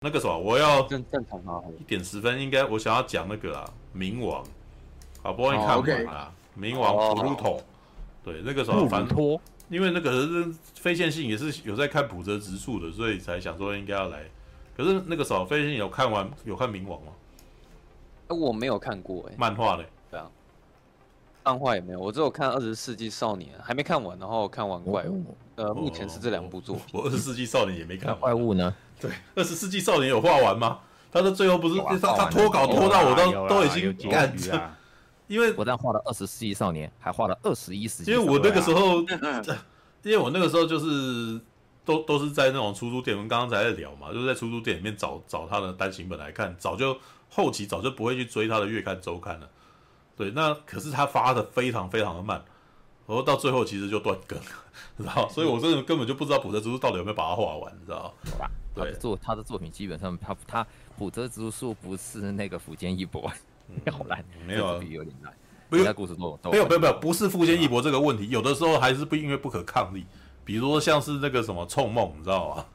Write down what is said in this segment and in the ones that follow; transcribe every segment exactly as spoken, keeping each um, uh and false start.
那个什么，我要正正常啊， 一点十分，应该我想要讲那个啊，冥王，好不容易看完啦，冥王普鲁托，对，那个时候反正因为那个非线性也是有在看普泽直树的，所以才想说应该要来。可是那个时候非线性有看完有看冥王吗？ 我没有看过哎、欸， 漫画嘞？ 对啊，漫画也没有，我只有看《二十世纪少年》，还没看完，然后看完怪物。哦、呃，目前是这两部作品。 我《二十世纪少年》也没看完。 怪物呢？ 对，《二十世纪少年》有画完吗？他的最后不是他他脱稿脱到我都都已经干这，因为我这样画了《二十世纪少年》，还画了《二十一世纪》。 因为我那个时候，因为我那个时候就是都都是在那种出租店，我们刚刚才在聊嘛，就是在出租店里面找找他的单行本来看，早就后期早就不会去追他的月刊周刊了。对，那可是他发的非常非常的慢，然后到最后其实就断更了，知道？所以我真的根本就不知道浦泽直树到底有没有把它画完，你知道？ 对，他的作他的作品基本上他他浦泽直树不是那个富坚义博，好烂， 没有、啊， 有点烂。 没有故事都没有没有没有，不是富坚义博这个问题，有的时候还是不因为不可抗力，比如说像是那个什么冲梦，你知道吗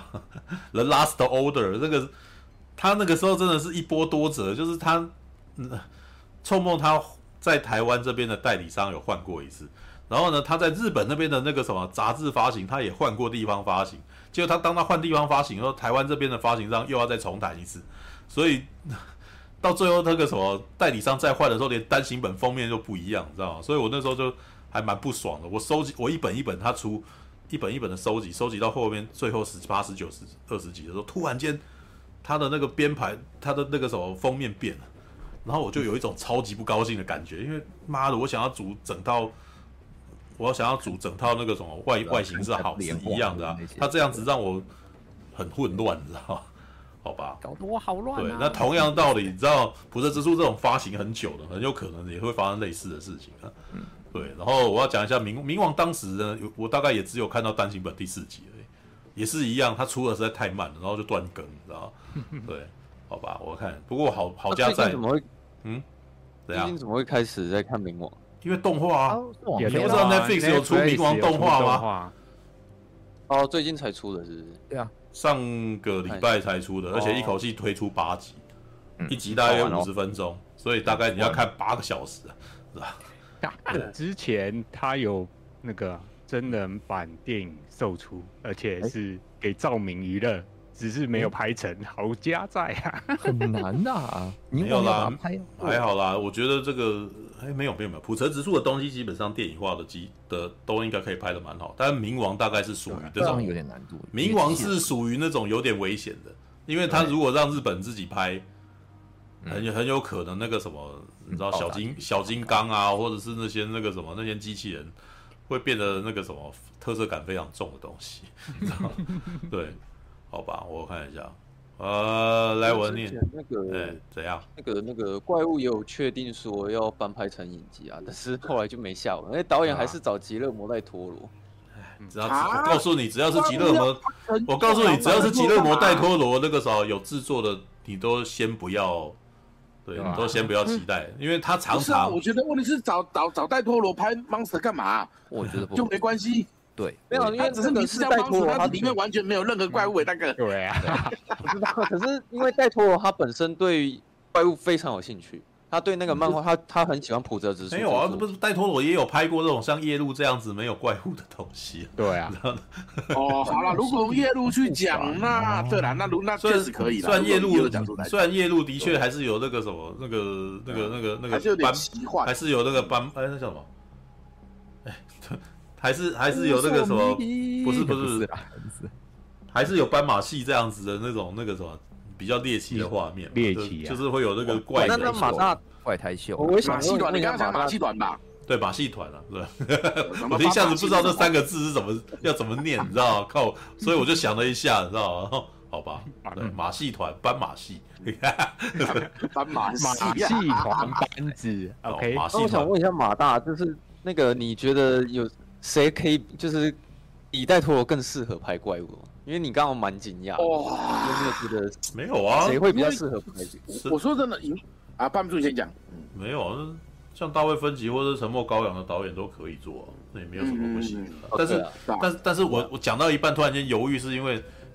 ？The Last Order 那个，他那个时候真的是一波多折，就是他。嗯臭梦他在台湾这边的代理商有换过一次，然后呢，他在日本那边的那个什么杂志发行，他也换过地方发行。结果他当他换地方发行，然后台湾这边的发行商又要再重谈一次，所以到最后那个什么代理商再换的时候，连单行本封面就不一样，你知道吗？所以我那时候就还蛮不爽的。我收集我一本一本他出一本一本的收集，收集到后面最后十八、十九、十二十集的时候，突然间他的那个编排，他的那个什么封面变了。然后我就有一种超级不高兴的感觉，因为妈的，我想要组整套，我想要组整套那个什么外外形是好是一样的啊，他这样子让我很混乱，你知道吗？好吧， 搞得我好乱、啊。 对，那同样的道理，你知道浦泽直树这种发行很久的，很有可能也会发生类似的事情啊。嗯、对，然后我要讲一下冥冥王当时呢，我大概也只有看到单行本第四集而已，也是一样，他出的实在太慢了，然后就断更，你知道吗？对。好吧，我看，不过好好家在， 怎么会？ 嗯， 怎样？最近怎么会开始在看冥王？ 因为动画啊， 哦、 你不知道 Netflix 有出冥王动画吗？ 哦，最近才出的，是不是？ 对啊， 上个礼拜才出的，而且一口气推出八集，哦、一集大约五十分钟，所以大概你要看八个小时，是吧？ 之前他有那个真人版电影售出，而且是给兆明娱乐。只是没有拍成，好家在啊， 很难啊！ 没有啦，还好啦。我觉得这个，哎，没有没有没有，浦泽直树的东西基本上电影化的机的都应该可以拍得蛮好，但是冥王大概是属于这种有点难度。 冥王是属于那种有点危险的，因为他如果让日本自己拍，很很有可能那个什么，你知道小金小金刚啊，或者是那些那个什么那些机器人，会变得那个什么特色感非常重的东西，你知道吗？对。好吧，我看一下，呃，来我念那个， 哎，怎样？ 那个那个怪物也有确定说要翻拍成影集啊，但是后来就没下文，因为导演还是找吉勒摩代托罗。 只要我告诉你，只要是吉勒摩，我告诉你，只要是吉勒摩代托罗那个时候有制作的，你都先不要，对，你都先不要期待，因为他常常， 我觉得问题是找找找代托罗拍 Monster 干嘛？ 我觉得就没关系。 对， 没有，因为只是你是代托罗，它里面完全没有任何怪物诶，大哥。 对啊， 我知道。可是因为代托罗他本身对怪物非常有兴趣，他对那个漫画，他他很喜欢浦泽直树。 没有啊，不是代托罗也有拍过这种像夜路这样子没有怪物的东西。 对啊。 哦，好了，如果用夜路去讲，那对了，那如那确实可以了。 虽然夜路虽然夜路的确还是有那个什么那个那个那个那个还是有点奇幻， 还是有那个斑哎那叫什么？哎。还是还是有那个什么，不是不是，不是还是有斑马系这样子的那种那个什么比较猎奇的画面， 猎奇、啊、 就是会有那个怪那那马大怪胎秀， 我马戏团，你刚刚讲马戏团吧？ 对，马戏团啊，对，我一下子不知道这三个字是怎么要怎么念，你知道吗？靠，所以我就想了一下，你知道吗？好吧，对，马戏团斑马戏， 斑马马戏团班子 ，OK。 马戏团， 我想问一下马大，就是那个你觉得有？谁可以就是比代托罗更适合拍怪物？因为你刚刚蛮惊讶， 哇， 有没有觉得没有啊？ 谁会比较适合拍？ 我说真的，啊，半柱先讲， 没有啊，像大卫芬奇或者沉默羔羊的导演都可以做、啊，那也没有什么不行的、啊。但是，但是，但是我我讲到一半突然间犹豫，是因为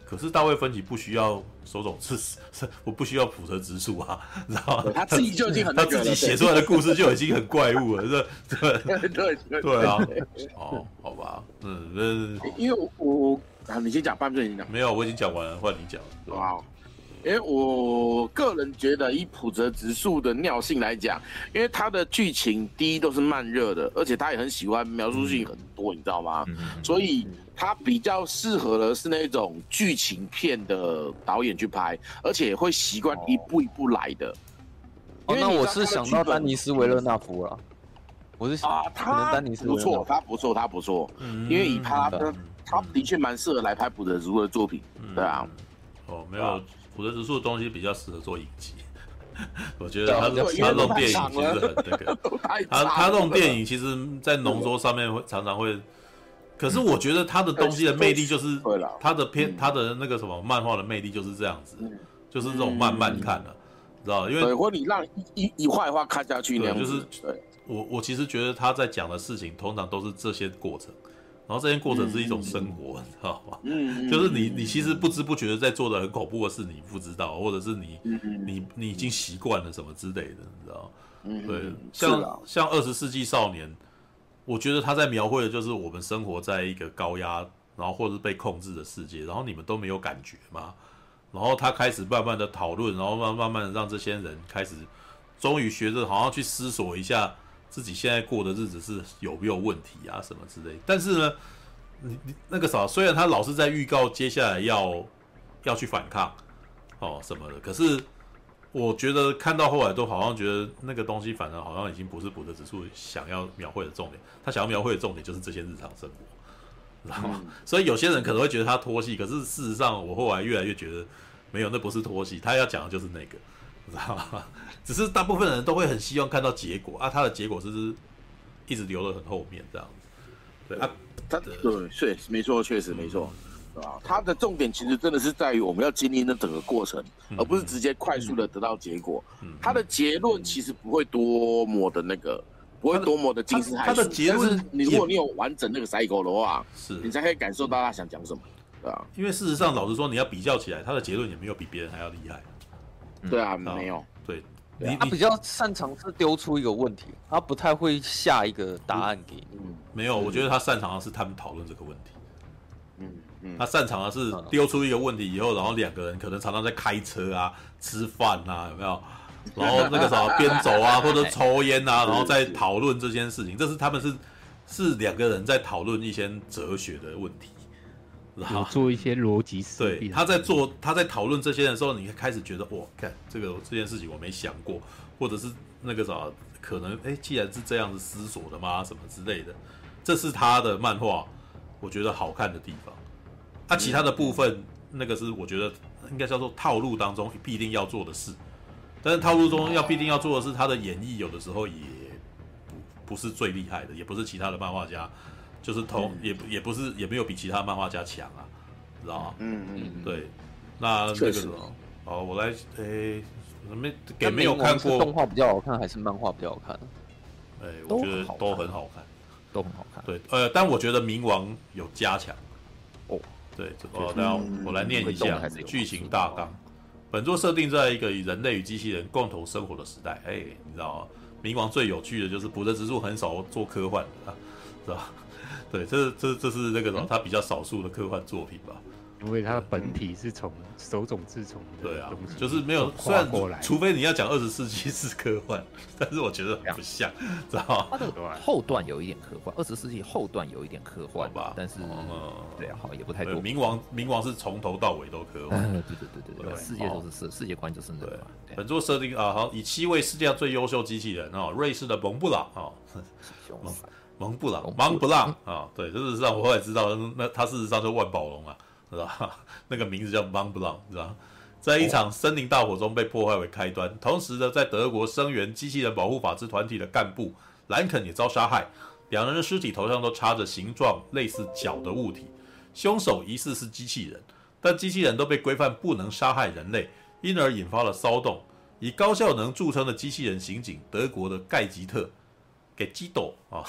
可是大卫芬奇不需要手冢治史，我不需要浦泽直树啊，你知道吗？ 他自己就已经很那个了， 他自己写出来的故事就已经很怪物了，这对对对对对啊，哦，好吧，嗯， 因为我我啊，你先讲，半分你讲， 没有，我已经讲完了，换你讲。 哇，因为我个人觉得，以浦泽直树的尿性来讲，因为他的剧情第一都是慢热的，而且他也很喜欢描述性很多，你知道吗？所以他比较适合的是那种剧情片的导演去拍，而且会习惯一步一步来的。 哦，那我是想到丹尼斯维勒纳夫了，我是啊， 可能他丹尼斯维勒纳不错， 夫他不错，他不错， 嗯因为以他他他的确蛮适合来拍浦泽直树的作品，对啊。 哦，没有，浦泽直树的东西比较适合做影集。我觉得他对他弄电影其实很那个，他他弄电影其实，在浓缩上面会常常会，可是我觉得他的东西的魅力就是他的片他的那个什么漫画的魅力就是这样子，就是这种慢慢看的，知道？因为对，或你让一一一画一画看下去那样子， 就是对。 我我其实觉得他在讲的事情通常都是这些过程。然后这些过程是一种生活，你知道吗？嗯，就是你你其实不知不觉的在做的很恐怖的事，你不知道，或者是你你你已经习惯了什么之类的，你知道？嗯，对，像像二十世纪少年，我觉得他在描绘的就是我们生活在一个高压，然后或者是被控制的世界，然后你们都没有感觉嘛。然后他开始慢慢的讨论，然后慢慢慢的让这些人开始，终于学着好像去思索一下。自己现在过的日子是有没有问题啊，什么之类的。但是呢，你你那个啥，虽然他老是在预告接下来要要去反抗哦什么的，可是我觉得看到后来都好像觉得那个东西，反而好像已经不是浦泽直树想要描绘的重点。他想要描绘的重点就是这些日常生活，知道吗？嗯、所以有些人可能会觉得他拖戏，可是事实上我后来越来越觉得没有，那不是拖戏，他要讲的就是那个。知道吗？只是大部分人都会很希望看到结果啊，他的结果是一直留得很后面这样子。对啊， 他对，确实没错，确实没错，对吧？他的重点其实真的是在于我们要经历那整个过程，而不是直接快速的得到结果。他的结论其实不会多么的那个，不会多么的惊世骇俗。 他的结论， 你如果你有完整那个 cycle 的话， 是你才可以感受到他想讲什么，对吧？ 因为事实上，老实说，你要比较起来，他的结论也没有比别人还要厉害。 对啊，没有。 对， 你他比较擅长是丢出一个问题，他不太会下一个答案给你。 嗯，没有，我觉得他擅长的是他们讨论这个问题。 嗯嗯， 他擅长的是丢出一个问题以后，然后两个人可能常常在开车啊、吃饭啊，有没有？然后那个啥边走啊，或者抽烟啊，然后再讨论这件事情。这是他们是是两个人在讨论一些哲学的问题。 有做一些逻辑思辨。 对，他在做他在讨论这些的时候，你开始觉得哇，看这个这件事情我没想过，或者是那个啥，可能哎，既然是这样子思索的吗？什么之类的，这是他的漫画，我觉得好看的地方。啊，其他的部分，那个是我觉得应该叫做套路当中必定要做的事，但是套路中要必定要做的是，他的演绎有的时候也不不是最厉害的，也不是其他的漫画家。就是同、嗯、也也不是也没有比其他漫画家强啊，知道吗？嗯嗯，对。那那个什么，哦，我来，诶，没给没有看过动画比较好看，还是漫画比较好看？ 哎，我觉得都很好看， 都很好看。 对，呃，但我觉得冥王有加强。哦，对，哦，然后我来念一下剧情大纲。本作设定在一个以人类与机器人共同生活的时代。哎，你知道吗？冥王最有趣的就是浦泽直树很少做科幻的、啊，知道吧？对，这这这是那个什么，他比较少数的科幻作品吧。 因为它的本体是从手冢治虫的对啊东西， 就是没有，虽然除非你要讲二十世纪是科幻，但是我觉得很不像，知道吗？ 它的后段有一点科幻，二十世纪后段有一点科幻吧，但是嗯， 对啊，好也不太多。 冥王冥王是从头到尾都科幻， 对对对对对，世界都是世世界观就是那个。 本作设定啊，好，以七位世界上最优秀机器人哦，瑞士的蒙布朗啊。蒙布朗，蒙布朗啊，对，事实上我后来知道，那他事实上就是万宝龙啊，知道吧？那个名字叫蒙布朗，知道吧？在一场森林大火中被破坏为开端，同时呢，在德国声援机器人保护法制团体的干部兰肯也遭杀害，两人的尸体头上都插着形状类似角的物体，凶手疑似是机器人，但机器人都被规范不能杀害人类，因而引发了骚动。以高效能著称的机器人刑警德国的盖吉特。给基斗啊，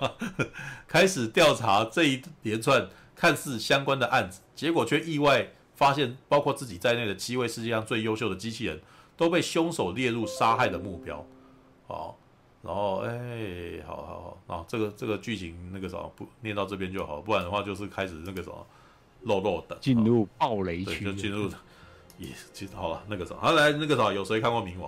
开始调查这一连串看似相关的案子，结果却意外发现包括自己在内的七位世界上最优秀的机器人都被凶手列入杀害的目标。好，然后哎、欸，好好好，啊，这个这个剧情那个什么不念到这边就好，不然的话就是开始那个什么漏漏的进入暴雷对， 区， 就进入也其实好了那个什么，好来那个什么，有谁看过《冥王》？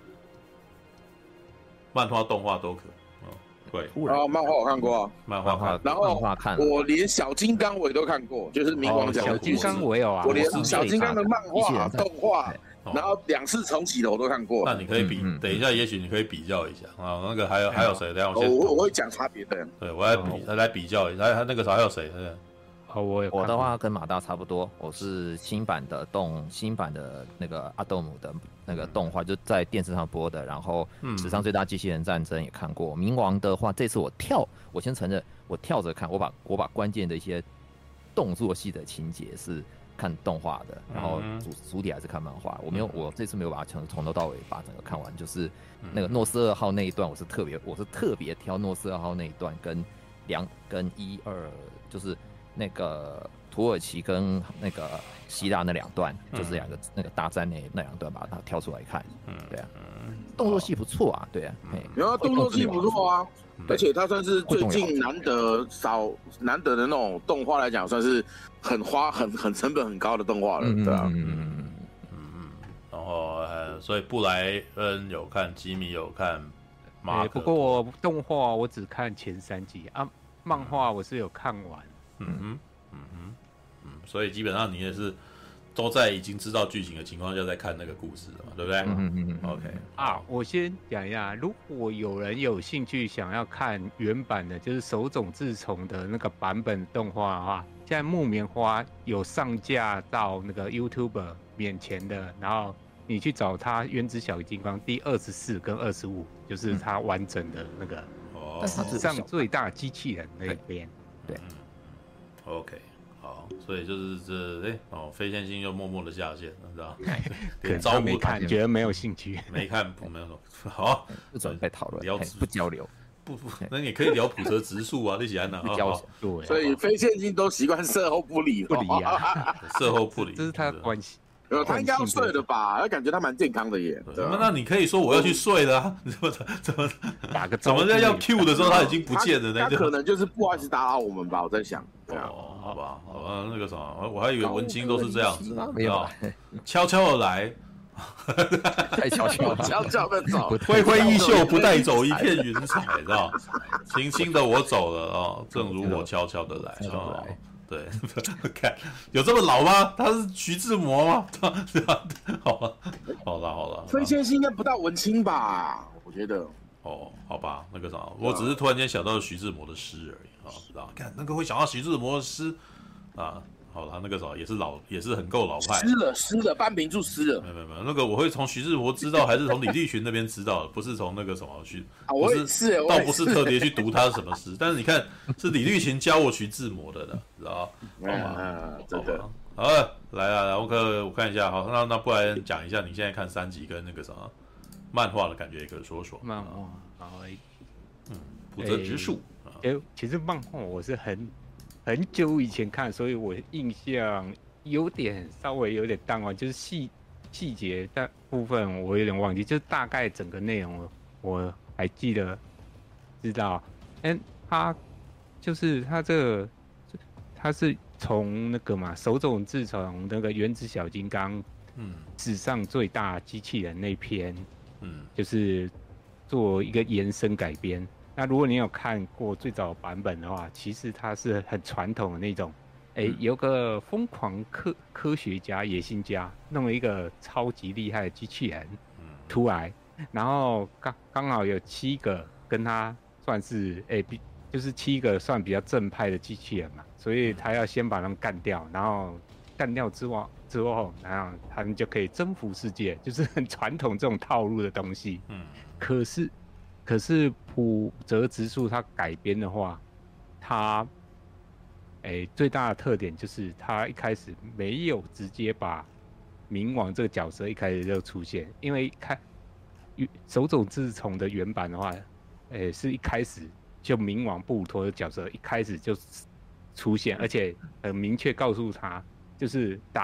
漫画、动画都可。对， 啊，漫画我看过啊， 漫画看， 然后漫画看了， 我连小金刚我也都看过，就是冥王讲的故事。 小金刚我有啊， 我连是小金刚的漫画、动画， 哦然后两次重启的我都看过。 那你可以比， 嗯嗯等一下，也许你可以比较一下啊。那个还有还有谁？等一下我哦先， 我我会讲差别的。 对我来比来比较一下，还那个啥还有谁？ 哦，我有看过我的话跟马大差不多，我是新版的动新版的那个阿斗姆的那个动画，就在电视上播的，然后史上最大机器人战争也看过。冥王的话，这次我跳，我先承认我跳着看，我把我把关键的一些动作戏的情节是看动画的，然后主主体还是看漫画。我没有，我这次没有把它从从头到尾把整个看完，就是那个诺斯二号那一段，我是特别我是特别挑诺斯二号那一段跟两跟一二就是。那个土耳其跟那个希腊那两段，嗯、就是两个那个大战那那两段，把它挑出来看。嗯，对啊，嗯、动作戏不错啊，对啊， 有啊，动作戏不错啊，而且它算是最近难得少难得的那种动画来讲，算是很花很很成本很高的动画了，对啊。 嗯嗯嗯嗯。然后呃，所以布莱恩有看，吉米有看，马、欸。 不过我动画我只看前三集啊，漫画我是有看完。 嗯哼，嗯哼，嗯，所以基本上你也是都在已经知道剧情的情况下在看那个故事了嘛，对不对？嗯嗯嗯 OK 啊，我先讲一下，如果有人有兴趣想要看原版的，就是手冢治虫的那个版本动画的话，现在木棉花有上架到那个 YouTube 免钱的，然后你去找它《原子小金刚》第二十四跟二十五，就是它完整的那个史上最大机器人那边，对。 OK， 好，所以就是这哎、欸、哦，飞仙星又默默的下线了，知道？ 连招没看，觉得没有兴趣， 没看不没有好， 不准备讨论， 聊不交流， 不不，那你可以聊普泽直树啊，你喜欢哪？ 不交对， 所以飞仙星都习惯事后不理不理啊， 事后不理， 这是他的关系。 呃，他应该要睡的吧？他感觉他蛮健康的耶。 那那你可以说我要去睡了啊？怎么怎么打个怎么在要 Q 的时候他已经不见了？ 那可能就是不好意思打扰我们吧？我在想。 哦，好吧，好吧，那个什么，我还以为文青都是这样子， 没有， 悄悄的来， 太悄悄了， 悄悄的走， 挥挥衣袖不带走一片云彩，知道？轻轻的我走了哦，正如我悄悄的来哦。对，看有这么老吗？他是徐志摩吗？好了，好了，好了。 飞仙星应该不到文青吧？我觉得。 哦，好吧，那个啥，我只是突然间想到徐志摩的诗而已啊，知道？看那个会想到徐志摩的诗啊，好了，那个啥也是老，也是很够老派。 诗了，诗了，半瓶注诗了。 没有没有没有，那个我会从徐志摩知道，还是从李立群那边知道的，不是从那个什么徐， 啊、我也是， 倒不是特别去读他是什么诗，但是你看是李立群教我徐志摩的呢，知道？好吧， 嗯，真的。 好了，来啊，然后我看一下，好，那那不然讲一下你现在看三集跟那个什么漫画的感觉，也可以说说。 漫画，好， 嗯，普泽直树。 哎、欸，其实漫画我是很很久以前看，所以我印象有点稍微有点淡忘，就是细细节的部分我有点忘记，就是大概整个内容我还记得知道。哎、欸，他就是他这个，他是从那个嘛手冢治虫那个原子小金刚，嗯，史上最大机器人那篇。嗯，就是做一个延伸改编。那如果你有看过最早版本的话，其实它是很传统的那种，哎、欸，有个疯狂科科学家、野心家弄了一个超级厉害的机器人出来，然后刚刚好有七个跟他算是哎、欸，就是七个算比较正派的机器人嘛，所以他要先把他们干掉，然后干掉之后。之后，然后他们就可以征服世界，就是很传统这种套路的东西。嗯，可是，可是浦泽直树他改编的话，他，哎，最大的特点就是他一开始没有直接把冥王这个角色一开始就出现，因为开手冢治虫的原版的话，哎，是一开始就冥王布鲁托的角色一开始就出现，而且很明确告诉他，就是打。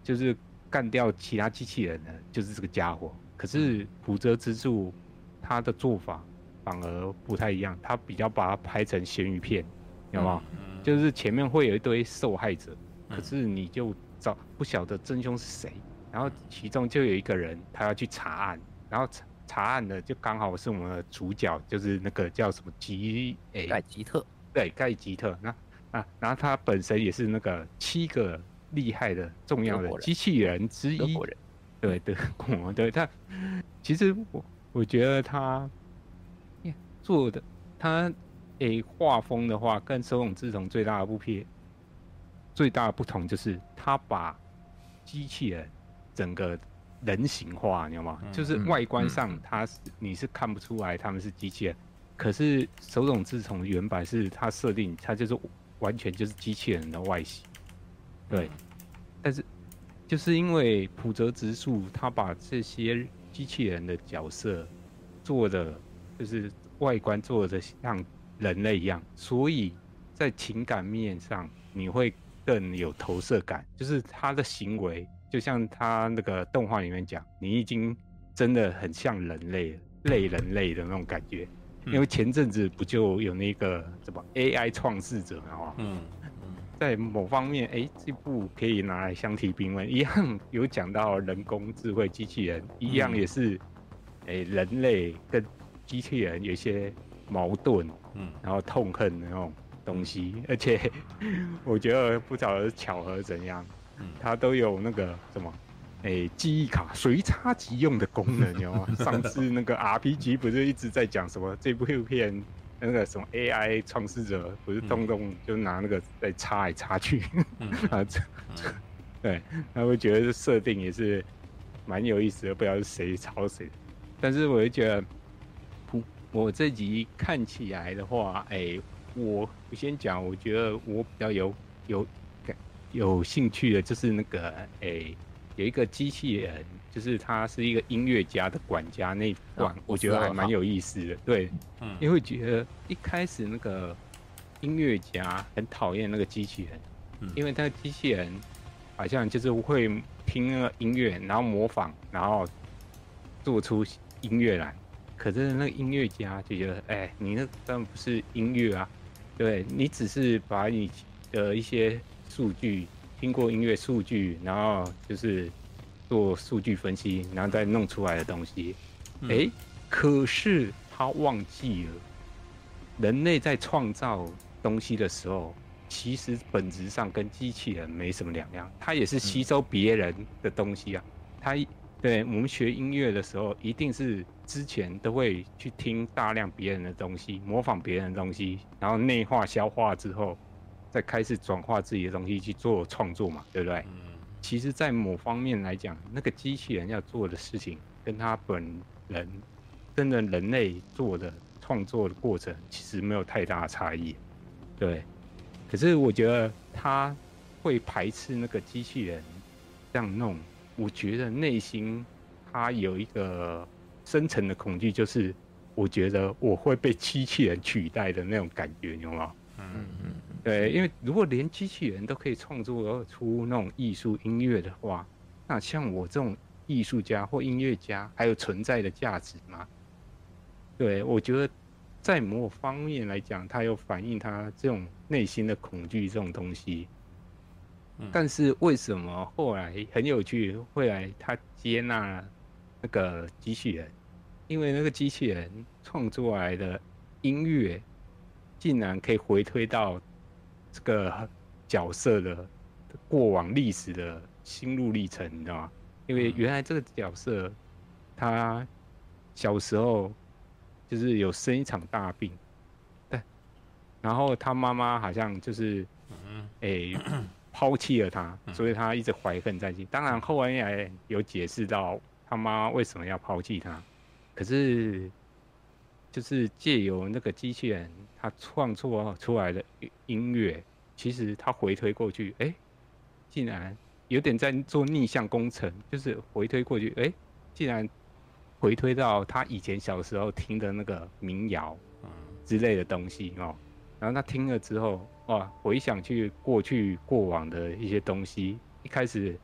就是干掉其他机器人的，就是这个家伙。可是浦泽直树他的做法反而不太一样，他比较把它拍成咸鱼片，有没有？嗯、就是前面会有一堆受害者，可是你就找不晓得真凶是谁，然后其中就有一个人他要去查案，然后查查案的就刚好是我们的主角，就是那个叫什么吉诶盖吉特， 对，盖吉特。那啊，然后他本身也是那个七个厉害的重要的机器人之一， 德国人， 对德国，对他其实我我觉得他做的他诶画风的话，跟手冢治虫最大的不撇最大的不同就是他把机器人整个人形化，你知道吗？嗯、就是外观上他是、嗯、你是看不出来他们是机器人，可是手冢治虫原版是他设定，他就是完全就是机器人的外形，对。但是就是因为浦泽直树他把这些机器人的角色做的就是外观做的像人类一样，所以在情感面上你会更有投射感，就是他的行为就像他那个动画里面讲，你已经真的很像人类了，类人类的那种感觉。嗯、因为前阵子不就有那个什么 A I 创世者嘛，嗯，在某方面，哎，这部可以拿来相提并论，一样有讲到人工智慧机器人，一样也是，哎、嗯，人类跟机器人有一些矛盾，嗯，然后痛恨的那种东西，而且我觉得不知道是巧合怎样，嗯，它都有那个什么，哎，记忆卡随插即用的功能，你知道吗？上次那个 R P G 不是一直在讲什么这部片那个什么 A I 创世者，不是动不动就拿那个在插来插去，嗯、啊，嗯、对，他会觉得这设定也是蛮有意思的，不知道是谁抄谁的，但是我就觉得。我这集看起来的话，哎、欸，我我先讲，我觉得我比较有有有兴趣的，就是那个哎、欸，有一个机器人，就是他是一个音乐家的管家那一段，哦、我觉得还蛮有意思的。对，嗯，因为觉得一开始那个音乐家很讨厌那个机器人，嗯、因为那个机器人好像就是会听那个音乐，然后模仿，然后做出音乐来。可是那个音乐家就觉得，哎、欸，你那当然不是音乐啊，对，你只是把你的一些数据，听过音乐数据，然后就是做数据分析，然后再弄出来的东西。哎、嗯欸，可是他忘记了，人类在创造东西的时候，其实本质上跟机器人没什么两样，他也是吸收别人的东西啊，他。对，我们学音乐的时候，一定是之前都会去听大量别人的东西，模仿别人的东西，然后内化消化之后，再开始转化自己的东西去做创作嘛，对不对？嗯。其实，在某方面来讲，那个机器人要做的事情，跟他本人真的人类做的创作的过程，其实没有太大的差异。对。可是我觉得他会排斥那个机器人这样弄。我觉得内心他有一个深层的恐惧，就是我觉得我会被机器人取代的那种感觉，你知道吗？嗯嗯，对，因为如果连机器人都可以创作出那种艺术音乐的话，那像我这种艺术家或音乐家，还有存在的价值吗？对，我觉得在某方面来讲，它有反映他这种内心的恐惧这种东西。但是为什么后来很有趣，后来他接纳那个机器人，因为那个机器人创作来的音乐，竟然可以回推到这个角色的过往历史的心路历程，你知道吗？因为原来这个角色他小时候就是有生一场大病，对，然后他妈妈好像就是诶。欸抛弃了他，所以他一直怀恨在心。当然后来有解释到他妈为什么要抛弃他，可是就是借由那个机器人他创作出来的音乐，其实他回推过去，哎、欸，竟然有点在做逆向工程，就是回推过去，哎、欸，竟然回推到他以前小时候听的那个民谣之类的东西哦。然后他听了之后，哇，回想去过去过往的一些东西。一开始他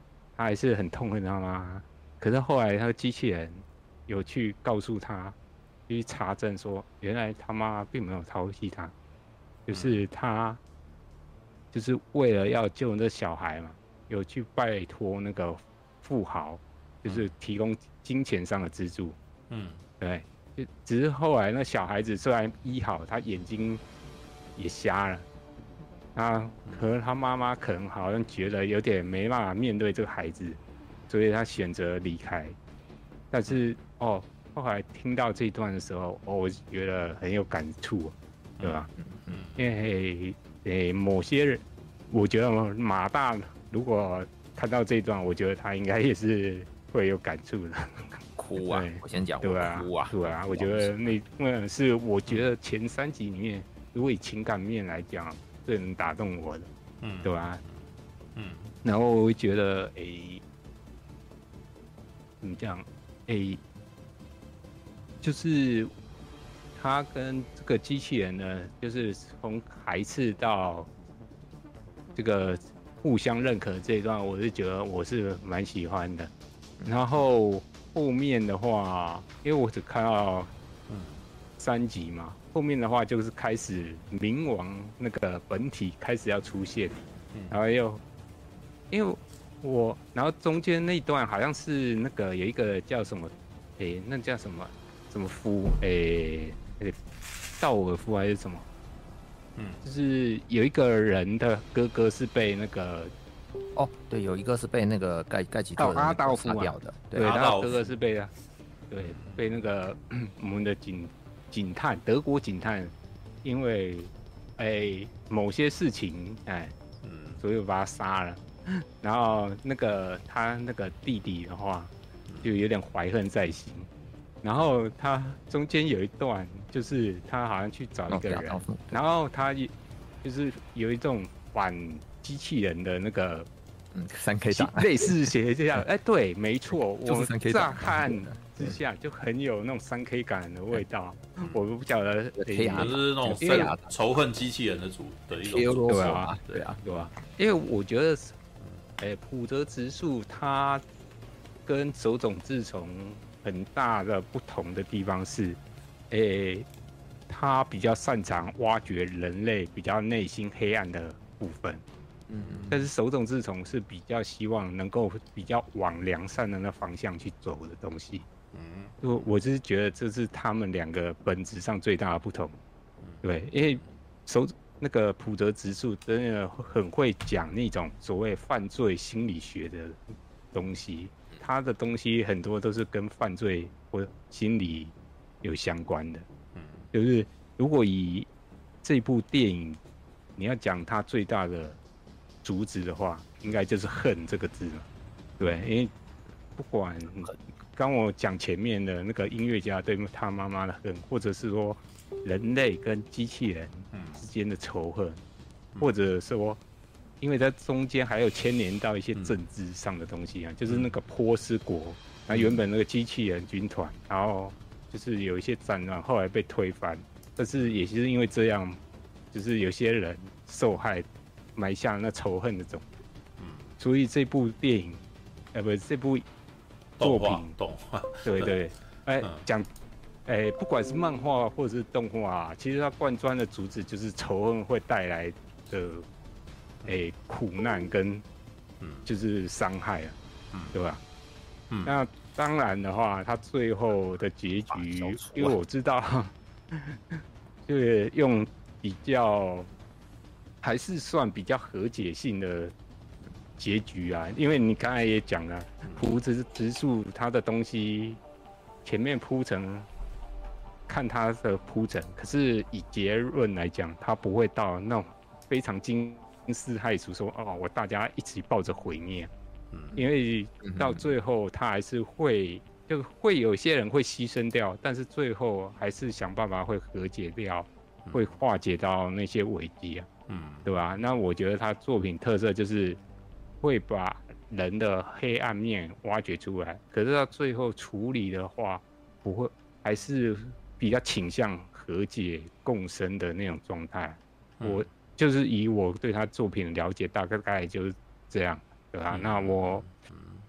他还是很痛恨他妈。可是后来他的机器人有去告诉他，去查证说，原来他妈并没有抛弃他，就是他就是为了要救那小孩嘛，有去拜托那个富豪，就是提供金钱上的资助。嗯，对。就只是后来那小孩子虽然医好，他眼睛也瞎了，啊，可能他妈妈可能好像觉得有点没办法面对这个孩子，所以他选择离开。但是哦，后来听到这一段的时候，哦，我觉得很有感触，对吧？嗯，因为诶某些人，我觉得马大如果看到这一段，我觉得他应该也是会有感触的。 哭啊！我先讲， 对啊， 哭啊， 对啊，我觉得那那是我觉得前三集里面，如果以情感面来讲，最能打动我的，嗯，对吧？嗯，然后我会觉得，哎、欸，怎么讲？哎、欸，就是他跟这个机器人呢，就是从排斥到这个互相认可这一段，我是觉得我是蛮喜欢的，然后。后面的话，因为我只看到三集嘛，后面的话就是开始冥王那个本体开始要出现，然后又因为我，然后中间那一段好像是那个有一个叫什么，诶，那叫什么什么夫，诶，道尔夫还是什么，嗯，就是有一个人的哥哥是被那个。 哦，对，有一个是被那个盖盖吉特阿道夫杀掉的， 对，然后哥哥是被他，对，被那个我们的警警探，德国警探，因为哎某些事情哎，嗯，所以把他杀了。然后那个他那个弟弟的话，就有点怀恨在心。然后他中间有一段，就是他好像去找一个人，哦、然后他就是有一种反。机器人的那个， 嗯，三 K 档类似写这样，哎，对，没错，我乍看之下就很有那种三 K 感的味道。我不晓得， 就是那种生仇恨机器人的主的一种， 对啊，对啊，对啊。因为我觉得，哎，浦泽直树他跟手冢治虫很大的不同的地方是，哎，他比较擅长挖掘人类比较内心黑暗的部分。嗯，但是手冢治虫是比较希望能够比较往良善的那方向去走的东西。嗯，我我是觉得这是他们两个本质上最大的不同。对，因为手那个浦泽直树真的很会讲那种所谓犯罪心理学的东西，他的东西很多都是跟犯罪或心理有相关的。嗯，就是如果以这部电影你要讲他最大的主旨的话，应该就是恨这个字嘛，对，因为不管刚我讲前面的那个音乐家对他妈妈的恨，或者是说人类跟机器人之间的仇恨，嗯、或者说，因为在中间还有牵连到一些政治上的东西啊，嗯、就是那个波斯国，那原本那个机器人军团，然后就是有一些战乱，后来被推翻，但是也是因为这样，就是有些人受害。埋下那仇恨的种，嗯，所以这部电影，呃，不是这部作品， 动画， 对对，哎，讲、嗯，哎，不管是漫画或者是动画，其实它贯穿的主旨就是仇恨会带来的，哎，苦难跟，嗯，就是伤害啊，嗯，对吧？嗯，那当然的话，它最后的结局，因为我知道，就是用比较。还是算比较和解性的结局啊，因为你刚才也讲了，浦泽直树他的东西前面铺陈，看他的铺陈，可是以结论来讲，他不会到那种非常惊世骇俗，说哦，我大家一起抱着毁灭，嗯，因为到最后他还是会，就会有些人会牺牲掉，但是最后还是想办法会和解掉，会化解到那些危机啊。嗯，对吧？那我觉得他作品特色就是会把人的黑暗面挖掘出来，可是到最后处理的话，不会，还是比较倾向和解共生的那种状态。嗯、我就是以我对他作品的了解，大概就是这样，对吧？嗯、那我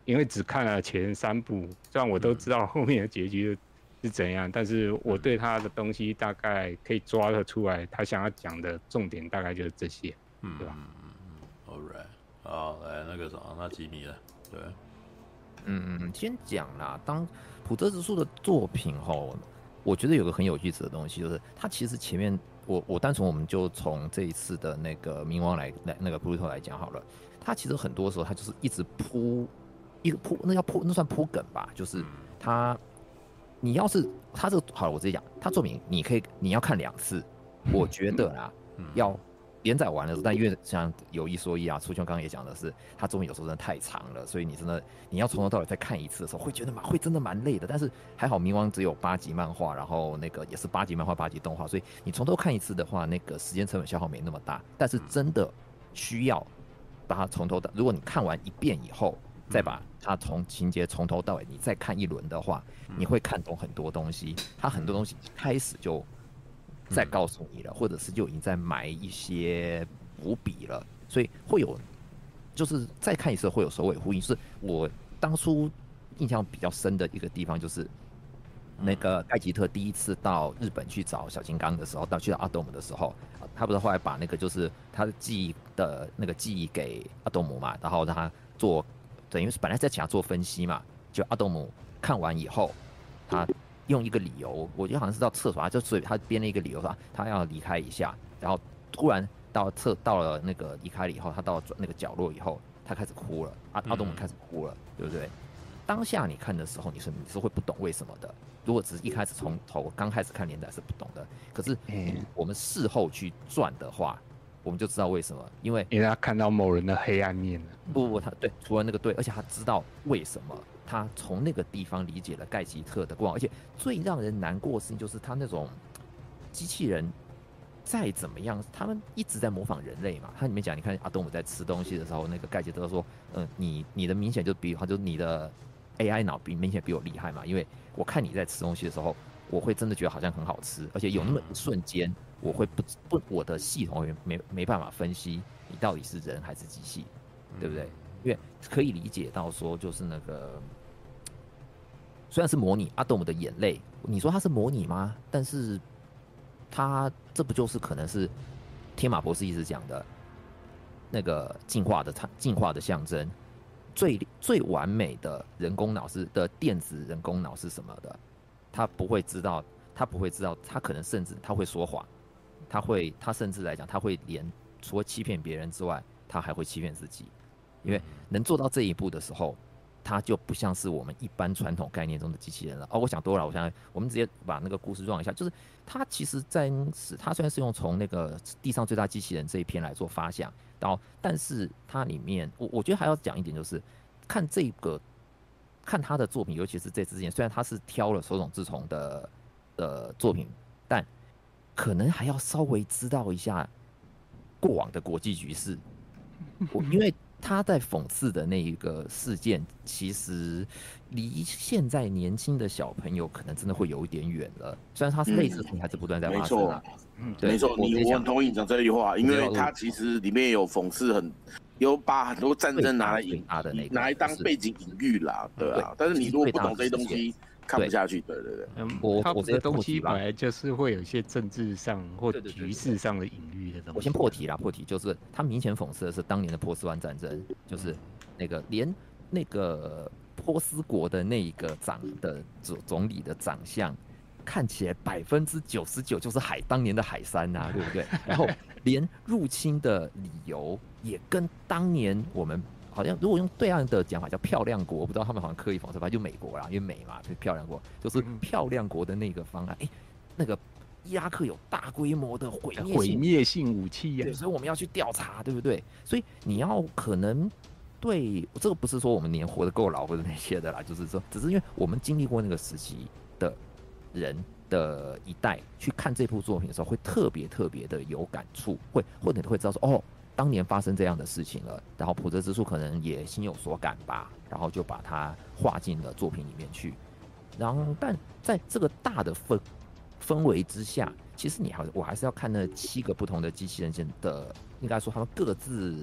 因为只看了前三部，虽然我都知道后面的结局是怎样，但是我对他的东西大概可以抓得出来，他想要讲的重点大概就是这些，嗯，对吧？ 嗯嗯嗯 ，All right， 好，来那个什么，那吉米了，对， 嗯嗯，先讲啦，当浦泽直树的作品吼，我觉得有个很有意思的东西，就是他其实前面我我单纯我们就从这一次的那个冥王来来那个 Pluto 来讲好了，他其实很多时候他就是一直铺一个铺，那叫铺那算铺梗吧，就是他你要是他这个好了，我直接讲，他作品你可以你要看两次，我觉得啦，要连载完了，但因为像有一说一啊，初秋刚刚也讲的是，他作品有时候真的太长了，所以你真的你要从头到尾再看一次的时候，会觉得蛮会真的蛮累的。但是还好，冥王只有八集漫画，然后那个也是八集漫画八集动画，所以你从头看一次的话，那个时间成本消耗没那么大。但是真的需要把它从头到，如果你看完一遍以后，再把它从情节从头到尾你再看一轮的话，你会看懂很多东西。它很多东西一开始就再告诉你了，或者是就已经在埋一些伏笔了，所以会有，就是再看一次会有首尾呼应。就是我当初印象比较深的一个地方，就是那个盖吉特第一次到日本去找小金刚的时候，到去到阿多姆的时候，他不是后来把那个就是他的记忆的那个记忆给阿多姆嘛，然后让他做，等于是本来在请他做分析嘛，就阿多姆看完以后，他用一个理由，我觉得好像是到厕所，他就所以他编了一个理由说他要离开一下，然后突然到厕到了那个离开了以后，他到那个角落以后，他开始哭了，阿阿东姆开始哭了，对不对？当下你看的时候，你是你是会不懂为什么的。如果只是一开始从头刚开始看连载是不懂的，可是我们事后去转的话，我们就知道为什么，因为因为他看到某人的黑暗面了。 不不，他对，除了那个对，而且他知道为什么。他从那个地方理解了盖吉特的过往，而且最让人难过的事情就是他那种机器人再怎么样，他们一直在模仿人类嘛。他里面讲，你看阿东姆在吃东西的时候，那个盖吉特说：“嗯、呃，你你的明显就比他就你的 A I 脑比明显比我厉害嘛，因为我看你在吃东西的时候，我会真的觉得好像很好吃，而且有那么一瞬间，我会不不我的系统没没办法分析你到底是人还是机器，对不对？”因为可以理解到说，就是那个虽然是模拟阿多姆的眼泪，你说他是模拟吗？但是他这不就是可能是天马博士一直讲的那个进化的进化的象征？最最完美的人工脑是的电子人工脑是什么的？他不会知道，他不会知道，他可能甚至他会说谎，他会他甚至来讲，他会连除了欺骗别人之外，他还会欺骗自己。因为能做到这一步的时候，它就不像是我们一般传统概念中的机器人了。哦，我想多了，我想我们直接把那个故事 run 一下，就是它其实在它虽然是用从那个地上最大机器人这一篇来做发想，然后但是它里面我我觉得还要讲一点，就是看这个看他的作品，尤其是这之前，虽然他是挑了手冢治虫的的作品，但可能还要稍微知道一下过往的国际局势，因为。他在讽刺的那一个事件，其实离现在年轻的小朋友可能真的会有一点远了。虽然他是类似的事情还是不断在发生啊。 嗯，没错，你我很同意你讲这句话，因为他其实里面有讽刺很，有把很多战争拿来引拿来当背景隐喻啦，对啊。但是你如果不懂这些东西，看不下去，对对对。 嗯，我我这东西本来就是会有一些政治上或局势上的隐喻的东西。 我先破题啦，破题就是他明显讽刺的是当年的波斯湾战争，就是那个连那个波斯国的那一个长的总总理的长相，看起来百分之九十九就是海当年的海山呐、啊，对不对？然后连入侵的理由也跟当年我们。好像如果用对岸的讲法叫漂亮国，我不知道他们好像刻意讽刺，反正就美国啦，因为美嘛，就漂亮国，就是漂亮国的那个方案。哎、欸，那个伊拉克有大规模的毁灭毁灭性武器呀、 啊，所以我们要去调查，对不对？所以你要可能对这个不是说我们年活得够老或者那些的啦，就是说，只是因为我们经历过那个时期的人的一代去看这部作品的时候，会特别特别的有感触，会或者会知道说哦。当年发生这样的事情了，然后浦泽直树可能也心有所感吧，然后就把它画进了作品里面去。然后，但在这个大的氛氛围之下，其实你还我还是要看那七个不同的机器人的，应该说他们各自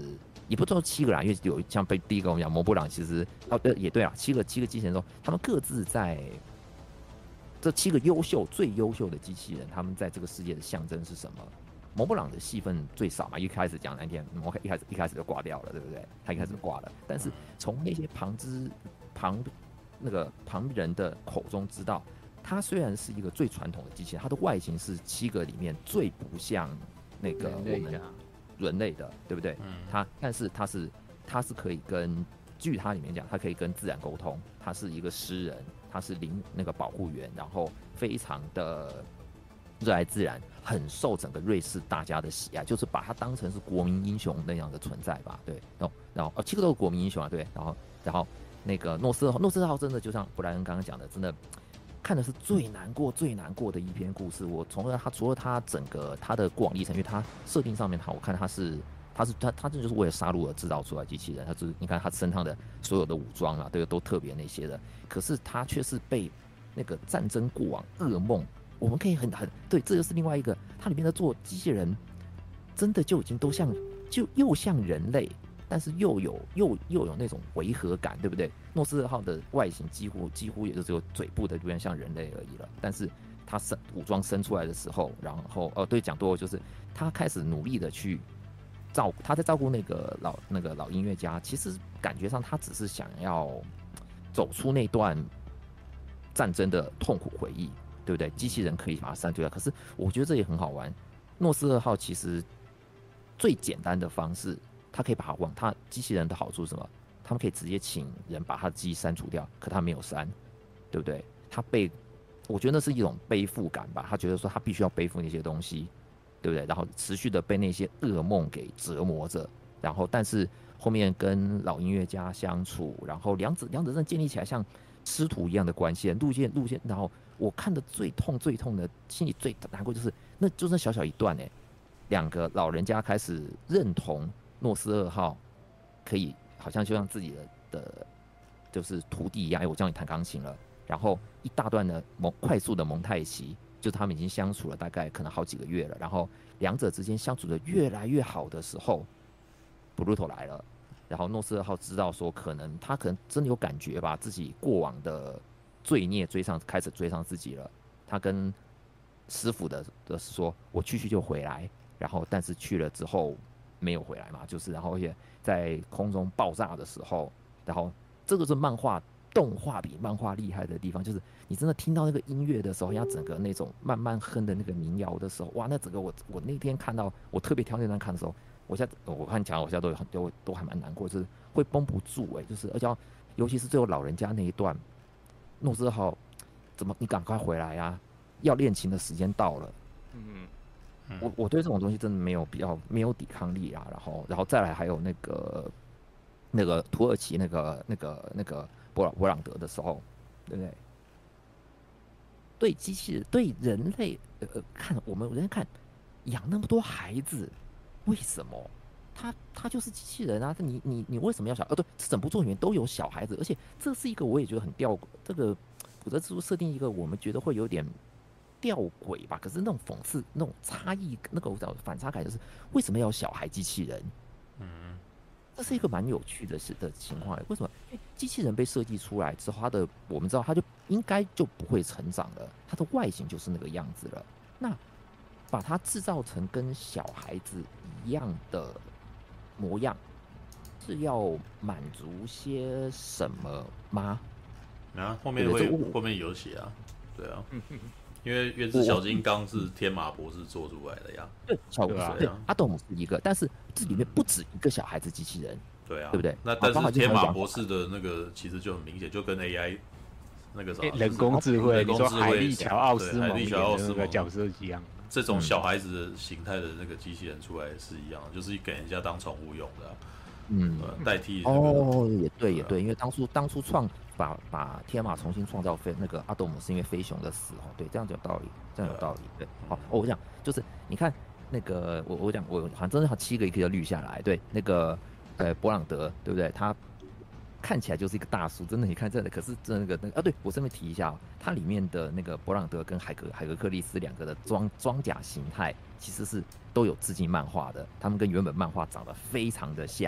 也不知道七个啦，因为有像被第一个我们讲摩布朗，其实哦对也对啦，七个七个机器人中，他们各自在这七个优秀最优秀的机器人，他们在这个世界的象征是什么？摩布朗的戏份最少嘛，一开始讲那天，摩一开始一开始就挂掉了，对不对？他一开始就挂了，但是从那些旁支旁那个旁人的口中知道，他虽然是一个最传统的机器人，它的外形是七个里面最不像那个我们人类的，对不对？它但是它是它是可以跟据它里面讲，它可以跟自然沟通，它是一个诗人，它是领那个保护员，然后非常的热爱自然，很受整个瑞士大家的喜爱，就是把它当成是国民英雄那样的存在吧。对，然后然后哦，七个都是国民英雄啊，对，然后然后那个诺斯号，诺斯号真的就像布莱恩刚刚讲的，真的看的是最难过、最难过的一篇故事。我从他除了他整个他的过往历程，因为他设定上面他，我看他是他是他他这就是为了杀戮而制造出来的机器人，他就是你看他身上的所有的武装啊，对，都特别那些的，可是他却是被那个战争过往噩梦。我们可以很很对，这就是另外一个，它里面的做机器人，真的就已经都像，就又像人类，但是又有又又有那种违和感，对不对？诺斯二号的外形几乎几乎也就只有嘴部的有点像人类而已了，但是他生武装生出来的时候，然后哦对，讲多了就是他开始努力的去照他在照顾那个老那个老音乐家，其实感觉上他只是想要走出那段战争的痛苦回忆。对不对？机器人可以把它删掉，可是我觉得这也很好玩。诺斯二号其实最简单的方式，它可以把它往它机器人的好处是什么？他们可以直接请人把它的记忆删除掉，可他没有删，对不对？他被，我觉得那是一种背负感吧。他觉得说他必须要背负那些东西，对不对？然后持续的被那些噩梦给折磨着，然后但是后面跟老音乐家相处，然后两者两者正建立起来像师徒一样的关系，路线路线，然后。我看的最痛最痛的，心里最难过就是，那就那小小一段哎，两个老人家开始认同诺斯二号，可以好像就像自己的的，就是徒弟一样，哎，我教你弹钢琴了。然后一大段的蒙快速的蒙太奇，就是他们已经相处了大概可能好几个月了，然后两者之间相处的越来越好的时候，布鲁托来了，然后诺斯二号知道说，可能他可能真的有感觉吧，自己过往的。罪孽追上，开始追上自己了。他跟师傅的的是说，我去去就回来，然后但是去了之后没有回来嘛，就是然后而且在空中爆炸的时候，然后这个是漫画动画比漫画厉害的地方，就是你真的听到那个音乐的时候，要整个那种慢慢哼的那个民谣的时候，哇，那整个我我那天看到，我特别挑那段看的时候，我现在我看讲我现在都有都都还蛮难过，就是会绷不住哎、欸，就是而且要尤其是最后老人家那一段。诺斯号，怎么你赶快回来啊？要练琴的时间到了。嗯，我我对这种东西真的没有比较没有抵抗力啊。然后，然后再来还有那个那个土耳其那个那个那个博朗博朗德的时候，对不对？对机器人对人类，呃，看我们人看养那么多孩子，为什么？他他就是机器人啊！你你你为什么要小？哦，对，这整部作品里面都有小孩子，而且这是一个我也觉得很吊诡。这个普泽之树设定一个我们觉得会有点吊诡吧，可是那种讽刺、那种差异、那个反差感，就是为什么要有小孩机器人？嗯，这是一个蛮有趣的事的情况。为什么？因为机器人被设计出来之后，它的我们知道它就应该就不会成长了，它的外形就是那个样子了。那把它制造成跟小孩子一样的。模样是要满足些什么吗？ 啊，后面会后面有写啊，对啊，因为原始小金刚是天马博士做出来的呀， 对，小对啊，对，阿斗姆是一个，但是这里面不止一个小孩子机器人， 对啊， 对不对？ 那但是天马博士的那个其实就很明显，就跟 A I 那个啥人工智慧， 人工智慧， 海利乔奥斯海利乔奥斯那个角色一样。 这种小孩子的形态的那个机器人出来是一样的，就是给人家当宠物用的、啊，嗯，呃、代替、那个、 哦，也对，也对，因为当初当初创把把天马重新创造飞那个阿斗姆是因为飞熊的死哦，对，这样就有道理，这样有道理，对，好，哦，我讲就是你看那个我我讲我好像真的好七个一个要捋下来，对，那个呃博朗德对不对？他看起来就是一个大叔，真的，你看这，可是这那个那个啊，对我顺便提一下、哦，它里面的那个博朗德跟海格海格克利斯两个的装装甲形态，其实是都有致敬漫画的，他们跟原本漫画长得非常的像，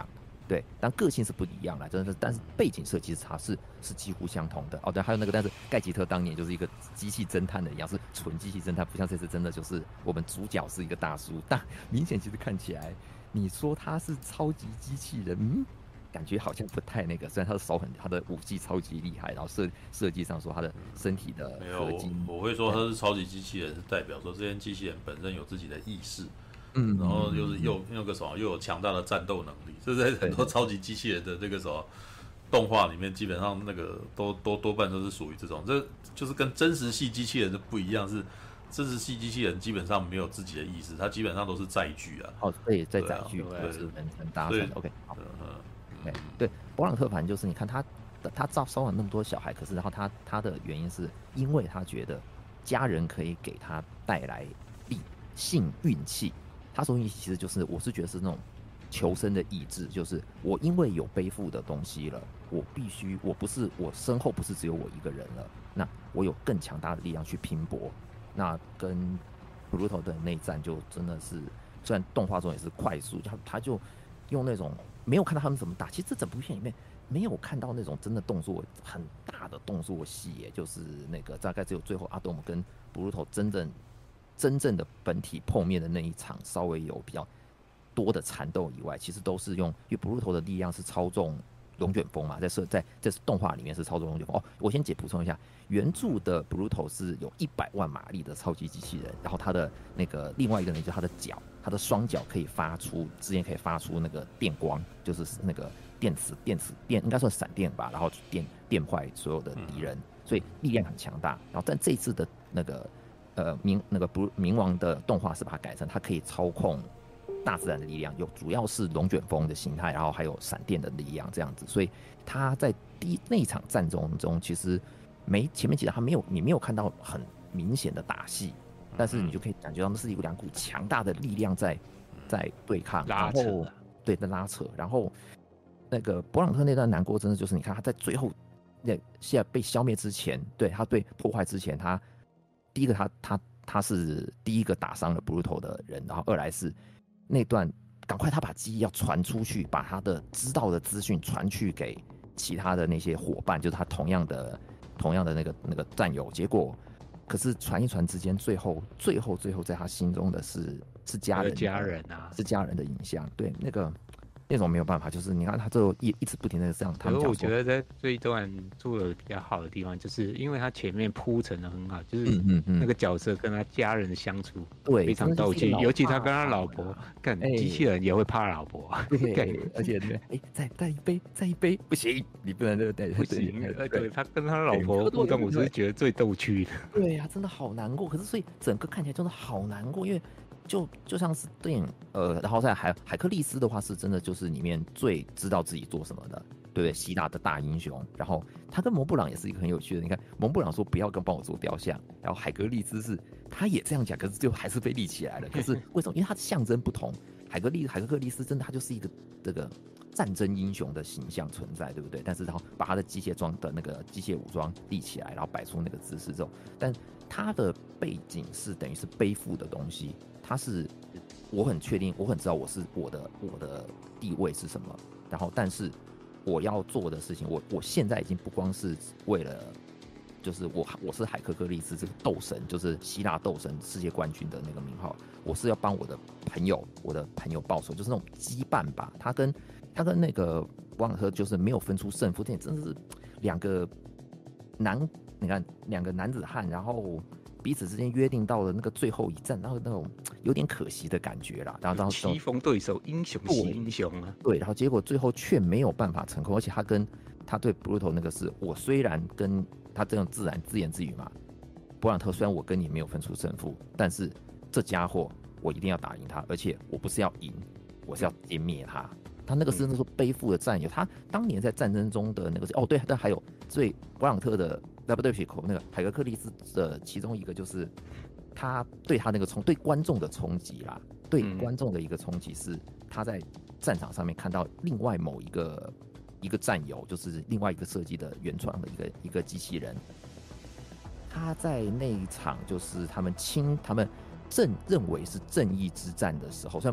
对，但个性是不一样啦，真的是，但是背景设计差是是几乎相同的哦。对，还有那个，但是盖吉特当年就是一个机器侦探的一样，是纯机器侦探，不像这次真的就是我们主角是一个大叔，但明显其实看起来，你说他是超级机器人，嗯，感觉好像不太那个。虽然他的手很，他的武技超级厉害，然后设设计上说他的身体的合金， 我会说他是超级机器人，是代表说这些机器人本身有自己的意识。 嗯， 然后又是又又个什么，又有强大的战斗能力，这在很多超级机器人的这个什么动画里面，基本上那个都都多半都是属于这种，这就是跟真实系机器人的不一样，是真实系机器人基本上没有自己的意识，它基本上都是载具啊。 哦，对，在载具就是人很搭乘。OK， 好，对对，勃朗特反正就是你看他他造收了那么多小孩，可是然后他他的原因是因为他觉得家人可以给他带来力、幸运气。他说：“其实就是，我是觉得是那种求生的意志，就是我因为有背负的东西了，我必须，我不是我身后不是只有我一个人了，那我有更强大的力量去拼搏。那跟布鲁头的内战就真的是，虽然动画中也是快速，他他就用那种没有看到他们怎么打，其实这整部片里面没有看到那种真的动作很大的动作戏耶，就是那个大概只有最后阿多姆跟布鲁头真正。”真正的本体碰面的那一场，稍微有比较多的缠斗以外，其实都是用，因为布鲁头的力量是操纵龙卷风嘛，在设在在动画里面是操纵龙卷风。哦，我先解补充一下，原著的布鲁头是有一百万马力的超级机器人，然后他的那个另外一个人就是他的脚，他的双脚可以发出，之前可以发出那个电光，就是那个电磁电磁电，应该算闪电吧，然后电电坏所有的敌人，所以力量很强大。然后在这一次的那个。呃，冥那个不冥王的动画是把它改成它可以操控大自然的力量，有主要是龙卷风的形态，然后还有闪电的力量这样子。所以他在第一那一场战争中，其实没前面其实他没有你没有看到很明显的打戏，但是你就可以感觉到那是一股两股强大的力量在在对抗， 拉扯， 对，在拉扯。然后那个勃朗特那段难过，真的就是你看他在最后那现在被消灭之前，对他被破坏之前，他。第一个他，他他他是第一个打伤了布鲁头的人，然后二来是那段赶快他把记忆要传出去，把他的知道的资讯传去给其他的那些伙伴，就是他同样的同样的那个那个战友。结果可是传一传之间，最后最后最后在他心中的是是家人， 家人啊， 是家人的影像。对，那个。那种没有办法，就是你看他就一一直不停的这样。他们我觉得在这一段做的比较好的地方，就是因为他前面铺陈的很好，就是那个角色跟他家人相处对非常逗趣，尤其他跟他老婆，干机器人也会怕老婆， 对，而且对，哎，再再一杯，再一杯，不行，你不能这个对， 不行，对他跟他老婆互动，我是觉得最逗趣的。 对呀，真的好难过，可是所以整个看起来真的好难过，因为。就就像是电影，呃，然后在海海克力斯的话，是真的就是里面最知道自己做什么的，对不对？希腊的大英雄。然后他跟蒙布朗也是一个很有趣的，你看蒙布朗说不要跟帮我做雕像，然后海格力斯是他也这样讲，可是最后还是被立起来了。可是为什么？因为他的象征不同。海格力海克力斯真的他就是一个这个战争英雄的形象存在，对不对？但是然后把他的机械装的那个机械武装立起来，然后摆出那个姿势这种，但他的背景是等于是背负的东西。他是，我很确定，我很知道我是我的我的地位是什么，然后但是我要做的事情，我我现在已经不光是为了，就是我我是海克克力斯这个斗神，就是希腊斗神世界冠军的那个名号，我是要帮我的朋友，我的朋友报仇，就是那种羁绊吧。他跟他跟那个勃朗特就是没有分出胜负，这真的是两个男，你看两个男子汉，然后。彼此之间约定到了那个最后一战，然后那种有点可惜的感觉啦。然后棋逢对手，英雄惜英雄啊。 对，然后结果最后却没有办法成功，而且他跟他对布鲁头那个是，我虽然跟他这种自然自言自语嘛，勃朗特虽然我跟你没有分出胜负，但是这家伙我一定要打赢他，而且我不是要赢，我是要歼灭他。他那个是那时候背负的战友，他当年在战争中的那个哦对，但还有最勃朗特的。那不对不起，那个海格克力斯的其中一个就是他对他那个冲对观众的冲击啦，对观众的一个冲击是他在战场上面看到另外某一个一个战友，就是另外一个设计的原创的一个一个机器人，他在那一场就是他们亲他们正认为是正义之战的时候，虽然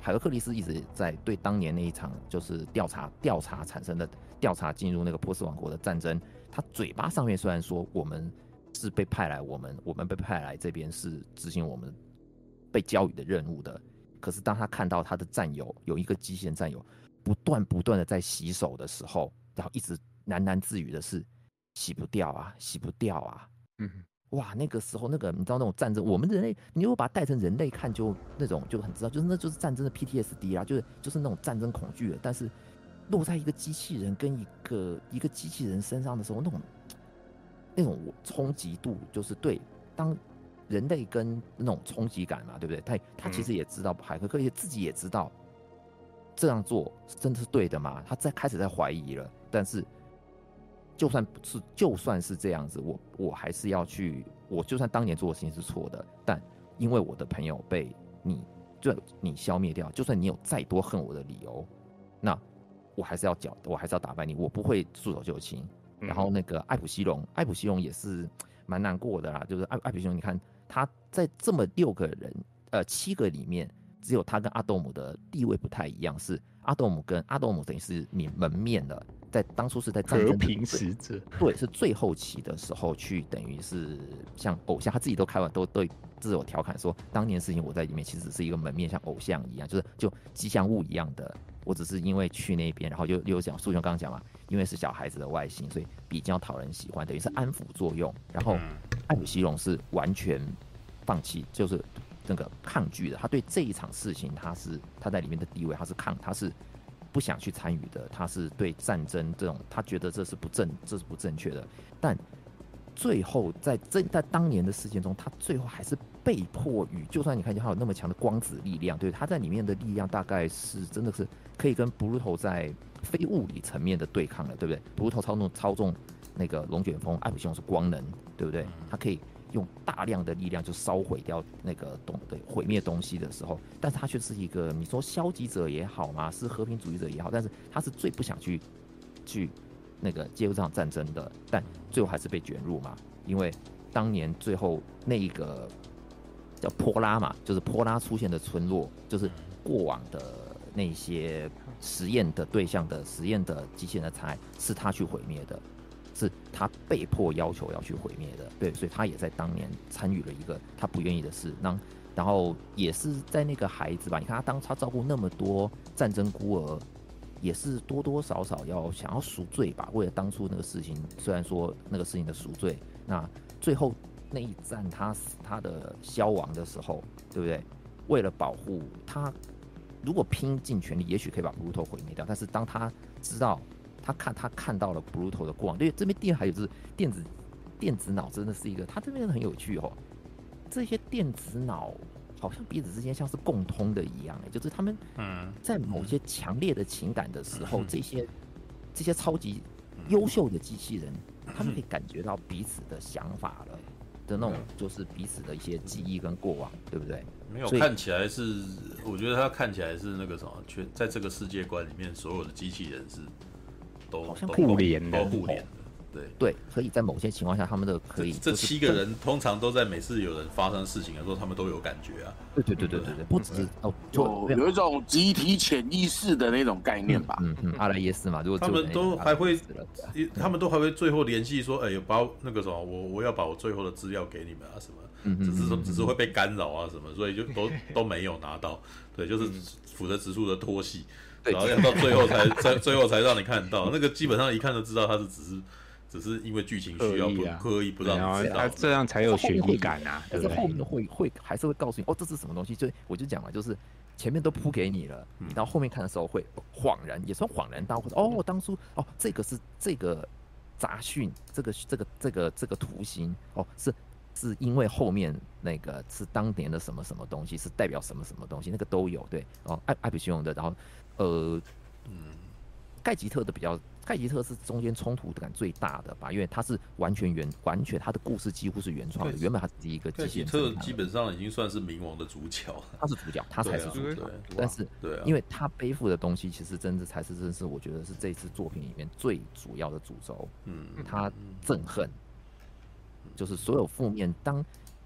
海格克利斯一直在对当年那一场就是调查调查产生的调查进入那个波斯王国的战争，他嘴巴上面虽然说我们是被派来，我们我们被派来这边是执行我们被交予的任务的，可是当他看到他的战友有一个机器人战友不断不断的在洗手的时候，然后一直喃喃自语的是洗不掉啊，洗不掉啊，嗯。哇，那个时候那个你知道那种战争，我们人类，你如果把它带成人类看，就那种就很知道，就是那就是战争的 P T S D 啊，就是就是那种战争恐惧的。但是落在一个机器人跟一个一个机器人身上的时候，那种那种冲击度，就是对当人类跟那种冲击感嘛，对不对？他他其实也知道，海格克也自己也知道这样做真的是对的吗？他在开始在怀疑了，但是。就算是就算是这样子，我我还是要去。我就算当年做的事情是错的，但因为我的朋友被你就你消灭掉，就算你有再多恨我的理由，那我还是要缴，我还是要打败你，我不会束手就擒。嗯、然后那个艾普西龙，艾普西龙也是蛮难过的啦。就是艾艾普西龙，你看他在这么六个人，呃，七个里面，只有他跟阿斗姆的地位不太一样，是阿斗姆跟阿斗姆等于是门面的。在当初是在战争和平使者， 对，是最后期的时候去，等于是像偶像，他自己都开完都都自我调侃说，当年事情我在里面其实是一个门面，像偶像一样，就是就吉祥物一样的。我只是因为去那边，然后又又讲苏雄刚刚讲嘛，因为是小孩子的外形，所以比较讨人喜欢，等于是安抚作用。然后艾普西龙是完全放弃，就是那个抗拒的。他对这一场事情，他是他在里面的地位，他是抗，他是。不想去参与的，他是对战争这种，他觉得这是不正，这是不正确的。但最后在这在当年的事件中，他最后还是被迫与，就算你看见他有那么强的光子力量，对，他在里面的力量大概是真的是可以跟布鲁头在非物理层面的对抗了，对不对？布鲁头操纵操纵那个龙卷风，艾普西龙是光能，对不对？他可以。用大量的力量就烧毁掉那个东对毁灭东西的时候，但是他却是一个你说消极者也好嘛，是和平主义者也好，但是他是最不想去去那个介入这场战争的，但最后还是被卷入嘛，因为当年最后那一个叫波拉嘛，就是波拉出现的村落，就是过往的那些实验的对象的实验的机器人的残骸是他去毁灭的。是他被迫要求要去毁灭的，对，所以他也在当年参与了一个他不愿意的事，然然后也是在那个孩子吧，你看他当他照顾那么多战争孤儿，也是多多少少要想要赎罪吧，为了当初那个事情，虽然说那个事情的赎罪，那最后那一战他他的消亡的时候，对不对？为了保护他，如果拼尽全力，也许可以把布鲁托毁灭掉，但是当他知道。他看他看到了 Bruto 的过往，对这边电还有就是电子电子脑真的是一个，他这边很有趣哦。这些电子脑好像彼此之间像是共通的一样，就是他们在某些强烈的情感的时候，这些这些超级优秀的机器人，他们可以感觉到彼此的想法了的那种，就是彼此的一些记忆跟过往，对不对？ 没有看起来是，我觉得他看起来是那个什么，全在这个世界观里面，所有的机器人是。都好像互联的， 都互联的，对对，可以在某些情况下，他们的可以。 这七个人通常都在每次有人发生事情的时候，他们都有感觉啊。 对对对对对对，不只是哦， 有有一种集体潜意识的那种概念吧。 嗯嗯，阿莱耶斯嘛，如果他们都还会，他们都还会最后联系说，哎，有把那个什么，我我要把我最后的资料给你们啊什么，嗯只是说只是会被干扰啊什么，所以就都都没有拿到。对，就是负责指数的拖戏。然后要到最后才才最后才让你看到，那个基本上一看就知道他是只是只是因为剧情需要不刻意不让你知道， 这样才有悬疑感啊。 但是后面会会还是会告诉你，哦，这是什么东西？就我就讲了，就是前面都铺给你了，你到后面看的时候会恍然，也算恍然大悟，哦，当初哦这个是这个杂讯，这个这个这个这个图形，哦是。是因为后面那个是当年的什么什么东西，是代表什么什么东西，那个都有对哦，艾艾比西龙的，然后呃，嗯，盖吉特的比较，盖吉特是中间冲突感最大的吧，因为他是完全原完全他的故事几乎是原创的，原本他是一个机器人， 盖吉特基本上已经算是冥王的主角， 他是主角，他才是主角，但是对、啊，因为他背负的东西其实真的才是真是我觉得是这次作品里面最主要的主轴，嗯，他憎恨。就是所有负面，当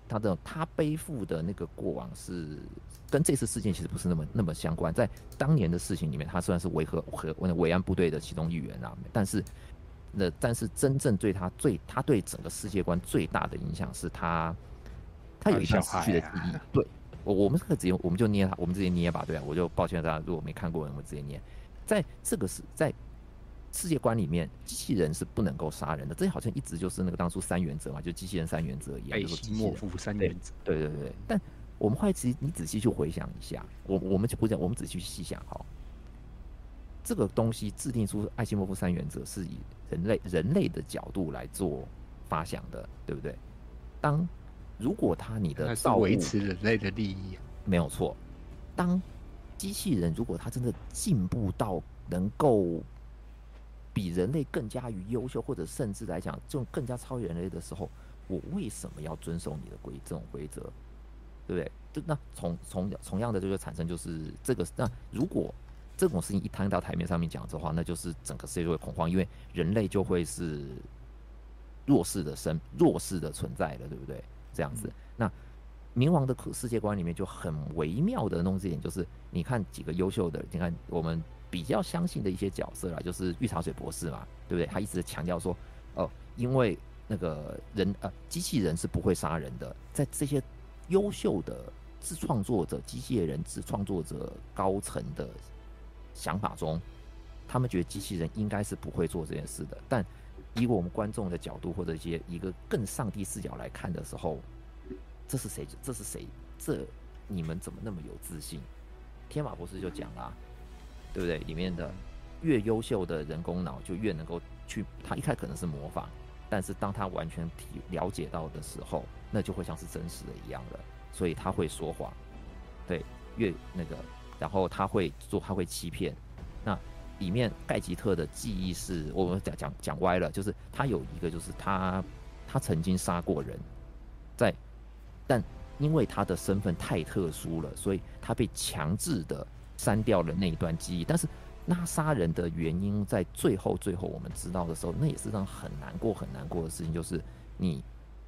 他的他背负的那个过往是跟这次事件其实不是那么那么相关。在当年的事情里面，他虽然是维和和维安部队的其中一员啊，但是那但是真正对他最他对整个世界观最大的影响是他他有一段失去的记忆。啊、对，我我们可直接我们就捏他，我们直接捏吧，对啊，我就抱歉大家如果没看过，我们直接捏。在这个是在。世界观里面，机器人是不能够杀人的，这好像一直就是那个当初三原则嘛，就机器人三原则一样，就是机器人三原则。 对对对对。但我们后来其实你仔细去回想一下，我我们就不讲，我们仔细去细想哈，这个东西制定出艾西莫夫三原则是以人类人类的角度来做发想的，对不对？当如果他你的造物维持人类的利益， 没有错。当机器人如果他真的进步到能够比人类更加于优秀，或者甚至来讲，这种更加超越人类的时候，我为什么要遵守你的规这种规则，对不对？就那从从同样的就会产生就是这个，那如果这种事情一摊到台面上面讲的话，那就是整个世界就会恐慌，因为人类就会是弱势的生弱势的存在了，对不对？这样子，嗯、那冥王的世界观里面就很微妙的弄这点，就是你看几个优秀的，你看我们。比较相信的一些角色啦，就是玉茶水博士嘛，对不对？他一直强调说，哦、呃，因为那个人呃，机器人是不会杀人的，在这些优秀的自创作者、机械人自创作者高层的想法中，他们觉得机器人应该是不会做这件事的。但以我们观众的角度或者一些一个更上帝视角来看的时候，这是谁？这是谁？这你们怎么那么有自信？天马博士就讲啦。对不对？里面的越优秀的人工脑，就越能够去。他一开始可能是模仿，但是当他完全体了解到的时候，那就会像是真实的一样了。所以他会说谎，对，越那个，然后他会做，他会欺骗。那里面盖吉特的记忆是，我们讲讲讲歪了，就是他有一个，就是他他曾经杀过人，在，但因为他的身份太特殊了，所以他被强制的。删掉了那一段记忆，但是那杀人的原因在最后最后我们知道的时候，那也是让很难过很难过的事情，就是你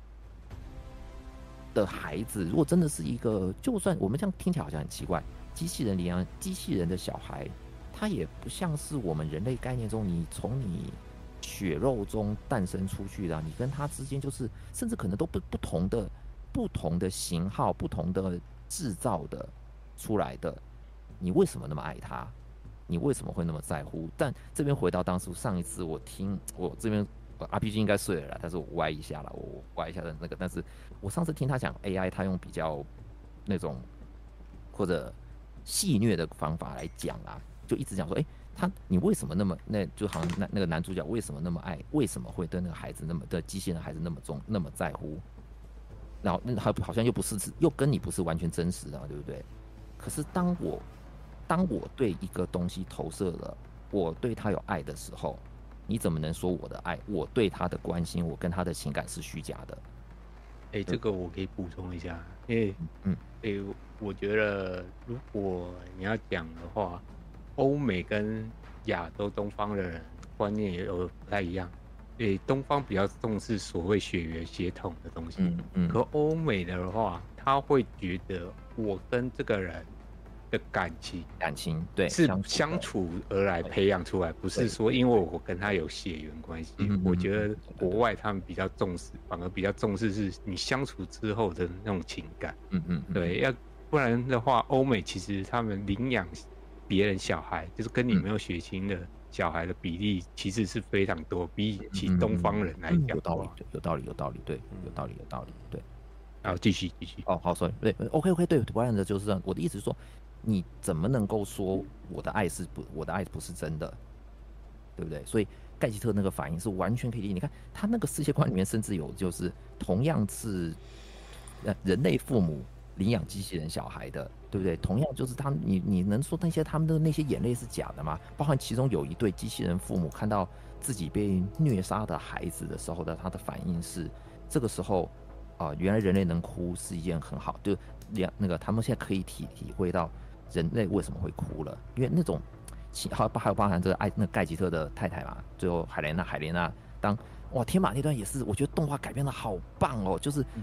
的孩子如果真的是一个，就算我们这样听起来好像很奇怪，机器人领养机器人的小孩，他也不像是我们人类概念中你从你血肉中诞生出去的、啊，你跟他之间就是甚至可能都不不同的不同的型号、不同的制造的出来的。你为什么那么爱他？你为什么会那么在乎？但这边回到当初上一次我听我这边 R P G 应该睡了啦，但是我歪一下了，我歪一下的那个，但是我上次听他讲 A I， 他用比较那种或者戏谑的方法来讲啊，就一直讲说，哎、欸，他你为什么那么那就好像那那个男主角为什么那么爱，为什么会对那个孩子那么的机器人孩子那么重那么在乎？然后那好好像又不是又跟你不是完全真实的，对不对？可是当我当我对一个东西投射了，我对他有爱的时候，你怎么能说我的爱，我对他的关心，我跟他的情感是虚假的？ 哎、欸，这个我可以补充一下，因为嗯，哎、欸，我觉得如果你要讲的话，欧美跟亚洲东方的人观念也有不太一样。哎、欸，东方比较重视所谓血缘血统的东西，嗯嗯，可欧美的话，他会觉得我跟这个人的感情， 感情对是相处而来培养出来，不是说因为我跟他有血缘关系。我觉得国外他们比较重视，反而比较重视是你相处之后的那种情感。嗯嗯，对，要不然的话，欧美其实他们领养别人小孩，就是跟你没有血亲的小孩的比例，其实是非常多，比起东方人来讲、嗯嗯嗯， 有道理，有道理，有道理，对，有道理，有道理，对。 好，继续，继续。 哦，好 ，sorry， 对 ，OK，OK， 对，不然的就是这样。我的意思是说。你怎么能够说我的爱是不，我的爱不是真的，对不对？所以盖吉特那个反应是完全可以理解。你看他那个世界观里面，甚至有就是同样是人类父母领养机器人小孩的，对不对？同样就是他，你你能说那些他们的那些眼泪是假的吗？包含其中有一对机器人父母看到自己被虐杀的孩子的时候的他的反应是，这个时候啊、呃，原来人类能哭是一件很好，就两那个他们现在可以体体会到。人类为什么会哭了？因为那种，还有还有包含这个爱那盖吉特的太太嘛，最后海莲娜海莲娜当哇天马那段也是，我觉得动画改编的好棒哦，就是比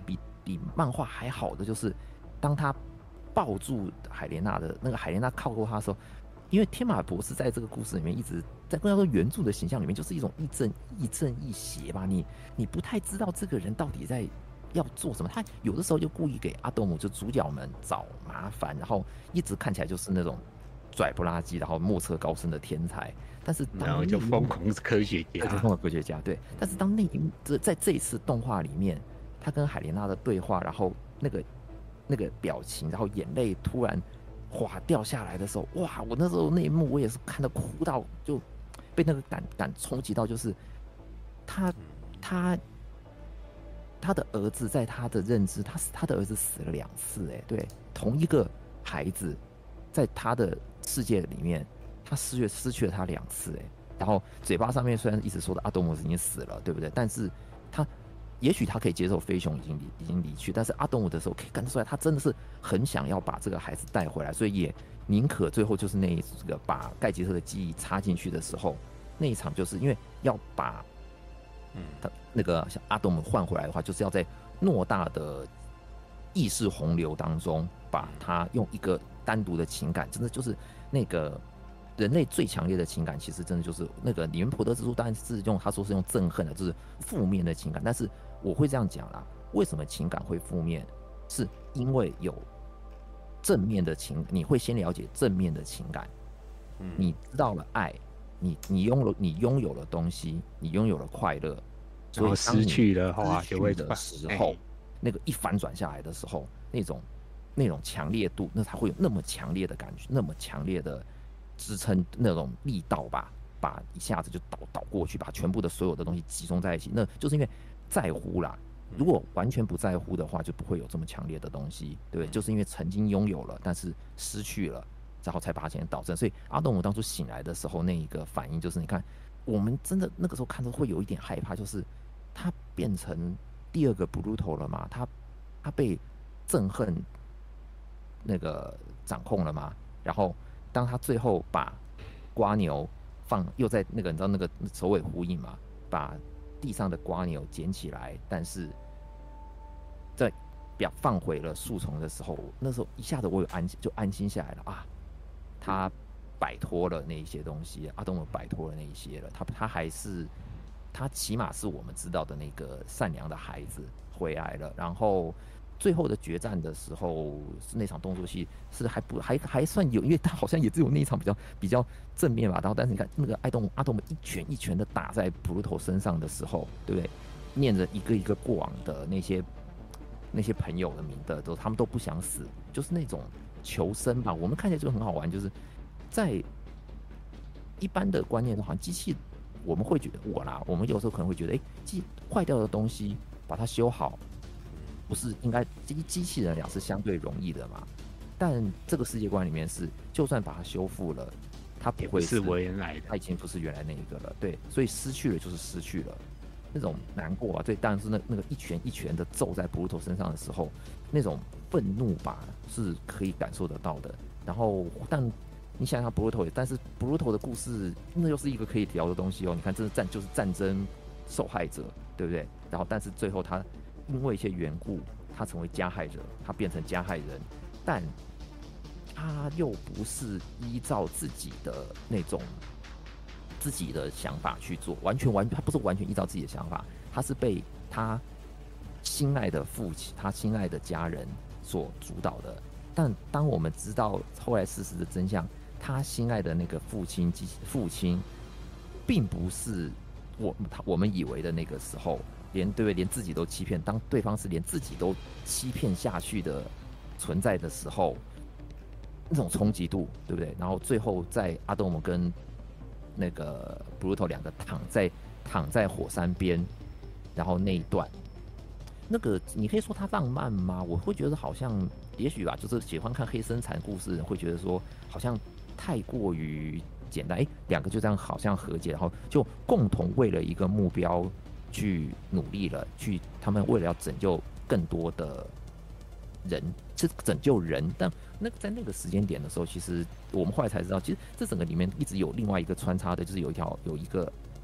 比漫画还好的就是，当他抱住海莲娜的那个海莲娜靠过他的时候，因为天马博士在这个故事里面一直在跟他说原著的形象里面就是一种亦正亦正亦邪吧，你你不太知道这个人到底在要做什么，他有的时候就故意给阿斗姆就主角们找麻烦，然后一直看起来就是那种拽不拉几，然后莫测高深的天才，但是然后就疯狂科学家， 疯狂科学家对，但是当那一在这一次动画里面，他跟海莲娜的对话，然后那个那个表情，然后眼泪突然滑掉下来的时候，哇！我那时候那一幕我也是看得哭到，就被那个感感冲击到，就是他他他的儿子在他的认知，他他的儿子死了两次，哎，对，同一个孩子在他的世界里面，他失去失去了他两次，哎，然后嘴巴上面虽然一直说的阿多姆斯已经死了，对不对？但是他也许他可以接受飞熊已经离已经离去，但是阿东姆的时候可以看得出来，他真的是很想要把这个孩子带回来，所以也宁可最后就是那一个把盖吉特的记忆插进去的时候，那一场就是因为要把嗯他那个像阿东姆换回来的话，就是要在偌大的意识洪流当中，把他用一个单独的情感，真的就是那个人类最强烈的情感，其实真的就是那个里面婆德之书，当然是用他说是用憎恨的，就是负面的情感。但是我会这样讲啦，为什么情感会负面？是因为有正面的情，你会先了解正面的情感，嗯，你知道了爱，你你拥有你拥有了东西，你拥有了快乐， 所以失去的话就会的时候，那个一反转下来的时候，那种那种强烈度，那才会有那么强烈的感觉，那么强烈的支撑那种力道吧，把一下子就倒倒过去，把全部的所有的东西集中在一起，那就是因为在乎啦。如果完全不在乎的话，就不会有这么强烈的东西，对不对？就是因为曾经拥有了，但是失去了，然后才把它前导正。所以阿东姆当初醒来的时候，那一个反应就是，你看，我们真的那个时候看着会有一点害怕，就是他变成第二个 Bruto 了嘛？他他被憎恨那个掌控了嘛？然后当他最后把瓜牛放，又在那个你知道那个首尾呼应嘛？把地上的瓜牛捡起来，但是在表放回了树丛的时候，那时候一下子我有安就安心下来了啊，他摆脱了那一些东西，阿东姆摆脱了那一些了，他他还是他起码是我们知道的那个善良的孩子回来了，然后最后的决战的时候是那场动作戏是还不还还算有，因为他好像也只有那一场比较比较正面吧。然后但是你看那个爱东阿东姆一拳一拳的打在普鲁头身上的时候，对不对？念着一个一个过往的那些那些朋友的名的，都他们都不想死，就是那种求生吧。我们看起来就很好玩，就是在一般的观念的话，机器我们会觉得我啦，我们有时候可能会觉得，哎，机坏掉的东西把它修好。不是应该机机器人俩是相对容易的嘛？但这个世界观里面是，就算把它修复了，它不会是我原来的， 它已经不是原来那一个了。对，所以失去了就是失去了，那种难过啊，对，当然是那那个一拳一拳的揍在布鲁头身上的时候，那种愤怒吧是可以感受得到的。然后，但你想想布鲁头，但是布鲁头的故事那又是一个可以聊的东西哦。你看，这是战就是战争受害者，对不对？然后，但是最后他。因为一些缘故，他成为加害者，他变成加害人，但他又不是依照自己的那种自己的想法去做，完全完他不是完全依照自己的想法，他是被他心爱的父亲、他心爱的家人所主导的。但当我们知道后来事实的真相，他心爱的那个父亲，父亲并不是我我们以为的那个时候。连对不对？连自己都欺骗，当对方是连自己都欺骗下去的存在的时候，那种冲击度，对不对？然后最后在阿多姆跟那个 Bruto 两个躺在躺在火山边，然后那一段，那个你可以说它浪漫吗？我会觉得好像，也许吧，就是喜欢看黑生产故事的人会觉得说，好像太过于简单。哎，两个就这样好像和解，然后就共同为了一个目标。去努力了，去他们为了要拯救更多的人，是拯救人。但那在那个时间点的时候，其实我们后来才知道，其实这整个里面一直有另外一个穿插的，就是有一条有一个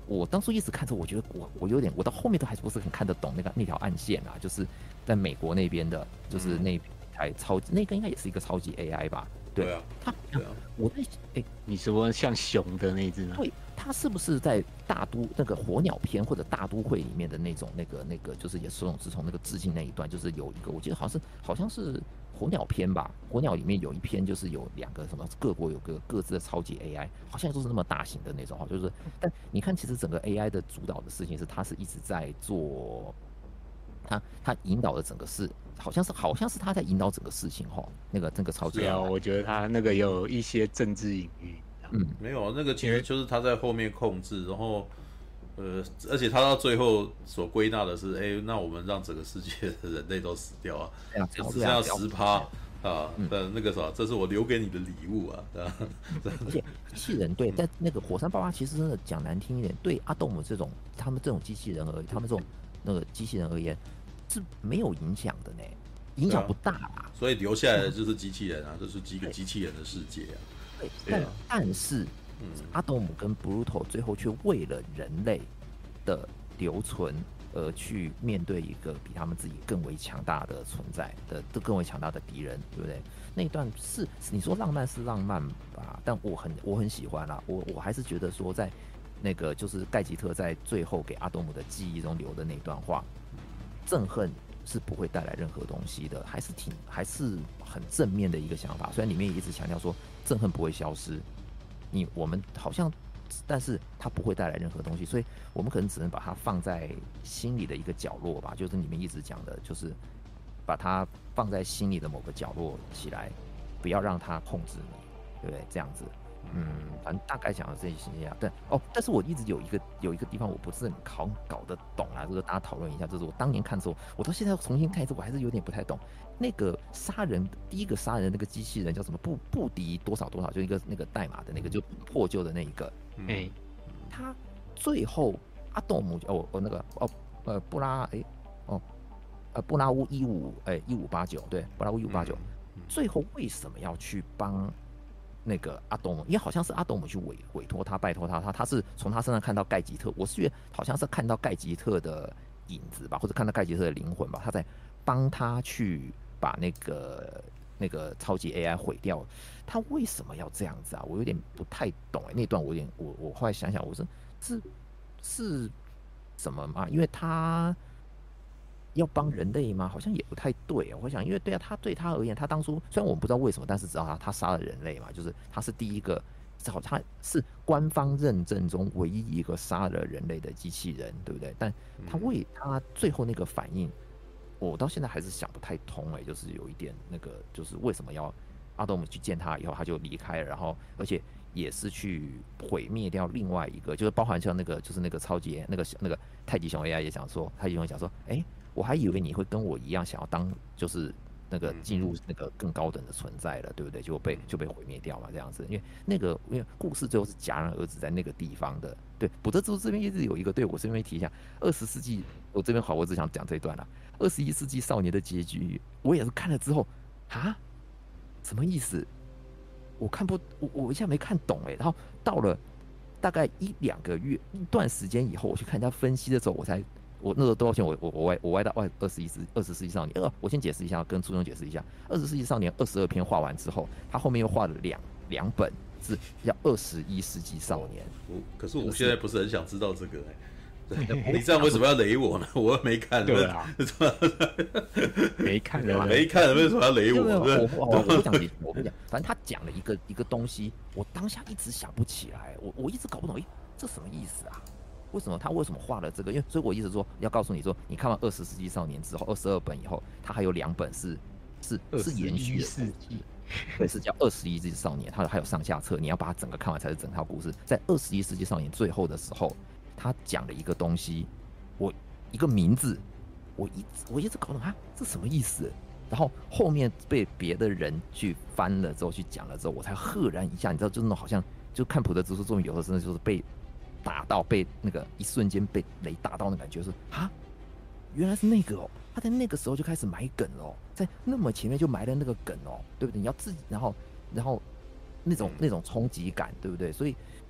我当初一直看着，我觉得我我有点，我到后面都还不是很看得懂那个那条暗线啊，就是在美国那边的，就是那台超级、嗯、那个应该也是一个超级 A I 吧？对, 对啊， 它对啊， 我在哎， 你说像熊的那只呢？ 对，它是不是在大都那个火鸟篇或者大都会里面的那种那个那个，就是也是从从那个致敬那一段，就是有一个我记得好像是好像是火鸟篇吧，火鸟里面有一篇就是有两个什么各国有个各自的超级 A I， 好像都是那么大型的那种哈，就是但你看其实整个 A I 的主导的事情是它是一直在做。他他引导的整个事，好像是好像是他在引导整个事情哈，那个那个超级。 对啊，我觉得他那个有一些政治隐喻。 嗯， 没有，那个其实就是他在后面控制，然后呃，而且他到最后所归纳的是，哎、欸，那我们让整个世界的人类都死掉啊，就只剩下十趴啊，的那个啥，这是我留给你的礼物啊，对吧？ 而且机器人对，但那个火山爆发其实真的讲难听一点，对阿斗姆这种他们这种机器人而言，他们这种那个机器人而言。是没有影响的呢，影响不大啦、啊。 所以留下来的就是机器人啊，这、嗯、是一个机器人的世界啊。 对，但、啊、但是、嗯、阿斗姆跟 Bruto 最后却为了人类的留存而去面对一个比他们自己更为强大的存在的、更为强大的敌人，对不对？那一段是你说浪漫是浪漫吧，但我很我很喜欢啦，我我还是觉得说在那个就是盖吉特在最后给阿斗姆的记忆中留的那段话。憎恨是不会带来任何东西的，还是挺还是很正面的一个想法。虽然里面也一直强调说憎恨不会消失，你我们好像，但是它不会带来任何东西，所以我们可能只能把它放在心里的一个角落吧。就是里面一直讲的，就是把它放在心里的某个角落起来，不要让它控制你，对不对？这样子。嗯，反正大概讲的这些啊，但哦，但是我一直有一个有一个地方我不是很搞搞得懂啊，就是大家讨论一下，就是我当年看的时候，我到现在重新看一次，我还是有点不太懂。那个杀人第一个杀人的那个机器人叫什么？布布迪多少多少，就一个那个代码的那个，就破旧的那一个。哎、欸，他最后阿斗姆哦哦那个哦呃布拉哎、欸、哦呃布拉乌一五哎一五八九对布拉乌一五八九，最后为什么要去帮？那个阿斗姆，因为好像是阿斗姆去委委托他，拜托他，他他是从他身上看到盖吉特，我是觉得好像是看到盖吉特的影子吧，或者看到盖吉特的灵魂吧，他在帮他去把那个那个超级 A I 毁掉。他为什么要这样子啊？我有点不太懂哎、欸，那段我有点，我我后来想想，我说是是什么嘛？因为他。要帮人类吗？好像也不太对啊。我想，因为对啊，他对他而言，他当初虽然我们不知道为什么，但是知道他他杀了人类嘛，就是他是第一个，好，他是官方认证中唯一一个杀了人类的机器人，对不对？但他为他最后那个反应，我到现在还是想不太通哎、欸，就是有一点那个，就是为什么要阿斗姆去见他以后他就离开了，然后而且也是去毁灭掉另外一个，就是包含像那个就是那个超级那个那个太极熊 A I 也讲说，太极熊讲说，哎、欸。我还以为你会跟我一样想要当就是那个进入那个更高等的存在了，对不对？就被就被毁灭掉嘛，这样子。因为那个因为故事最后是戛然而止在那个地方的。对，补德之路这边一直有一个，对我这边提一下，二十世纪我这边好，我只想讲这一段啦。二十一世纪少年的结局，我也是看了之后啊，什么意思？我看不，我我一下没看懂哎、欸。然后到了大概一两个月一段时间以后，我去看人家分析的时候，我才。我那个多少钱？我我我歪我歪到歪二十一世二十世纪少年。呃，我先解释一下，跟初中解释一下。二十世纪少年二十二篇画完之后，他后面又画了两两本，是叫二十一世纪少年。 我可是我现在不是很想知道这个、欸，对你这样为什么要雷我呢？我又没看。 对啊，没看了， 没看了，为什么要雷我？ 我我我不讲解，我不讲，反正他讲了一个一个东西，我当下一直想不起来，我我一直搞不懂，哎，这什么意思啊？为什么他为什么画了这个？因为所以我一直说要告诉你说，你看完二十世纪少年之后，二十二本以后，他还有两本是是是延续的，对，是叫二十一世纪少年，它还有上下册，你要把它整个看完才是整套故事。在二十一世纪少年最后的时候，他讲了一个东西，我一个名字，我一我一直搞不懂啊，这什么意思？然后后面被别的人去翻了之后去讲了之后，我才赫然一下，你知道，就那种好像就看普德之书作品，有的真的就是被。打到被那个一瞬间被雷打到的感觉是啊，原来是那个哦，他在那个时候就开始埋梗哦，在那么前面就埋了那个梗哦，对不对？你要自己，然后然后那种那种冲击感，对不对？所以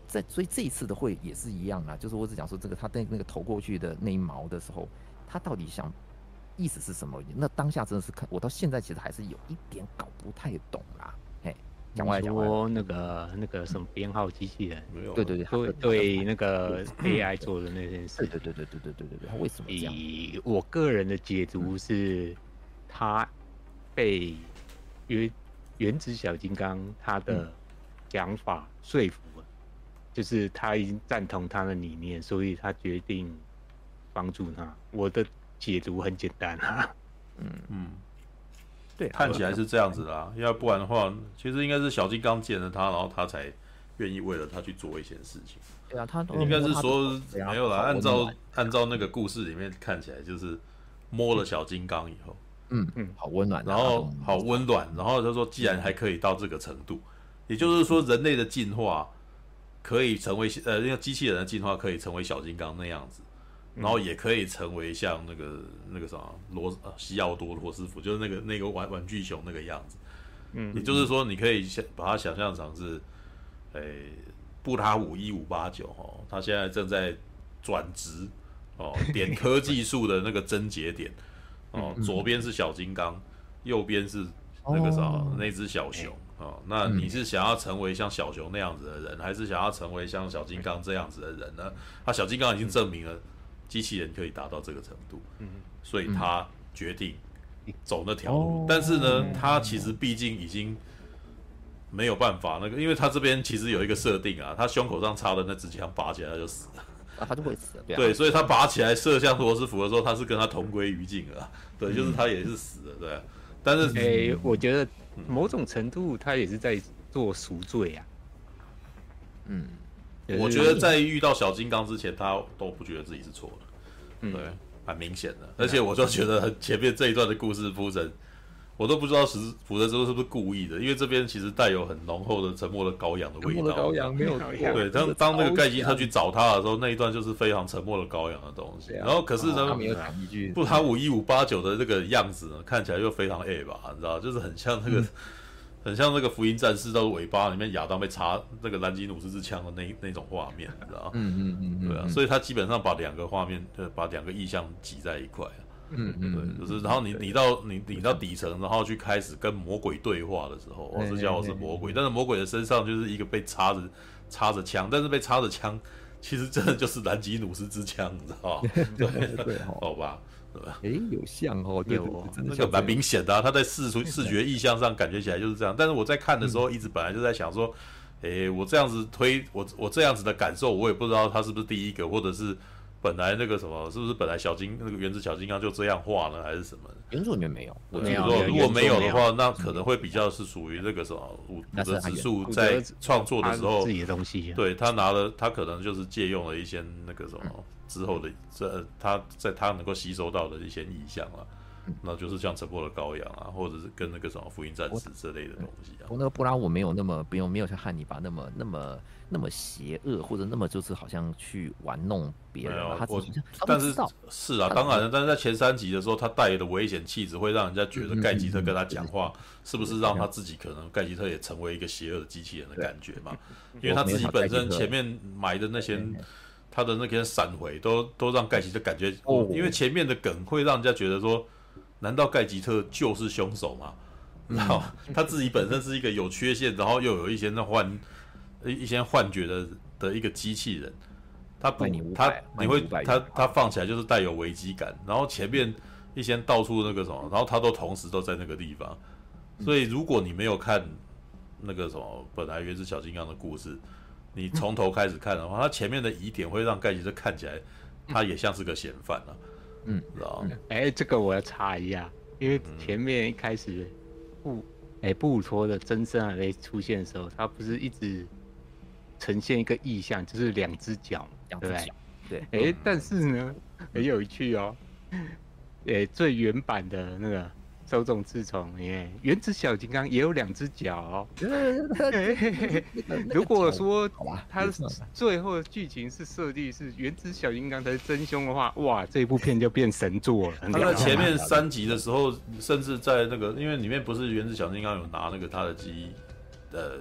在所以这一次的会也是一样啊，就是我只讲说这个他那那个投过去的那一毛的时候，他到底想意思是什么？那当下真的是看我到现在其实还是有一点搞不太懂啦。嘿，讲完讲完， 说那个那个什么编号机器人， 没有， 对对对， 对对，那个 A I 做的那件事， 对对对对对对对对对，他为什么这样？ 以我个人的解读是，他被原原子小金刚他的想法说服了，就是他已经赞同他的理念，所以他决定帮助他。我的解读很简单啊， 嗯嗯， 对， 看起来是这样子啦，要不然的话，其实应该是小金刚见了他，然后他才愿意为了他去做一些事情。 对啊，他应该是说没有啦，按照嗯按照那个故事里面看起来，就是摸了小金刚以后， 嗯嗯，好温暖， 然后好温暖，然后他说，既然还可以到这个程度，也就是说，人类的进化可以成为呃，那个机器人的进化可以成为小金刚那样子。然后也可以成为像那个那个啥罗呃西奥多罗斯福，就是那个那个玩玩具熊那个样子。嗯，也就是说，你可以想把它想象成是，诶，布拉五一五八九哦，他现在正在转职哦，点科技树的那个症结点哦，左边是小金刚，右边是那个啥、哦、那只小熊哦。那你是想要成为像小熊那样子的人，还是想要成为像小金刚这样子的人呢？他小金刚已经证明了。机器人可以达到这个程度，所以他决定走那条路。但是呢，他其实毕竟已经没有办法那个，因为他这边其实有一个设定啊，他胸口上插的那支枪拔起来他就死了， 啊，他就会死了。 对，所以他拔起来射向罗斯福的时候，他是跟他同归于尽了，对，就是他也是死了，对。但是， 哎、欸，我觉得某种程度他也是在做赎罪啊。 嗯。 我觉得在遇到小金刚之前，他都不觉得自己是错的， 嗯、 对，蛮明显的。而且我就觉得前面这一段的故事铺陈，我都不知道是福德之路是不是故意的，因为这边其实带有很浓厚的沉默的羔羊的味道。沉默的羔羊没有错。 对，当当那个盖基特去找他的时候，那一段就是非常沉默的羔羊的东西。然后可是呢，布他五一五八九的这个样子呢，看起来又非常 A 吧，你知道，就是很像那个。嗯很像那个福音战士到尾巴里面，亚当被插那个兰基努斯之枪的那那种画面，你知道？ 嗯嗯嗯嗯， 对啊，所以他基本上把两个画面，呃，把两个意象挤在一块啊。 嗯嗯， 对，就是然后你你到你你到底层，然后去开始跟魔鬼对话的时候，哦，这家伙是魔鬼，但是魔鬼的身上就是一个被插着插着枪，但是被插着枪，其实真的就是兰基努斯之枪，你知道吗？对对，好吧。 哎，有像哦，对有那个蛮明显的、啊，他在视出视觉意象上感觉起来就是这样。但是我在看的时候，一直本来就在想说，哎，我这样子推，我我这样子的感受，我也不知道他是不是第一个，或者是本来那个什么，是不是本来小金那个原子小金刚就这样画呢，还是什么？ 原著里面没有， 没有。如果没有的话，那可能会比较是属于那个什么武德指数在创作的时候自己的东西、啊。 对他拿了，他可能就是借用了一些那个什么。嗯之后的这他在他能够吸收到的一些意象啊，嗯、那就是像沉默的羔羊啊，或者是跟那个什么福音战士之类的东西啊。 我那个布拉我没有那么不用没有像汉尼拔那么那么那么邪恶，或者那么就是好像去玩弄别人嘛。他我但是是啊，当然了，但是在前三集的时候，他带的危险气质会让人家觉得盖吉特跟他讲话，是不是让他自己可能盖吉特也成为一个邪恶的机器人的感觉嘛？因为他自己本身前面埋的那些。他的那些闪回都都让盖吉特感觉，哦、因为前面的梗会让人家觉得说，难道盖吉特就是凶手吗？然后、嗯、他自己本身是一个有缺陷，然后又有一些那幻一些幻觉的的一个机器人，他不他你会他他放起来就是带有危机感，然后前面一些到处那个什么，然后他都同时都在那个地方，所以如果你没有看那个什么本来原子小金刚的故事。你从头开始看的话，他前面的疑点会让盖吉特看起来，他也像是个嫌犯啊，嗯，知道吗？ 哎、欸，这个我要插一下，因为前面一开始布哎布鲁托的真身还没出现的时候，他不是一直呈现一个意象，就是两只脚， 两只脚，对， 哎、欸，但是呢，很有趣哦，哎、欸，最原版的那个。手冢治虫，耶，原子小金刚也有两只脚、哦。如果说他最后的剧情是设计是原子小金刚才是真凶的话，哇，这部片就变神作了。 他在前面三集的时候，甚至在那个，因为里面不是原子小金刚有拿那个他的机，呃，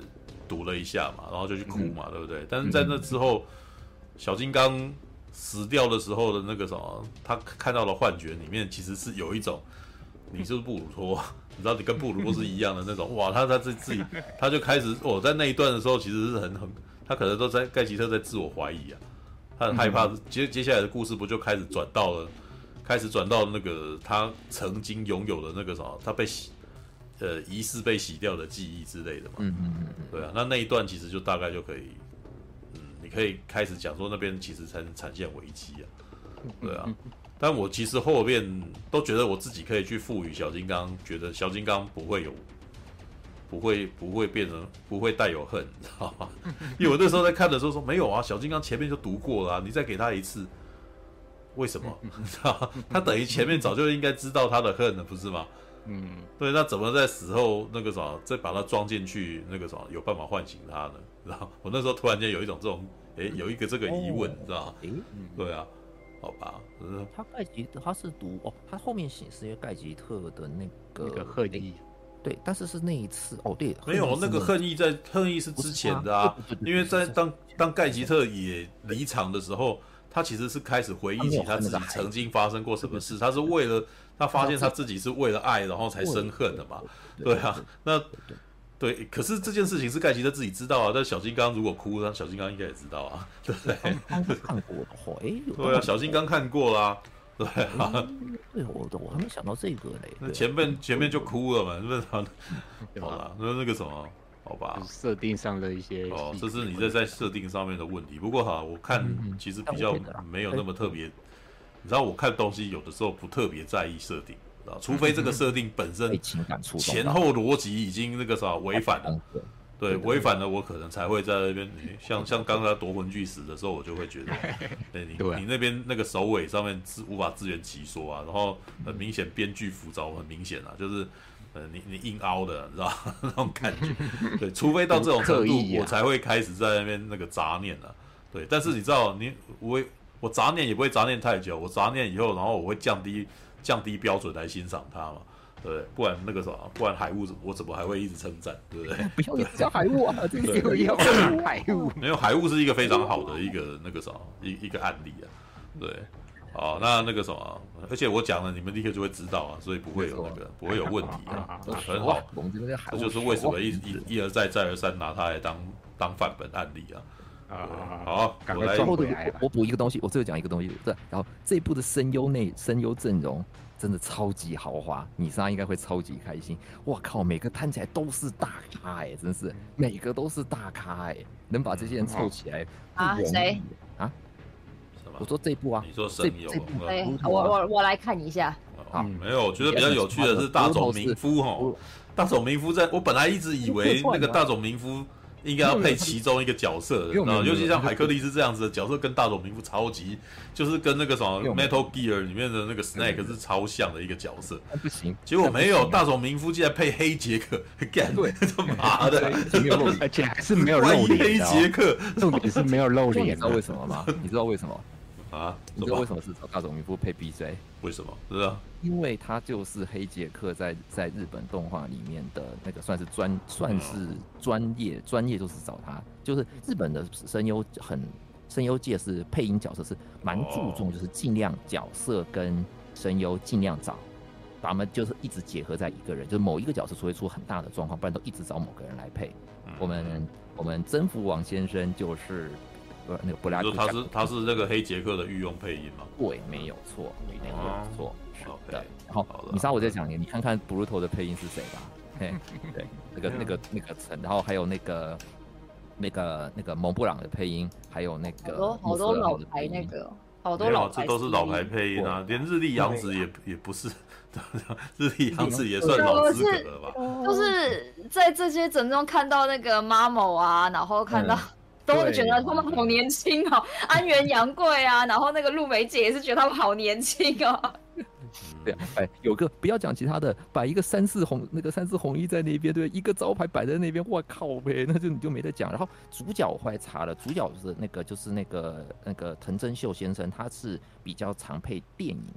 赌了一下嘛，然后就去哭嘛，嗯、对不对？但是在那之后，小金刚死掉的时候的那个什么，他看到的幻觉里面其实是有一种，你就是布鲁托，你知道你跟布鲁托是一样的那种，哇，他他自自己他就开始，哦，在那一段的时候其实是很很，他可能都在盖吉特在自我怀疑啊，他很害怕，接接下来的故事不就开始转到了。开始转到那个他曾经拥有的那个什么，他被洗，呃，疑似被洗掉的记忆之类的嘛。嗯嗯嗯。对啊，那那一段其实就大概就可以，嗯，你可以开始讲说那边其实才产现危机啊。对啊，但我其实后面都觉得我自己可以去赋予小金刚，觉得小金刚不会有，不会不会变成不会带有恨，你知道吗？因为我那时候在看的时候说没有啊，小金刚前面就读过了啊，你再给他一次。为什么？你知道，他等于前面早就应该知道他的恨了，不是吗？嗯，对，那怎么在死后那个什么，再把他装进去，那个什么，有办法唤醒他呢？知道？我那时候突然间有一种这种，哎，有一个这个疑问，你知道吗？对啊，好吧， 他盖吉特他是读哦，他后面显示一个盖吉特的那个那个恨意， 对，但是是那一次哦，对， 没有那个恨意在恨意是之前的啊，因为在当当盖吉特也离场的时候。他其实是开始回忆起他自己曾经发生过什么事，他是为了他发现他自己是为了爱，然后才生恨的嘛，对啊，那对，可是这件事情是盖吉特自己知道啊，但小金刚如果哭，那小金刚应该也知道啊，对不对？ 看过的话，哎， 对啊，小金刚看过啦，对啊， 对，我我还没想到这个嘞， 那前面前面就哭了嘛，是不是？好了，那那个什么。好吧， 设定上的一些哦，这是你在在设定上面的问题。不过哈，我看其实比较没有那么特别。你知道，我看东西有的时候不特别在意设定，除非这个设定本身前后逻辑已经那个啥违反了，对，违反了我可能才会在那边。像像刚才夺魂锯死的时候，我就会觉得，对你你那边那个首尾上面无法自圆其说啊，然后很明显编剧浮躁，很明显啊，就是。呃，你你硬凹的，你知道那种感觉，对，除非到这种程度，我才会开始在那边那个杂念了、啊，对。但是你知道，你我我杂念也不会杂念太久，我杂念以后，然后我会降低降低标准来欣赏它嘛，对不对？不然那个什么，不然海雾我怎么还会一直称赞，对不对？ 不要一直叫海雾啊，这个不要海雾， 没有海雾是一个非常好的一个那个什么一一个案例啊，对。好，那那个什么，而且我讲了，你们立刻就会知道啊，所以不会有那个，不会有问题啊，很好。这就是为什么一一一而再再而三拿它来当当范本案例啊。啊，好，我来。 我补一个东西，我最后讲一个东西，对。然后这一部的声优内声优阵容真的超级豪华，米莎应该会超级开心。哇靠，每个看起来都是大咖哎、欸，真是每个都是大咖哎、欸，能把这些人凑起来啊？谁啊？我说这一部啊， 你说声优， 对，我我我来看一下。 啊，没有，我觉得比较有趣的是大冢明夫哈，大冢明夫在，我本来一直以为那个大冢明夫应该要配其中一个角色的，啊，尤其像海克力斯这样子的角色，跟大冢明夫超级，就是跟那个什么 Metal Gear 里面的那个 Snake 是超像的一个角色。 不行， 结果没有，大冢明夫竟然配黑杰克，干对，他妈的， 而且还是没有露脸。 黑杰克， 重点是没有露脸， 你知道为什么吗？你知道为什么？ 啊， 你知道为什么是找大冢明夫配 B J？ 为什么？是啊， 因为他就是黑杰克在在日本动画里面的那个算是专算是专业专业，就是找他，就是日本的声优很声优界是配音角色是蛮注重，就是尽量角色跟声优尽量找，把他们就是一直结合在一个人，就是某一个角色除非出很大的状况，不然都一直找某个人来配。我们我们征服王先生就是。呃，那个布拉克， 他是他是那个黑杰克的御用配音嘛？ 对，没有错，没有错，是的。然后你稍我再讲一个，你看看布鲁托的配音是谁吧？嘿，对，那个那个那个陈，然后还有那个那个那个蒙布朗的配音，还有那个好多好多老牌那个，好多老牌，这都是老牌配音啊，连日历洋子也也不是，日历洋子也算老资格了吧？ 就是在这些整中看到那个妈某啊，然后看到。都会觉得他们好年轻哦，安原洋贵啊，然后那个陆梅姐也是觉得他们好年轻哦。 对啊，哎，有个不要讲其他的，摆一个三四红那个三四红衣在那边，对，一个招牌摆在那边，我靠呗，那就你就没得讲。然后主角我后来查了，主角是那个就是那个那个藤真秀先生，他是比较常配电影的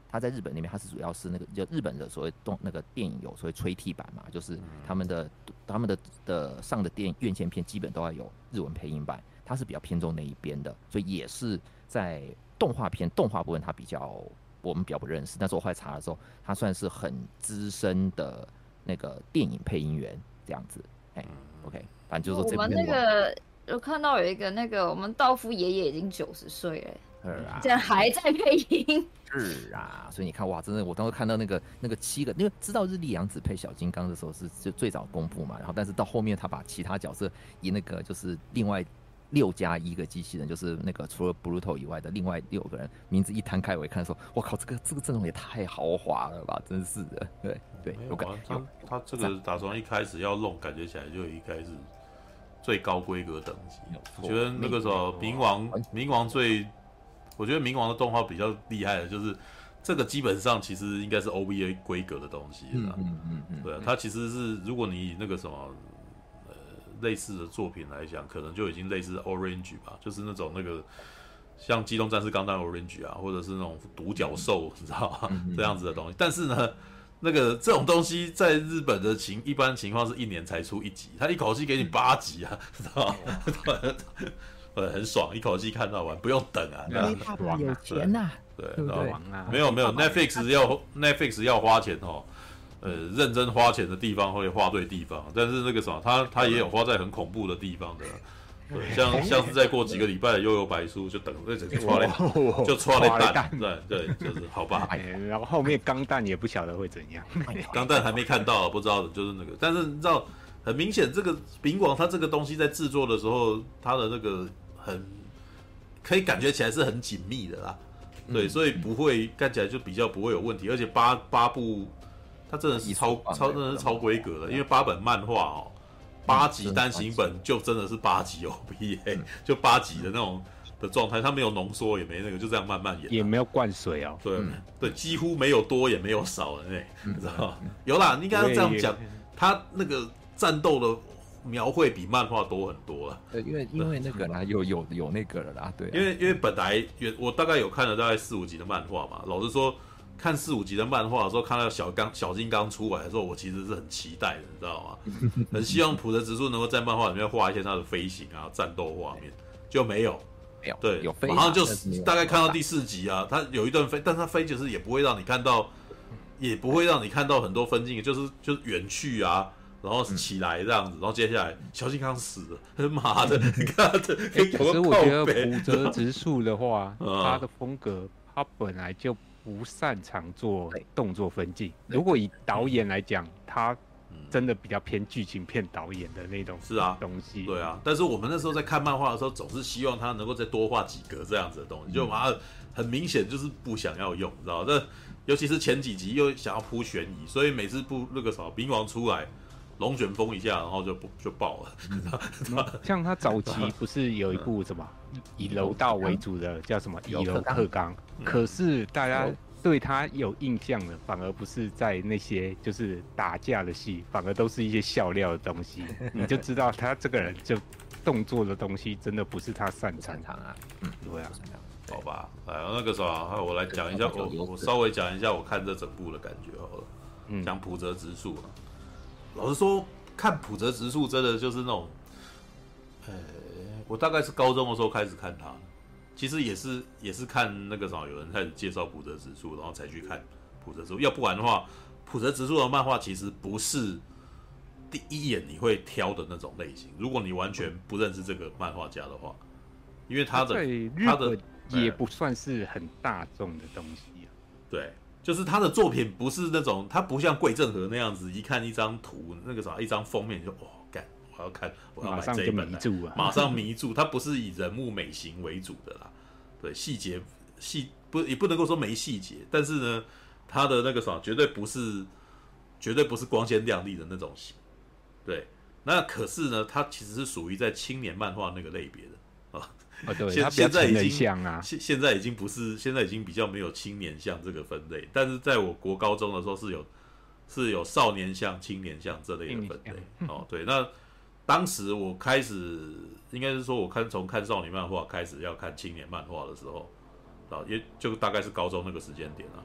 它在日本那边它是主要是那个就日本的所谓动那个电影有所谓吹替版嘛，就是他们的他们的的上的电院线片基本都要有日文配音版，它是比较偏重那一边的，所以也是在动画片动画部分它比较我们比较不认识，但是我后来查的时候，他算是很资深的那个电影配音员这样子，哎 ，OK， 反正就是说这我们那个有看到有一个那个我们道夫爷爷已经九十岁了。 是啊， 竟然还在配音， 是啊，所以你看哇，真的，我当时看到那个那个七个，因为知道日立洋子配小金刚的时候是就最早公布嘛，然后但是到后面他把其他角色以那个就是另外六加一个机器人，就是那个除了 Bruto 以外的另外六个人名字一摊开，我一看说，我靠，这个这个阵容也太豪华了吧，真是的，对对， 有感、啊、他他这个打从一开始要弄，感觉起来就应该是最高规格等级。我觉得那个时候冥王冥王最。我觉得冥王的动画比较厉害的，就是这个基本上其实应该是 O V A 规格的东西了。嗯嗯嗯，对啊，它其实是如果你以那个什么呃类似的作品来讲，可能就已经类似 Orange 吧，就是那种那个像机动战士钢弹 Orange 啊，或者是那种独角兽，你知道吗？这样子的东西。但是呢，那个这种东西在日本的情一般情况是一年才出一集，他一口气给你八集啊，知道吗？呃，很爽，一口气看到完，不用等啊。 因为爸爸有钱呐， 对， 对不对？ 没有没有 ，Netflix 要 Netflix 要花钱哦，呃，认真花钱的地方会花对地方，但是那个什么，他他也有花在很恐怖的地方的。对，像像是再过几个礼拜的《幽游白书》，就等那整个刷了，就刷了蛋，对对，就是好吧。 然后后面钢弹也不晓得会怎样， 钢弹还没看到，不知道的就是那个，但是你知道。很明显，这个冥王它这个东西在制作的时候，它的那个很可以感觉起来是很紧密的啦，对，所以不会看起来就比较不会有问题，而且八八部它真的是超超真的是超规格的，因为八本漫画哦，八集单行本就真的是八集 O V A， 就八集的那种的状态，它没有浓缩，也没那个，就这样慢慢演， 也没有灌水哦， 对对，几乎没有多也没有少的那，你知道吗？有啦，你应该要这样讲，它那个。战斗的描绘比漫画多很多了， 对，因为因为那个啦，有有有那个了啦，对、啊， 因为因为本来我大概有看了大概四五集的漫画嘛，老实说，看四五集的漫画的时候，看到小刚小金刚出来的时候，我其实是很期待的，你知道吗？很希望浦泽直树能够在漫画里面画一些他的飞行啊、战斗画面，就没有， 没有， 对， 有飞， 马上就大概看到第四集啊，他有一段飞，但他飞就是也不会让你看到，也不会让你看到很多分镜，就是就是远去啊。然后起来这样子，然后接下来小金刚死了，妈的！你看这， 可是我觉得浦泽直树的话，他的风格，他本来就不擅长做动作分镜。如果以导演来讲，他真的比较偏剧情片导演的那种是啊东西。 对啊，但是我们那时候在看漫画的时候，总是希望他能够再多画几格这样子的东西，就妈很明显就是不想要用，知道吗？这尤其是前几集又想要铺悬疑，所以每次铺那个什么冥王出来。龙卷风一下，然后就就爆了。 嗯、像他早期不是有一部什么以柔道为主的，叫什么以柔克刚？可是大家对他有印象的，反而不是在那些就是打架的戏，反而都是一些笑料的东西。你就知道他这个人就动作的东西真的不是他擅长啊。 嗯，对啊。 好吧，来那个啥，我来讲一下，我我稍微讲一下我看这整部的感觉好了。嗯，讲浦泽直树。老实说，看浦泽直树真的就是那种，呃，我大概是高中的时候开始看他，其实也是也是看那个什么，有人开始介绍浦泽直树，然后才去看浦泽直树。要不然的话，浦泽直树的漫画其实不是第一眼你会挑的那种类型。如果你完全不认识这个漫画家的话，因为他的他的也不算是很大众的东西、啊、 对。就是他的作品不是那种，他不像桂正和那样子，一看一张图，那个啥，一张封面就哦，干，我要看，我要买这一本来， 马上就迷住了， 马上迷住。他不是以人物美型为主的啦，对，细节细不也不能够说没细节，但是呢，他的那个啥，绝对不是，绝对不是光鲜亮丽的那种型，对。那可是呢，他其实是属于在青年漫画那个类别的啊。 哦，对， 现现在已经啊， 现现在已经不是，现在已经比较没有青年像这个分类，但是在我国高中的时候是有是有少年像、青年像这类的分类。哦，对，那当时我开始应该是说，我看从看少年漫画开始要看青年漫画的时候，啊，也就大概是高中那个时间点啊。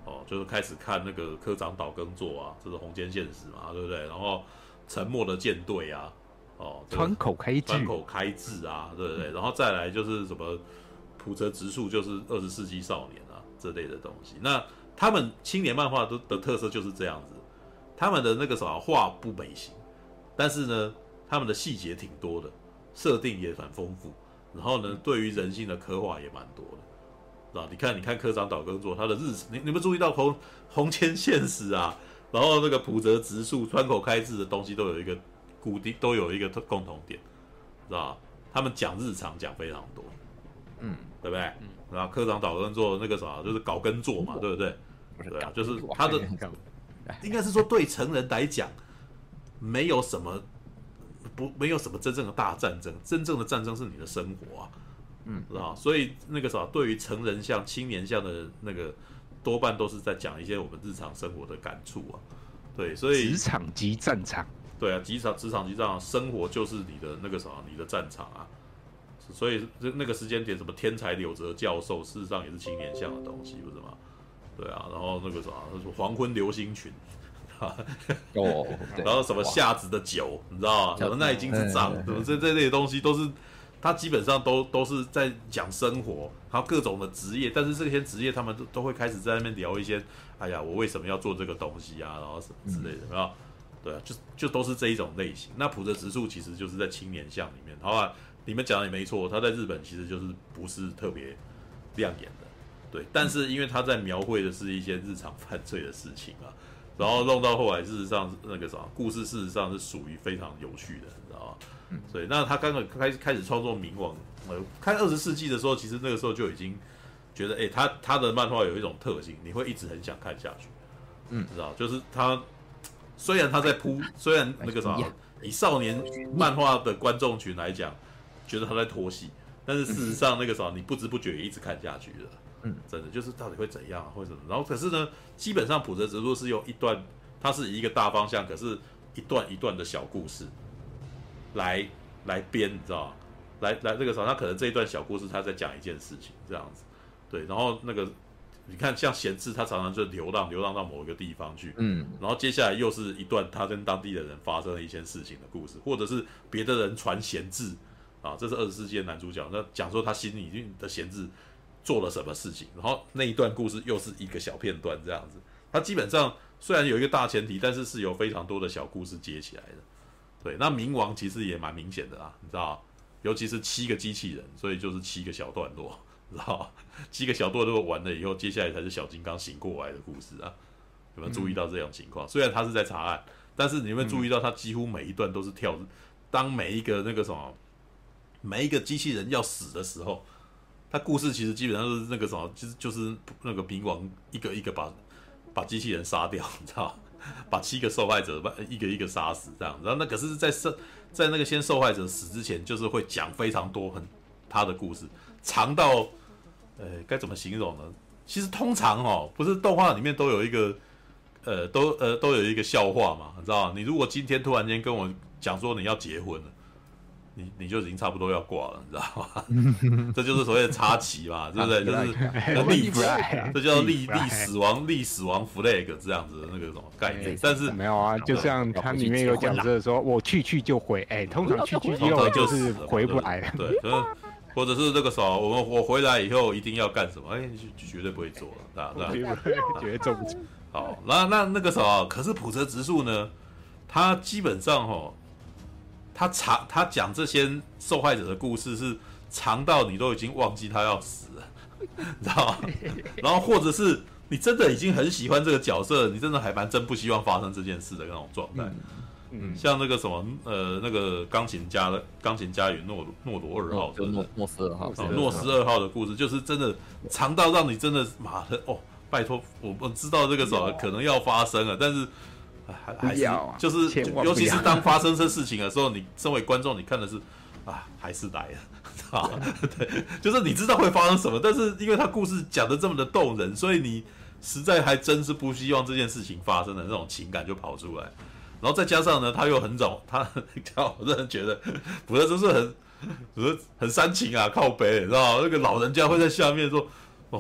哦，就是开始看那个科长岛耕作啊，这是红间现实嘛，对不对？然后沉默的舰队啊，哦，这个、 川口开智， 川口开智啊，对不对？然后再来就是什么浦泽直树，就是二十世纪少年啊这类的东西。那他们青年漫画的的特色就是这样子，他们的那个什么画不美型，但是呢，他们的细节挺多的，设定也很丰富，然后呢，对于人性的刻画也蛮多的，啊，你看，你看科长岛耕作，他的日，你你们注意到红红间现实啊，然后那个浦泽直树、川口开智的东西都有一个固定，都有一个共同点，知道吧？他们讲日常讲非常多， 嗯， 对不对？嗯，然后科长岛耕作那个啥，就是搞耕作嘛，对不对？对啊，就是他的，应该是说对成人来讲，没有什么不没有什么真正的大战争，真正的战争是你的生活啊，嗯，知道？所以那个啥，对于成人向、青年向的那个，多半都是在讲一些我们日常生活的感触啊，对，所以职场及战场， 对啊，职场职场及战场，生活就是你的那个啥，你的战场啊。所以那个时间点，什么天才柳泽教授，事实上也是青年向的东西，不是吗？对啊，然后那个啥，黄昏流星群， 哦， 然后什么夏子的酒，你知道吗？什么奈津之章，什么这这类的东西，都是他基本上都都是在讲生活，然后各种的职业，但是这些职业他们都都会开始在那边聊一些，哎呀，我为什么要做这个东西啊，然后什么之类的，啊、嗯，对啊，就就都是这一种类型。那浦泽直树其实就是在青年向里面，好吧？你们讲的也没错，他在日本其实就是不是特别亮眼的，对。但是因为他在描绘的是一些日常犯罪的事情啊，然后弄到后来，事实上那个啥故事，事实上是属于非常有趣的，你知道吗？嗯。所以那他刚刚开始开始创作冥王，呃，看二十世纪的时候，其实那个时候就已经觉得，哎、欸，他他的漫画有一种特性，你会一直很想看下去，嗯，知道？就是他虽然他在铺，虽然那个啥，以少年漫画的观众群来讲。觉得他在拖戏，但是事实上那个时候你不知不觉也一直看下去了，嗯，真的就是到底会怎样、啊，或者什么？然后可是呢，基本上浦泽直树是用一段，它是一个大方向，可是一段一段的小故事来来编，你知道吗？来来那个时候，他可能这一段小故事他在讲一件事情这样子，对，然后那个你看像贤治，他常常就流浪流浪到某一个地方去，嗯，然后接下来又是一段他跟当地的人发生了一些事情的故事，或者是别的人传贤治。啊，这是二十世纪的男主角，那讲说他心里的贤治做了什么事情，然后那一段故事又是一个小片段这样子。他基本上虽然有一个大前提，但是是由非常多的小故事接起来的。对，那冥王其实也蛮明显的啦，你知道，尤其是七个机器人，所以就是七个小段落，知道七个小段落完了以后，接下来才是小金刚醒过来的故事啊。有没有注意到这种情况？嗯、虽然他是在查案，但是你有没有注意到他几乎每一段都是跳，当每一个那个什么。每一个机器人要死的时候，他故事其实基本上是那个什么，就是就是那个冥王一个一个把把机器人杀掉，你知道，把七个受害者一个一个杀死这样。然后那可是在受在那个先受害者死之前，就是会讲非常多很他的故事，长到呃该怎么形容呢？其实通常哦，不是动画里面都有一个呃都呃都有一个笑话嘛，你知道吗？你如果今天突然间跟我讲说你要结婚了。你你就已经差不多要挂了，你知道吗？这就是所谓的插旗嘛，对不对？就是立，这叫立立死亡立死亡 flag 这样子的那个什么概念。但是没有啊，就像它里面有讲这说，我去去就回，哎，通常去去就就是回不来了。 对，或者是这个时候，我们我回来以后一定要干什么？哎，就绝对不会做了，对吧？ 绝对做不出。 好，那那那个时候，可是浦泽直树呢，他基本上哦。他长，他讲这些受害者的故事是长到你都已经忘记他要死了，你知道吗？然后或者是你真的已经很喜欢这个角色，你真的还蛮真不希望发生这件事的那种状态。嗯，像那个什么呃，那个钢琴家的钢琴家与诺诺罗二号， 就诺诺斯二号， 诺斯二号的故事，就是真的长到让你真的妈的哦，拜托，我我知道这个什么可能要发生了，但是。还还是就是，尤其是当发生这事情的时候，你身为观众，你看的是啊，还是来了，啊，对，就是你知道会发生什么，但是因为他故事讲的这么的动人，所以你实在还真是不希望这件事情发生的那种情感就跑出来，然后再加上呢，他又很早，他我真的觉得，不是就是很，很煽情啊，靠北，你知道那个老人家会在下面说，哦。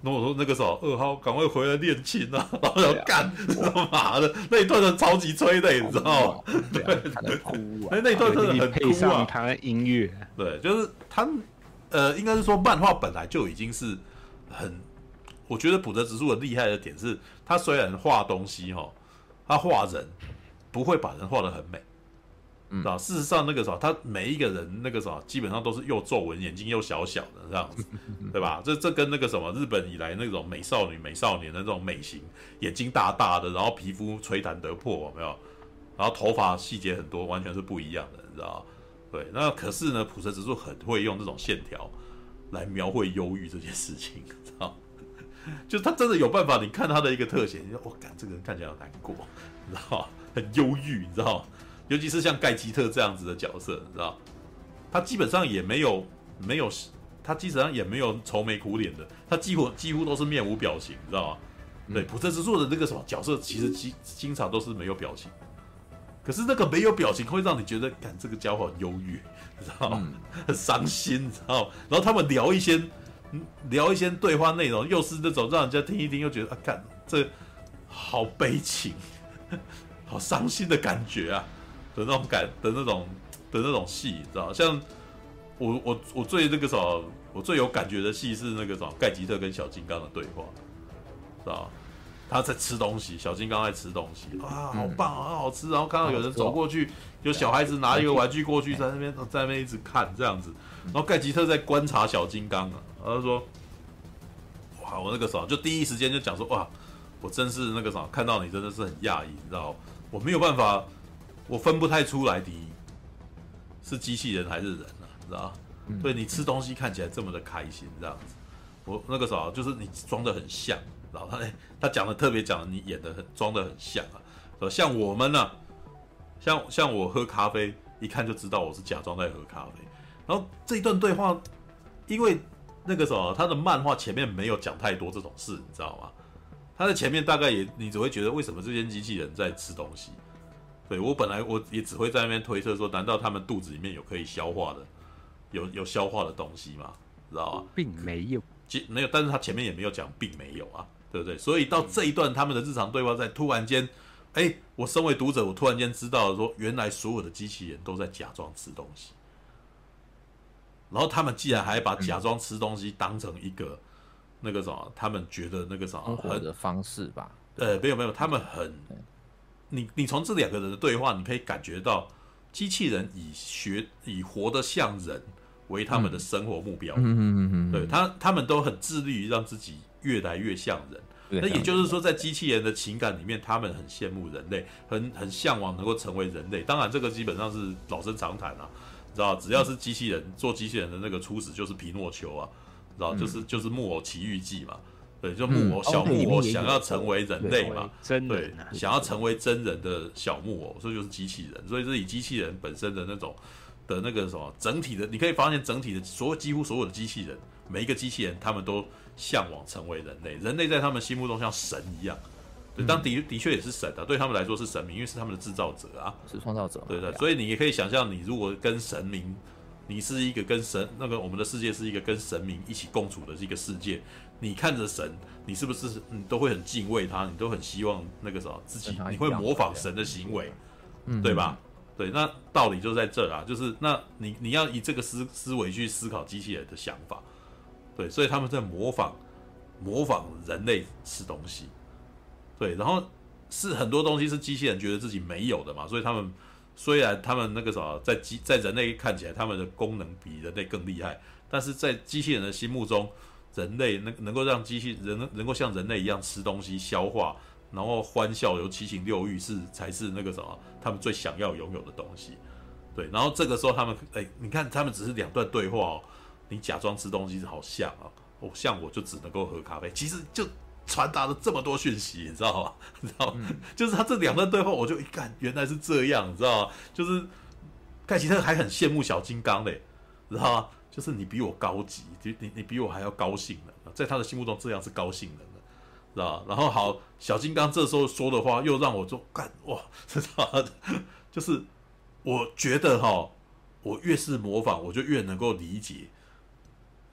然后我说那个时候二号赶快回来练琴啊，然后要干他妈的那一段真的超级催泪，你知道吗？ 对啊，看得哭啊！ 那那一段真的很配哭啊。 上他的音乐， 对，就是他呃，应该是说漫画本来就已经是很，我觉得浦泽直树的厉害的点是，他虽然画东西哈，他画人不会把人画得很美。嗯，啊，事实上那个啥，他每一个人那个啥，基本上都是又皱纹，眼睛又小小的这样子，对吧？这这跟那个什么日本以来那种美少女、美少年的那种美型，眼睛大大的，然后皮肤吹弹得破，有没有？然后头发细节很多，完全是不一样的，你知道吗？对，那可是呢，浦泽直树很会用这种线条来描绘忧郁这件事情，知道？就是他真的有办法，你看他的一个特写，你说我感这个人看起来好难过，你知道吗？很忧郁，你知道吗？尤其是像盖基特这样子的角色，你知道，他基本上也没有没有，他基本上也没有愁眉苦脸的，他几乎几乎都是面无表情，你知道吗？对，浦泽直树的那个什么角色，其实经经常都是没有表情，可是那个没有表情会让你觉得，看这个家伙很忧郁，你知道吗？很伤心，你知道吗？然后他们聊一些聊一些对话内容，又是那种让人家听一听又觉得啊，看这好悲情，好伤心的感觉啊。的那种感的那种的那种戏，你知道，像我我我最那个什么，我最有感觉的戏是那个什么盖吉特跟小金刚的对话，知道？他在吃东西，小金刚在吃东西，啊，好棒啊，好好吃。然后看到有人走过去，有小孩子拿一个玩具过去，在那边在那边一直看这样子。然后盖吉特在观察小金刚啊，他就说：“哇，我那个什么，就第一时间就讲说，哇，我真是那个什么，看到你真的是很讶异，你知道，我没有办法。”我分不太出来的是机器人还是人啊，你知道？嗯、对你吃东西看起来这么的开心，这样子，我那个啥就是你装的很像，然后他、欸、他讲的特别讲你演的很装的很像啊，像我们呢、啊，像像我喝咖啡，一看就知道我是假装在喝咖啡。然后这一段对话，因为那个什么，他的漫画前面没有讲太多这种事，你知道吗？他的前面大概也你只会觉得为什么这些机器人在吃东西。对我本来我也只会在那边推测说，难道他们肚子里面有可以消化的，有有消化的东西吗？知道吗？ 并没有， 没有，但是他前面也没有讲，并没有啊，对不对？所以到这一段他们的日常对话，在突然间，哎，我身为读者，我突然间知道了说，原来所有的机器人都在假装吃东西，然后他们既然还把假装吃东西当成一个、嗯、那个什么，他们觉得那个什么生活的方式吧？ 呃，没有没有，他们很。你你从这两个人的对话，你可以感觉到机器人以学以活得像人为他们的生活目标。嗯嗯嗯对他他们都很致力于让自己越来越像人。那也就是说，在机器人的情感里面，他们很羡慕人类，很很向往能够成为人类。当然，这个基本上是老生常谈啊，知道？只要是机器人做机器人的那个初始就是皮诺丘啊，知道？就是就是木偶奇遇记嘛。对，就木偶、嗯、小木偶想要成为人类嘛， 真对，想要成为真人的小木偶，所以就是机器人，所以是以机器人本身的那种的那个什么整体的，你可以发现整体的所有几乎所有的机器人，每一个机器人他们都向往成为人类，人类在他们心目中像神一样，对，当的的确也是神啊，对他们来说是神明，因为是他们的制造者啊， 是创造者， 对对，所以你也可以想象，你如果跟神明。你是一个跟神那个我们的世界是一个跟神明一起共处的一个世界，你看着神，你是不是你都会很敬畏他，你都很希望那个什么自己，你会模仿神的行为，对吧？对，那道理就在这啊，就是那你你要以这个思思维去思考机器人的想法，对，所以他们在模仿模仿人类吃东西，对，然后是很多东西是机器人觉得自己没有的嘛，所以他们。虽然他们那个什么，在机在人类看起来，他们的功能比人类更厉害，但是在机器人的心目中，人类能能够让机器人能够像人类一样吃东西、消化，然后欢笑有七情六欲，是才是那个什么他们最想要拥有的东西。对，然后这个时候他们，哎，你看他们只是两段对话哦，你假装吃东西好像啊，哦，像我就只能够喝咖啡，其实就。传达了这么多讯息，你知道吗？你知道吗？嗯、就是他这两段对话，我就一看，原来是这样，你知道吗？就是盖奇特还很羡慕小金刚嘞，知道吗？就是你比我高级，你你你比我还要高兴呢，在他的心目中这样是高兴的，知道吗？然后好，小金刚这时候说的话又让我就干哇，知道吗？就是我觉得哈，我越是模仿，我就越能够理解。这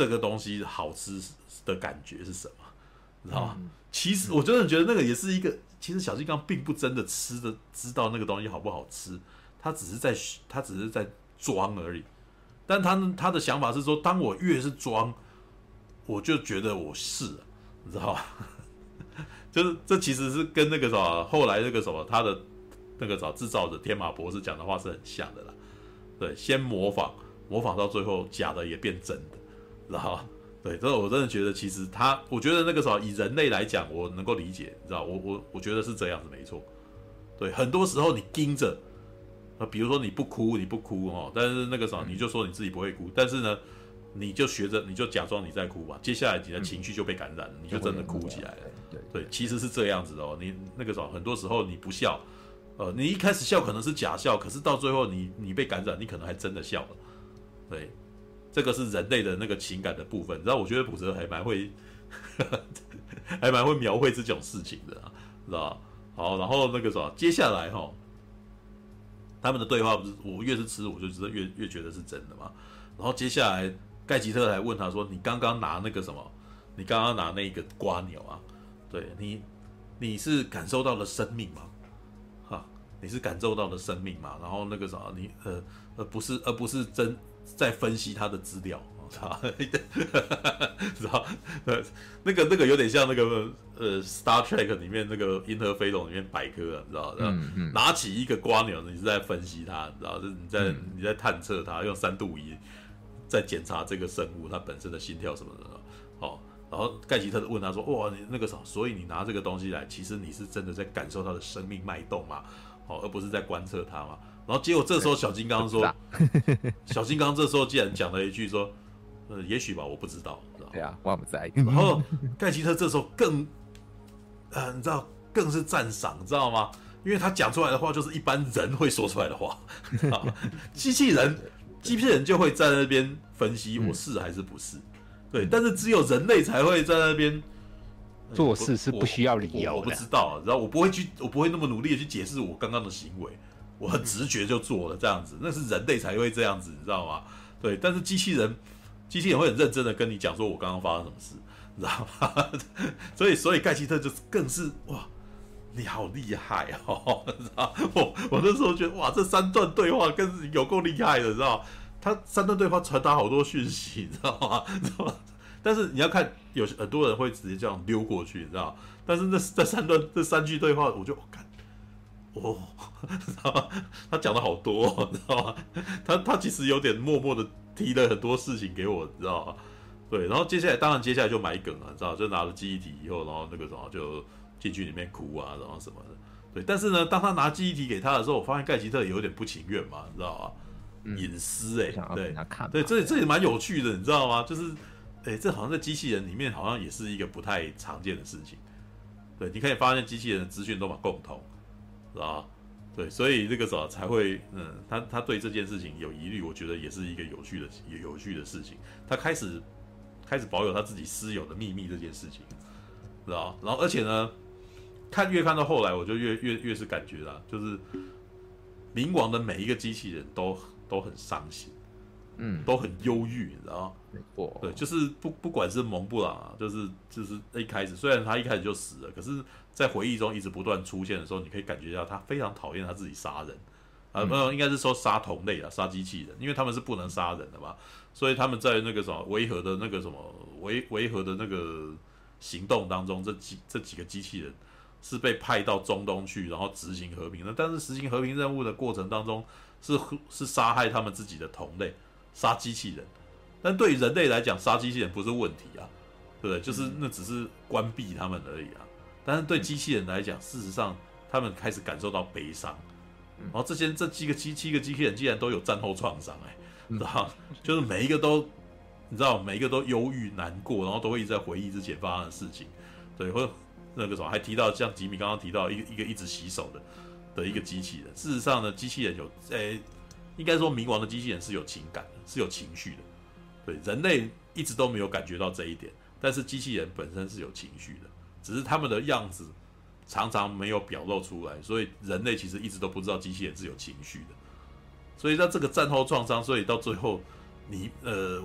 这个东西好吃的感觉是什么，你知道吗？嗯、其实我真的觉得那个也是一个，其实小金刚并不真的吃的知道那个东西好不好吃，他只是在他只是在装而已。但他他的想法是说，当我越是装，我就觉得我是了，你知道吗？就是这其实是跟那个什么后来那个什么他的那个找制造者天马博士讲的话是很像的啦。对，先模仿，模仿到最后假的也变真的，知道吗？对，这我真的觉得其实他，我觉得那个时候以人类来讲，我能够理解，你知道，我我我觉得是这样子没错。对，很多时候你盯着，比如说你不哭，你不哭哦，但是那个时候你就说你自己不会哭，但是呢，你就学着，你就假装你在哭吧，接下来你的情绪就被感染了，你就真的哭起来了。对对，其实是这样子的哦。你那个时候很多时候你不笑，呃，你一开始笑可能是假笑，可是到最后你你被感染，你可能还真的笑了。对。这个是人类的那个情感的部分，然后我觉得卜哲还蛮会，还蛮会描绘这种事情的、啊，知道吧？好，然后那个什么，接下来哈，他们的对话不是我越是吃，我就知道越越觉得是真的嘛。然后接下来盖吉特还问他说：“你刚刚拿那个什么？你刚刚拿那个瓜牛啊？对你，你是感受到了生命吗？哈，你是感受到了生命吗？然后那个什么，你呃而不是而不是真。”在分析他的资料，知道？知道？那个那个有点像那个呃《Star Trek》里面那个《银河飞龙》里面百科啊，知道？嗯嗯、拿起一个瓜牛，你是在分析它，知道？就是你在、嗯、你在探测它，用三度仪在检查这个生物它本身的心跳什么的。哦，然后盖吉特问他说：“哇，你那个啥，所以你拿这个东西来，其实你是真的在感受它的生命脉动嘛？哦，而不是在观测它嘛？”然后结果这时候小金刚说，小金刚这时候竟然讲了一句说，呃，也许吧，我不知道，知道对啊，我不在。 然后盖吉特这时候更，呃，你知道，更是赞赏，你知道吗？因为他讲出来的话就是一般人会说出来的话，机器人，机器人就会在那边分析我是还是不是，对，但是只有人类才会在那边。 做事是不需要理由的， 我, 我, 我不知道，然后我不会去，我不会那么努力的去解释我刚刚的行为。我很直觉就做了这样子，那是人类才会这样子，你知道吗？对，但是机器人，机器人会很认真的跟你讲说，我刚刚发生什么事，你知道吗？所以，所以盖奇特就更是哇，你好厉害哦，你知道？我我那时候觉得哇，这三段对话更是有够厉害的，你知道？他三段对话传达好多讯息，你知道吗？你知道吗？但是你要看，有很多人会直接这样溜过去，你知道？但是那这三段这三句对话，我就看。哦，知道吗？他讲的好多、哦，你知道吗？他他其实有点默默的提了很多事情给我，你知道吗？对，然后接下来当然接下来就埋梗了，你知道，就拿了记忆体以后，然后那个什么就进去里面哭啊，然后什么的。对，但是呢，当他拿记忆体给他的时候，我发现盖吉特有点不情愿嘛，你知道吗？嗯、隐私哎、欸，对，对，这这也蛮有趣的，你知道吗？就是，哎、欸，这好像在机器人里面好像也是一个不太常见的事情。对，你可以发现机器人的资讯都蛮共同。是吧？对，所以这个时候才会，嗯，他他对这件事情有疑虑，我觉得也是一个有趣的、有趣的事情。他开始开始保有他自己私有的秘密这件事情，知道？然后而且呢，看越看到后来，我就越越越是感觉啦，就是冥王的每一个机器人都都很伤心，嗯，都很忧郁，你知道吗？没错，对，就是不不管是蒙布朗啊，就是就是一开始，虽然他一开始就死了，可是。在回忆中一直不断出现的时候，你可以感觉到他非常讨厌他自己杀人，啊，没有，应该是说杀同类啊，杀机器人，因为他们是不能杀人的嘛，所以他们在那个什么维和的那个什么维维和的那个行动当中，这几这几个机器人是被派到中东去，然后执行和平的，但是执行和平任务的过程当中是是杀害他们自己的同类，杀机器人，但对于人类来讲，杀机器人不是问题啊，对不对？就是那只是关闭他们而已啊。但是对机器人来讲，事实上他们开始感受到悲伤，然后这些这七个七七个机器人竟然都有战后创伤，哎，你知道，就是每一个都，你知道，每一个都忧郁难过，然后都会一直在回忆之前发生的事情，对，或那个什么，还提到像吉米刚刚提到一个一个一直洗手的的一个机器人，事实上呢，机器人有，诶，应该说冥王的机器人是有情感的，是有情绪的，对，人类一直都没有感觉到这一点，但是机器人本身是有情绪的。只是他们的样子常常没有表露出来，所以人类其实一直都不知道机器人是有情绪的。所以在这个战后创伤，所以到最后你呃，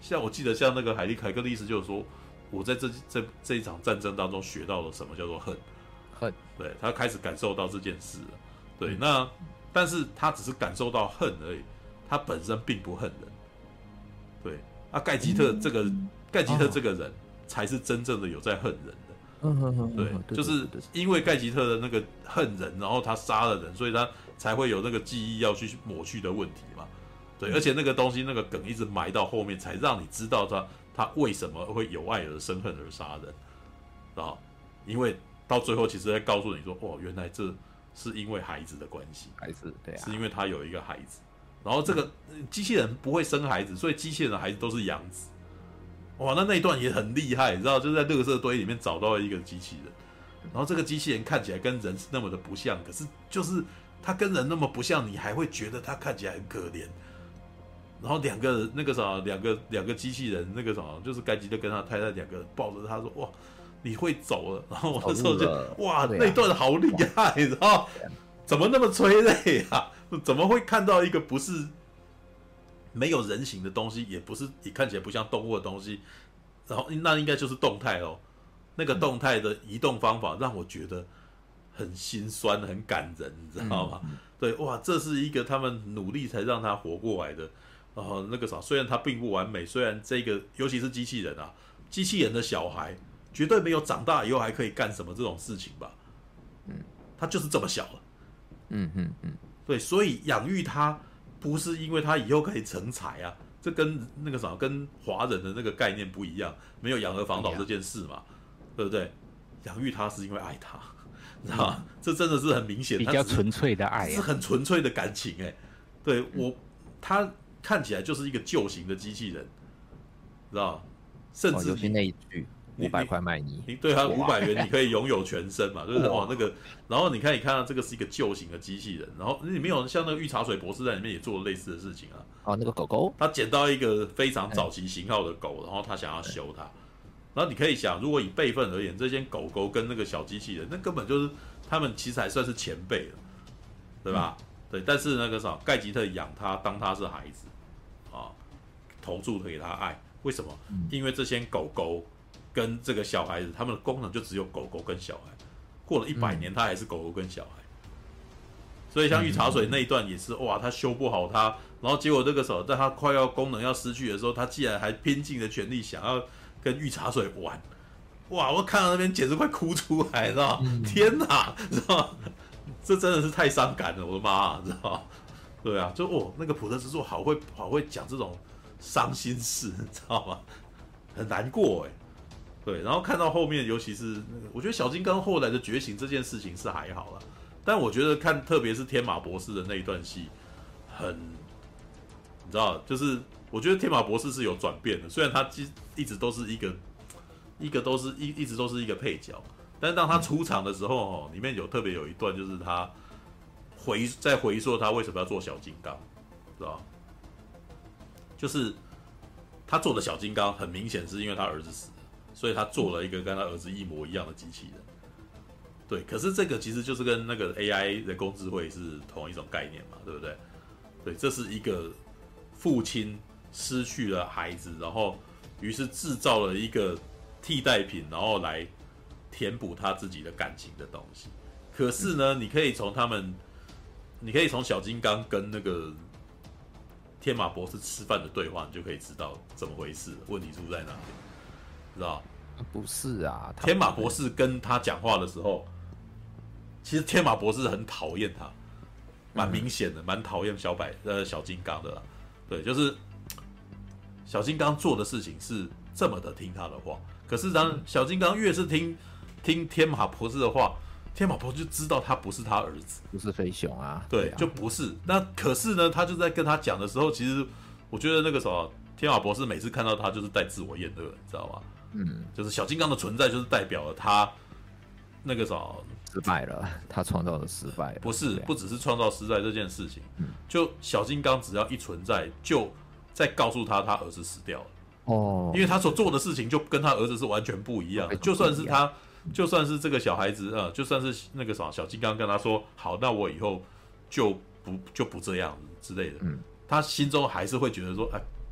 像我记得像那个海利凯克的意思就是说，我在这这这一场战争当中学到了什么叫做恨， 恨， 对他开始感受到这件事了，对，嗯、那但是他只是感受到恨而已，他本身并不恨人，对，啊，盖吉特这个、嗯、盖吉特这个人才是真正的有在恨人的。 嗯对，对就是因为盖吉特的那个恨人，然后他杀了人，所以他才会有那个记忆要去抹去的问题嘛。对，而且那个东西那个梗一直埋到后面，才让你知道他他为什么会有爱而生恨而杀人啊？因为到最后其实在告诉你说，哦，原来这是因为孩子的关系， 孩子对啊， 是因为他有一个孩子，然后这个机器人不会生孩子，所以机器人的孩子都是养子。哇，那那一段也很厉害，你知道，就是在垃圾堆里面找到一个机器人，然后这个机器人看起来跟人是那么的不像，可是就是他跟人那么不像，你还会觉得他看起来很可怜。然后两个那个啥，两个两个机器人，那个啥，就是盖吉特跟他太太两个人抱着他说：“哇，你会走了。”然后我那时候就哇，那一段好厉害，你知道怎么那么催泪啊？怎么会看到一个不是？没有人形的东西，也不是也看起来不像动物的东西，然后那应该就是动态哦。那个动态的移动方法让我觉得很心酸、很感人，你知道吗？嗯、对，哇，这是一个他们努力才让他活过来的。然后那个啥，虽然他并不完美，虽然这个尤其是机器人啊，机器人的小孩绝对没有长大以后还可以干什么这种事情吧？嗯，他就是这么小了。 嗯嗯嗯， 对，所以养育他。不是因为他以后可以成才啊，这跟那个啥，跟华人的那个概念不一样，没有养儿防老这件事嘛，对不对？养育他是因为爱他，你知道吗？这真的是很明显， 比较纯粹的爱、啊， 是很纯粹的感情哎、欸。对我，他看起来就是一个旧型的机器人，知道吗？甚至尤其那一句五百块卖你， 你对他五百元，你可以拥有全身嘛，就是哦那个，然后你看，你看到这个是一个旧型的机器人，然后里面有像那个御茶水博士在里面也做了类似的事情啊。 哦，那个狗狗， 他捡到一个非常早期型号的狗，然后他想要修它，然后你可以想，如果以辈分而言，这些狗狗跟那个小机器人，那根本就是他们其实还算是前辈了，对吧？嗯、对，但是那个啥，盖吉特养他当他是孩子啊，投注给他爱，为什么？嗯、因为这些狗狗。跟这个小孩子，他们的功能就只有狗狗跟小孩。过了一百年，他还是狗狗跟小孩。所以像御茶水那一段也是，哇，他修不好它，然后结果这个时候，在他快要功能要失去的时候，他竟然还拼尽了全力想要跟御茶水玩。哇，我看到那边简直快哭出来，知道吗？天哪，知道吗？这真的是太伤感了，我的妈啊，知道吗？对啊，就哦，那个普特之助好会好会讲这种伤心事，你知道吗？很难过哎。对，然后看到后面，尤其是那个，我觉得小金刚后来的觉醒这件事情是还好啦，但我觉得看，特别是天马博士的那一段戏，很，你知道，就是我觉得天马博士是有转变的，虽然他一直都是一个，一个都是一一直都是一个配角，但是当他出场的时候，哦，里面有特别有一段，就是他回在回溯他为什么要做小金刚，知道，就是他做的小金刚，很明显是因为他儿子死了。所以他做了一个跟他儿子一模一样的机器人，对。可是这个其实就是跟那个 A I 人工智慧是同一种概念嘛，对不对？对，这是一个父亲失去了孩子，然后于是制造了一个替代品，然后来填补他自己的感情的东西。可是呢，你可以从他们，你可以从小金刚跟那个天马博士吃饭的对话，你就可以知道怎么回事了，问题出在哪里。知道不是啊， 天马博士跟他讲话的时候，其实天马博士很讨厌他，蛮明显的，蛮讨厌小白呃小金刚的啦。对，就是小金刚做的事情是这么的听他的话，可是当小金刚越是听听天马博士的话，天马博士就知道他不是他儿子， 不是飞熊啊， 对， 对啊就不是。那可是呢，他就在跟他讲的时候，其实我觉得那个什么天马博士每次看到他就是带自我厌恶，你知道吗？ 嗯， 就是小金刚的存在，就是代表了他那个啥失败了，他创造的失败了。 不是，不只是创造失败这件事情，嗯、就小金刚只要一存在，就在告诉他他儿子死掉了。 哦， 因为他所做的事情就跟他儿子是完全不一样的。就算是他，就算是这个小孩子，呃，就算是那个啥小金刚跟他说，好，那我以后就不就不这样之类的，嗯，他心中还是会觉得说，哎。这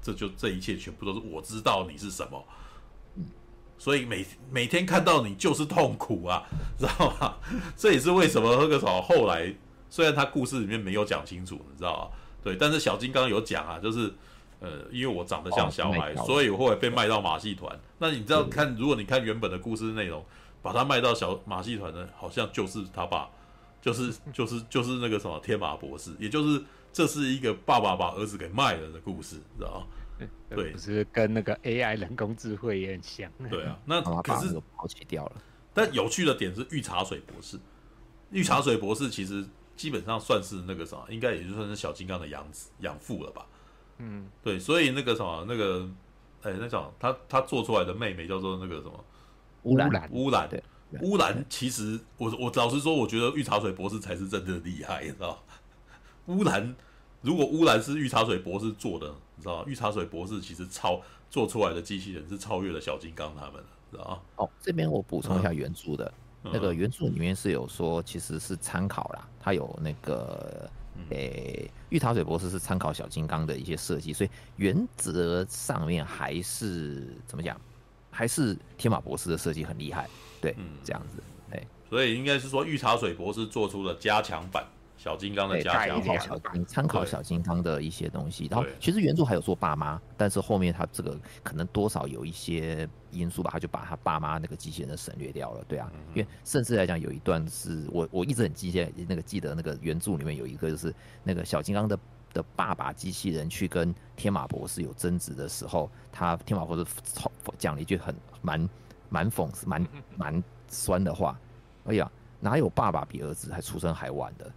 这就这一切全部都是我知道你是什么，所以每每天看到你就是痛苦啊，知道吗？这也是为什么那个什么后来虽然他故事里面没有讲清楚，你知道吗？对，但是小金刚有讲啊，就是呃，因为我长得像小孩，哦、所以我后来被卖到马戏团。那你知道看，如果你看原本的故事内容，把他卖到小马戏团的，好像就是他爸。就是就是就是那个什么天马博士，也就是这是一个爸爸把儿子给卖了的故事，知道吗？对， 不是跟那个 A I 人工智慧也很像。 对啊，那可是抛弃掉了。 但有趣的点是御茶水博士，御茶水博士其实基本上算是那个什么，应该也就算是小金刚的养子养父了吧？嗯，对，所以那个什么那个，哎、欸，那种他他做出来的妹妹叫做那个什么乌兰乌兰对。乌兰其实我我老实说，我觉得御茶水博士才是真的厉害，你知道吗？乌兰如果乌兰是御茶水博士做的，你知道吗？御茶水博士其实超做出来的机器人是超越了小金刚他们的，知道吗？ 哦，这边我补充一下原著的，嗯、那个原著里面是有说其实是参考啦，它有那个诶御茶水博士是参考小金刚的一些设计，所以原则上面还是怎么讲，还是天马博士的设计很厉害。对，嗯，这样子，哎， 所以应该是说，御茶水博士做出了加强版小金刚的加强版， 参考小金刚的一些东西。然后，其实原著还有做爸妈，但是后面他这个可能多少有一些因素吧，他就把他爸妈那个机器人省略掉了，对啊，嗯、因为甚至来讲有一段是我我一直很记得那个记得那个原著里面有一个就是那个小金刚的。的爸爸机器人去跟天马博士有争执的时候，他天马博士讲了一句很蛮蛮讽刺、蛮蛮酸的话。哎呀，哪有爸爸比儿子还出生还晚的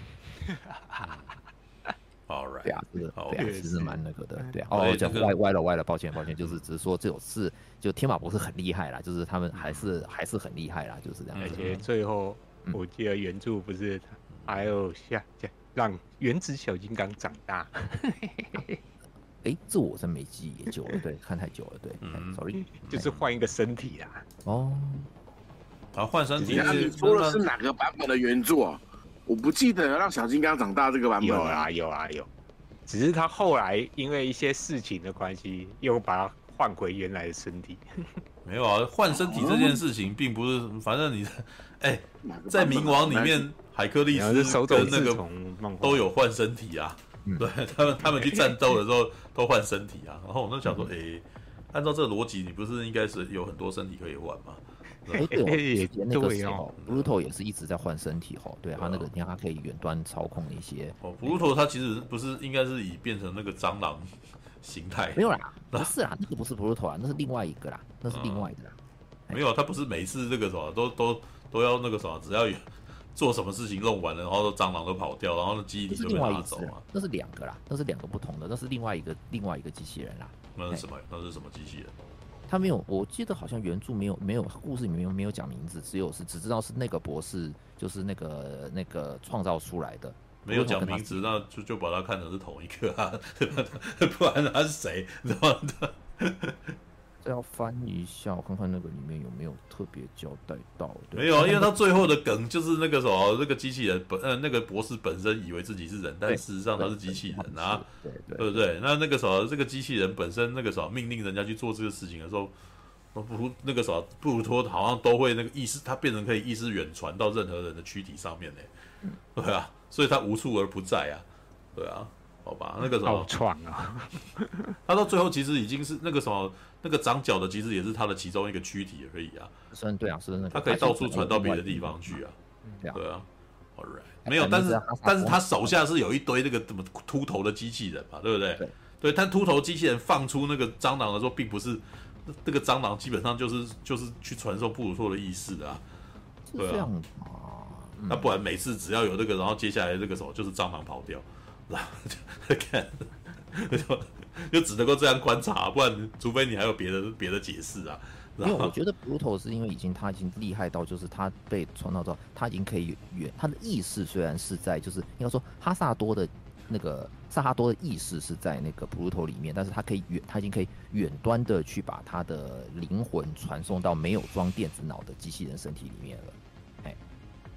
？All right， 对啊，这个对啊，其实蛮那个的，对啊。哦，讲歪歪了歪了，抱歉抱歉，就是只是说这种事，就天马博士很厉害啦，就是他们还是还是很厉害啦，就是这样。 而且最后我记得原著不是还有下下。让原子小金刚长大， 哎、欸，这我真没记忆，久了，对，看太久了，对，嗯 ，sorry， 就是换一个身体啦。 哦， 啊，换身体， 你说的是哪个版本的原作？我不记得让小金刚长大这个版本。 有啊，有啊，有。只是他后来因为一些事情的关系，又把他换回原来的身体。 没有啊，换身体这件事情并不是，反正你，哎、欸，在冥王里面。海克力斯跟那个都有换身体啊，嗯、对他们他们去战斗的时候都换身体啊。然后我那想说，哎、欸，按照这个逻辑，你不是应该是有很多身体可以换吗？ 对，对那个时候 ，Pluto 也是一直在换身体吼，对他那个，你看他可以远端操控一些。 哦 ，Pluto 他其实不是应该是以变成那个蟑螂形态？ 没有啦，不是啦，那个不是 Pluto 啦，那是另外一个啦，那是另外的啦。 嗯、没有，他不是每次这个什么都都都要那个什么，只要有。做什么事情弄完了，然后蟑螂都跑掉，然后那记忆体就被拿走嘛。 那是两个啦，那是两个不同的，那是另外一个另外一个机器人啦。 那是什么？那是什么机器人？ 他没有，我记得好像原著没有没有故事里面没有没有讲名字，只有是只知道是那个博士，就是那个那个创造出来的。 没有讲名字，那就就把它看成是同一个啊，不然他是谁？知道吗？ 要翻一下，我看看那个里面有没有特别交代到。 没有，因为他最后的梗就是那个什么，那个机器人本呃那个博士本身以为自己是人，但事实上他是机器人啊，对 对, 对不对？那那个什么，这个机器人本身那个什么命令人家去做这个事情的时候，不如那个什么布鲁托好像都会那个意识，他变成可以意识远传到任何人的躯体上面呢、欸，对啊，所以他无处而不在啊，对啊。好吧，那个什么， 好创啊！ 他到最后其实已经是那个什么，那个长角的其实也是他的其中一个躯体而已啊。 是，对啊，是那个。 他可以到处传到别的地方去啊。对啊 ，All right， 没有，但是但是他手下是有一堆那个怎么秃头的机器人嘛，对不对？对，对，但秃头机器人放出那个蟑螂的时候，并不是那个蟑螂基本上就是就是去传授布鲁托的意识的啊。对啊。那不然每次只要有那个，然后接下来这个什么就是蟑螂跑掉。然后就看，就只能够这样观察，不然除非你还有别的别的解释啊。 因为我觉得 Pluto 是因为已经他已经厉害到，就是他被创造到，他已经可以远，他的意识虽然是在，就是应该说哈萨多的那个萨哈多的意识是在那个 Pluto 里面，但是他可以远，他已经可以远端的去把他的灵魂传送到没有装电子脑的机器人身体里面了。哎，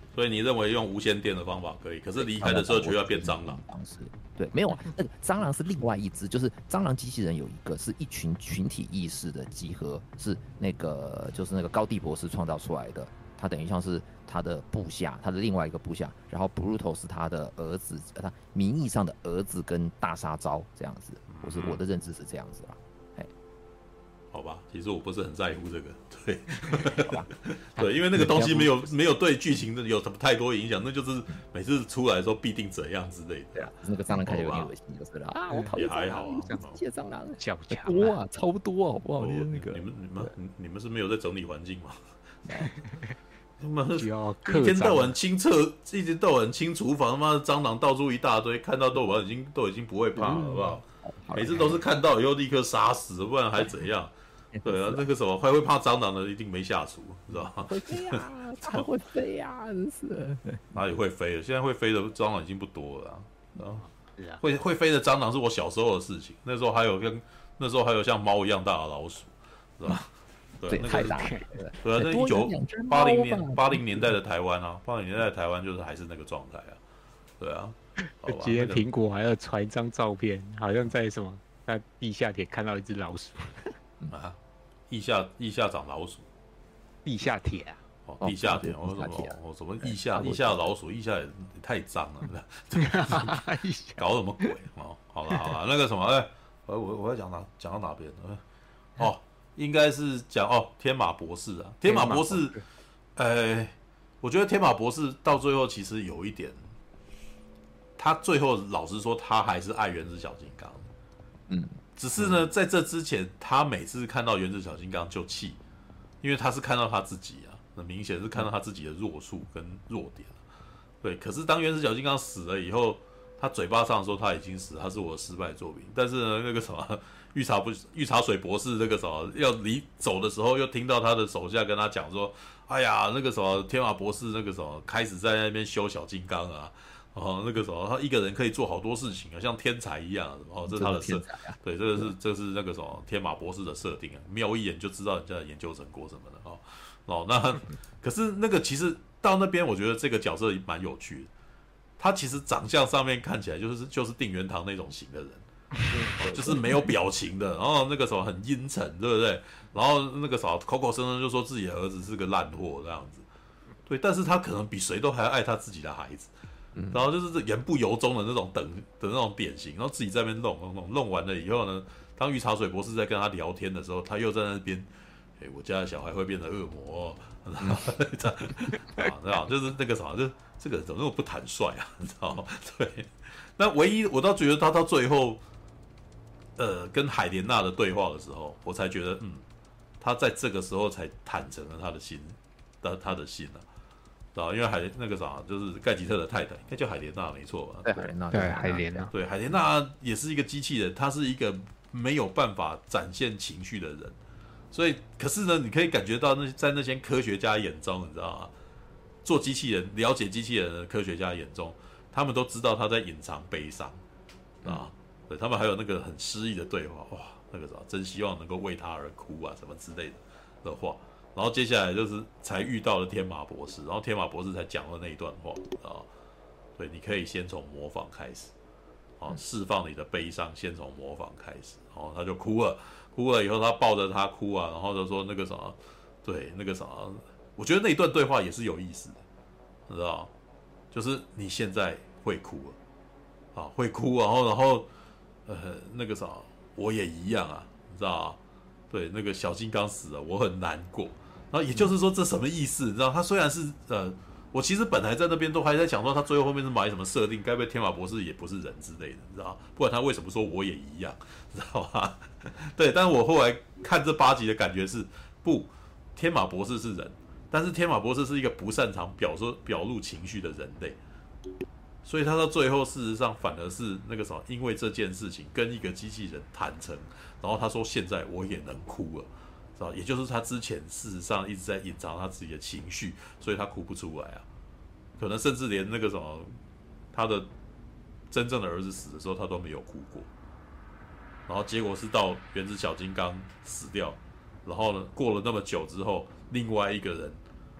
所以你认为用无线电的方法可以，可是离开的时候就要变蟑螂。 方式对，没有啊，那个蟑螂是另外一只，就是蟑螂机器人有一个是一群群体意识的集合，是那个就是那个高地博士创造出来的，他等于像是他的部下，他的另外一个部下，然后 Bruto 是他的儿子，他名义上的儿子跟大杀招这样子，我是我的认知是这样子啦。 好吧，其实我不是很在乎这个，对，对，因为那个东西没有没有对剧情的有什么太多影响，那就是每次出来的时候必定怎样之类的。 对啊，那个蟑螂看起来有点恶心，就是了啊，我讨厌也还好啊， 谢蟑螂， 小强多啊，超多好不好？ 哦那个你们你们你们是没有在整理环境吗？他妈一天到晚清厕，一天到晚清厨房，他妈的蟑螂到处一大堆，看到都已经都已经不会怕了，好不好？每次都是看到以后立刻杀死，不然还怎样？对啊，那个什么会会怕蟑螂的一定没下厨，知道吗？ 会飞呀，它会飞呀，真是。 哪里会飞的？现在会飞的蟑螂已经不多了、啊。然后是啊， 会会飞的蟑螂是我小时候的事情，那时候还有跟那时候还有像猫一样大的老鼠，是吧？对， 对， 那个太大了。 对啊，那一九八零年八零年代的台湾啊，八零年代的台湾就是还是那个状态啊，对啊。 今天苹果还要传一张照片，好像在什么在地下铁看到一只老鼠。 啊，腋下腋下长老鼠， 地下铁啊， 哦，地下铁，我什么我什么腋下腋下老鼠，腋下也太脏了，搞什么鬼哦？好了好了，那个什么，哎，我我我要讲哪讲到哪边了？哦，应该是讲哦，天马博士啊，天马博士，呃，我觉得天马博士到最后其实有一点，他最后老实说，他还是爱原子小金刚， 嗯。 只是呢，在这之前，他每次看到原子小金刚就气，因为他是看到他自己啊，很明显是看到他自己的弱处跟弱点。对，可是当原子小金刚死了以后，他嘴巴上说他已经死了，他是我的失败作品。但是呢，那个什么御茶不御茶水博士那个什么要离走的时候，又听到他的手下跟他讲说：“哎呀，那个什么天马博士那个什么开始在那边修小金刚啊。”哦，那个什么，他一个人可以做好多事情啊，像天才一样。哦，这是他的设，啊、对，这个是这是那个什么天马博士的设定啊，瞄一眼就知道人家的研究成果什么的哦。哦，那可是那个其实到那边，我觉得这个角色蛮有趣的。他其实长相上面看起来就是就是定元堂那种型的人，哦、就是没有表情的，然后那个时候很阴沉，对不对？然后那个时候口口声声就说自己的儿子是个烂货这样子，对，但是他可能比谁都还要爱他自己的孩子。然后就是言不由衷的那种等的那种典型，然后自己在那边弄弄弄弄完了以后呢，当御茶水博士在跟他聊天的时候，他又在那边，哎、欸，我家的小孩会变成恶魔、哦，然后这样啊，知道就是那个什么，就这个人怎么那么不坦率啊，你知道吗？对，那唯一我倒觉得他到最后，呃，跟海莲娜的对话的时候，我才觉得，嗯，他在这个时候才坦诚了他的心，他他的心啊。啊，因为海那个啥，就是盖吉特的太太，应该叫海莲娜没错吧？ 对，海莲娜， 对，海莲娜， 对，海莲娜也是一个机器人，她是一个没有办法展现情绪的人，所以，可是呢，你可以感觉到那在那些科学家眼中，你知道吗？做机器人、了解机器人的科学家眼中，他们都知道他在隐藏悲伤啊，对他们还有那个很诗意的对话，哇，那个啥，真希望能够为他而哭啊，什么之类的的话。然后接下来就是才遇到了天马博士，然后天马博士才讲了那一段话啊，对，你可以先从模仿开始，啊，释放你的悲伤，先从模仿开始，然后他就哭了，哭了以后他抱着他哭啊，然后就说那个什么，对，那个什么，我觉得那一段对话也是有意思的，你知道，就是你现在会哭了，啊，会哭，然后然后呃那个啥，我也一样啊，你知道吗？对，那个小金刚死了，我很难过。然后也就是说，这什么意思？你知道，他虽然是呃，我其实本来在那边都还在想说，他最后后面是买什么设定？该不会天马博士也不是人之类的，你知道？不然他为什么说我也一样？知道吧？对，但是我后来看这八集的感觉是，不，天马博士是人，但是天马博士是一个不擅长表说表露情绪的人类。所以他到最后，事实上反而是那个什么，因为这件事情跟一个机器人坦诚，然后他说现在我也能哭了，知道？也就是他之前事实上一直在隐藏他自己的情绪，所以他哭不出来啊。可能甚至连那个什么，他的真正的儿子死的时候，他都没有哭过。然后结果是到原子小金刚死掉，然后呢，过了那么久之后，另外一个人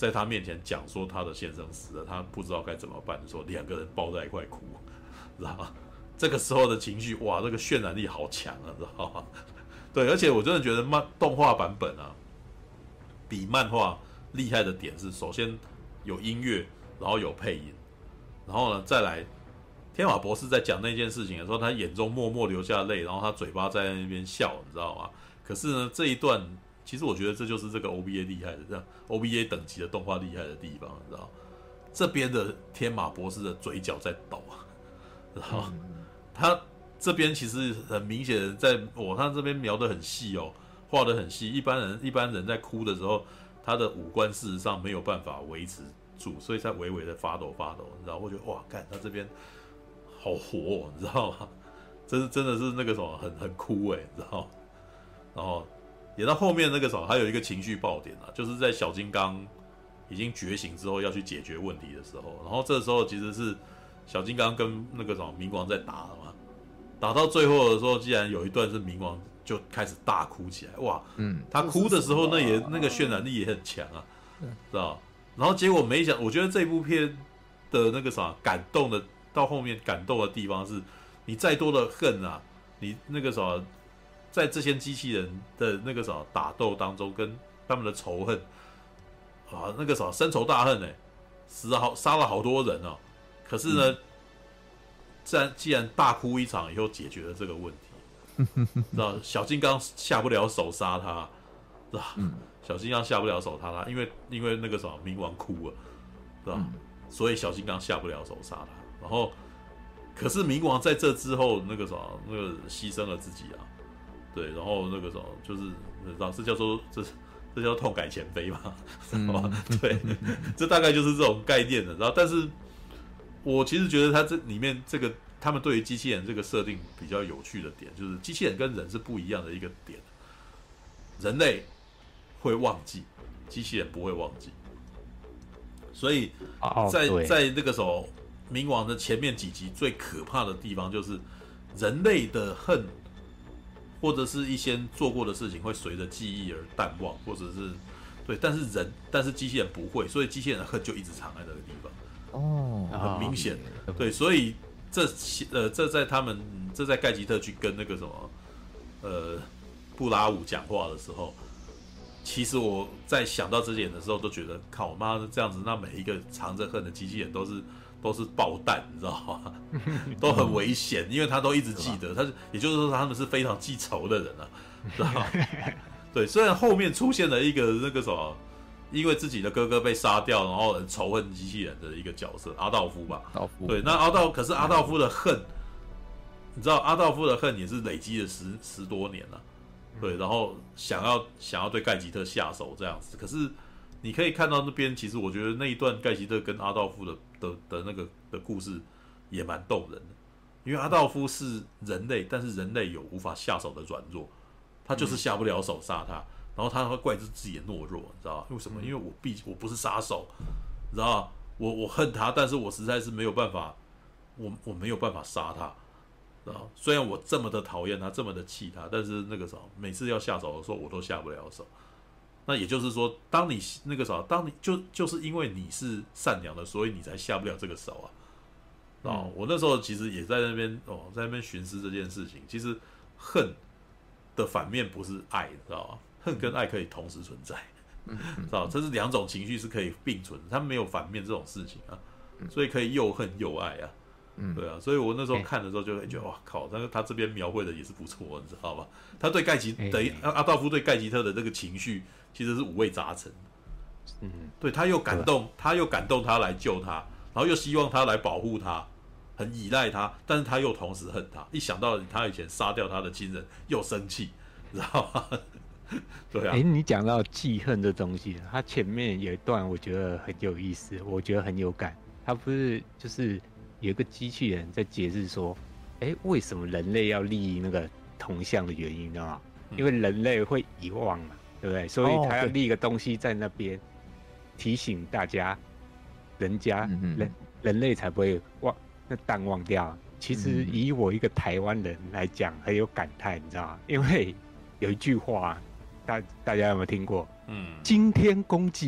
在他面前讲说他的先生死了，他不知道该怎么办的时候，两个人抱在一块哭，知道吗？这个时候的情绪，哇，这个渲染力好强啊，知道吗？对，而且我真的觉得漫动画版本啊，比漫画厉害的点是，首先有音乐，然后有配音，然后呢，再来，天马博士在讲那件事情的时候，他眼中默默流下泪，然后他嘴巴在那边笑，你知道吗？可是呢，这一段。其实我觉得这就是这个 O V A 厉害的，这样 O V A 等级的动画厉害的地方，你知道？这边的天马博士的嘴角在抖啊，然后他这边其实很明显的在，哦，他这边描得很细哦，画得很细。一般人一般人在哭的时候，他的五官事实上没有办法维持住，所以才微微的发抖发抖，你知道？我觉得哇，看他这边好活哦，你知道吗？真是真的是那个什么很很哭哎，你知道？然后。演到后面那个时候，还有一个情绪爆点啊，就是在小金刚已经觉醒之后要去解决问题的时候，然后这时候其实是小金刚跟那个什么冥王在打了嘛，打到最后的时候，既然有一段是冥王就开始大哭起来，哇，嗯，他哭的时候那也那个渲染力也很强啊，知道？然后结果没想，我觉得这部片的那个啥感动的到后面感动的地方是，你再多的恨啊，你那个啥。在这些机器人的那个什么打斗当中，跟他们的仇恨啊，那个什么深仇大恨哎、欸，死了好杀了好多人哦。可是呢，既然既然大哭一场以后解决了这个问题，知道小金刚下不了手杀他，知道、嗯、小金刚下不了手杀他，因为因为那个什么冥王哭了，知道、嗯、所以小金刚下不了手杀他。然后，可是冥王在这之后那个什么那个牺牲了自己啊。对，然后那个什么，就是知道这叫做这这叫痛改前非嘛，知道吗？嗯、对，这大概就是这种概念的。然后，但是我其实觉得它这里面这个他们对于机器人这个设定比较有趣的点，就是机器人跟人是不一样的一个点。人类会忘记，机器人不会忘记。所以在、哦、在那个时候，冥王的前面几集最可怕的地方就是人类的恨。或者是一些做过的事情会随着记忆而淡忘，或者是对，但是人，但是机器人不会，所以机器人的恨就一直藏在那个地方。哦，很明显，哦、对，所以这呃，这在他们这在盖吉特去跟那个什么呃布拉伍讲话的时候，其实我在想到这点的时候，都觉得靠妈的这样子，那每一个藏着恨的机器人都是。都是爆弹，你知道吗？都很危险，因为他都一直记得，他也就是说他们是非常记仇的人啊，知道吗？对，虽然后面出现了一个那个什么，因为自己的哥哥被杀掉，然后仇恨机器人的一个角色阿道夫吧。道夫对，那阿道可是阿道夫的恨，你知道阿道夫的恨也是累积了十十多年了，对，然后想要想要对盖吉特下手这样子，可是你可以看到那边，其实我觉得那一段盖吉特跟阿道夫的。的, 的那个的故事也蛮动人的，因为阿道夫是人类，但是人类有无法下手的软弱，他就是下不了手杀他，然后他会怪自己的懦弱，你知道吗？为什么？因为我毕我不是杀手，你知道吗？我我恨他，但是我实在是没有办法，我我没有办法杀他，知道吗？虽然我这么的讨厌他，这么的气他，但是那个时候每次要下手的时候，我都下不了手。那也就是说，当你那个啥，当你就就是因为你是善良的，所以你才下不了这个手啊。哦、嗯，我那时候其实也在那边哦，在那边寻思这件事情。其实恨的反面不是爱，知道吗？恨跟爱可以同时存在，嗯、知道？这是两种情绪是可以并存的，它没有反面这种事情啊，所以可以又恨又爱啊。嗯，对啊，所以我那时候看的时候就会觉得哇靠，但是他这边描绘的也是不错，你知道吧？他对盖吉等于阿道夫对盖吉特的这个情绪其实是五味杂陈。嗯，对，他又感动，他又感动他来救他，然后又希望他来保护他，很依赖他，但是他又同时恨他。一想到他以前杀掉他的亲人，又生气，知道吗？对啊。 哎，你讲到记恨的东西，他前面有一段我觉得很有意思，我觉得很有感。他不是就是有一个机器人在解释说，哎，为什么人类要立那个铜像的原因，你知道吗？因为人类会遗忘嘛，对不对？所以他要立一个东西在那边。提醒大家，人家人人类才不会忘那淡忘掉。其实以我一个台湾人来讲，很有感慨，你知道吗？因为有一句话，大大家有没有听过？嗯，惊天公祭，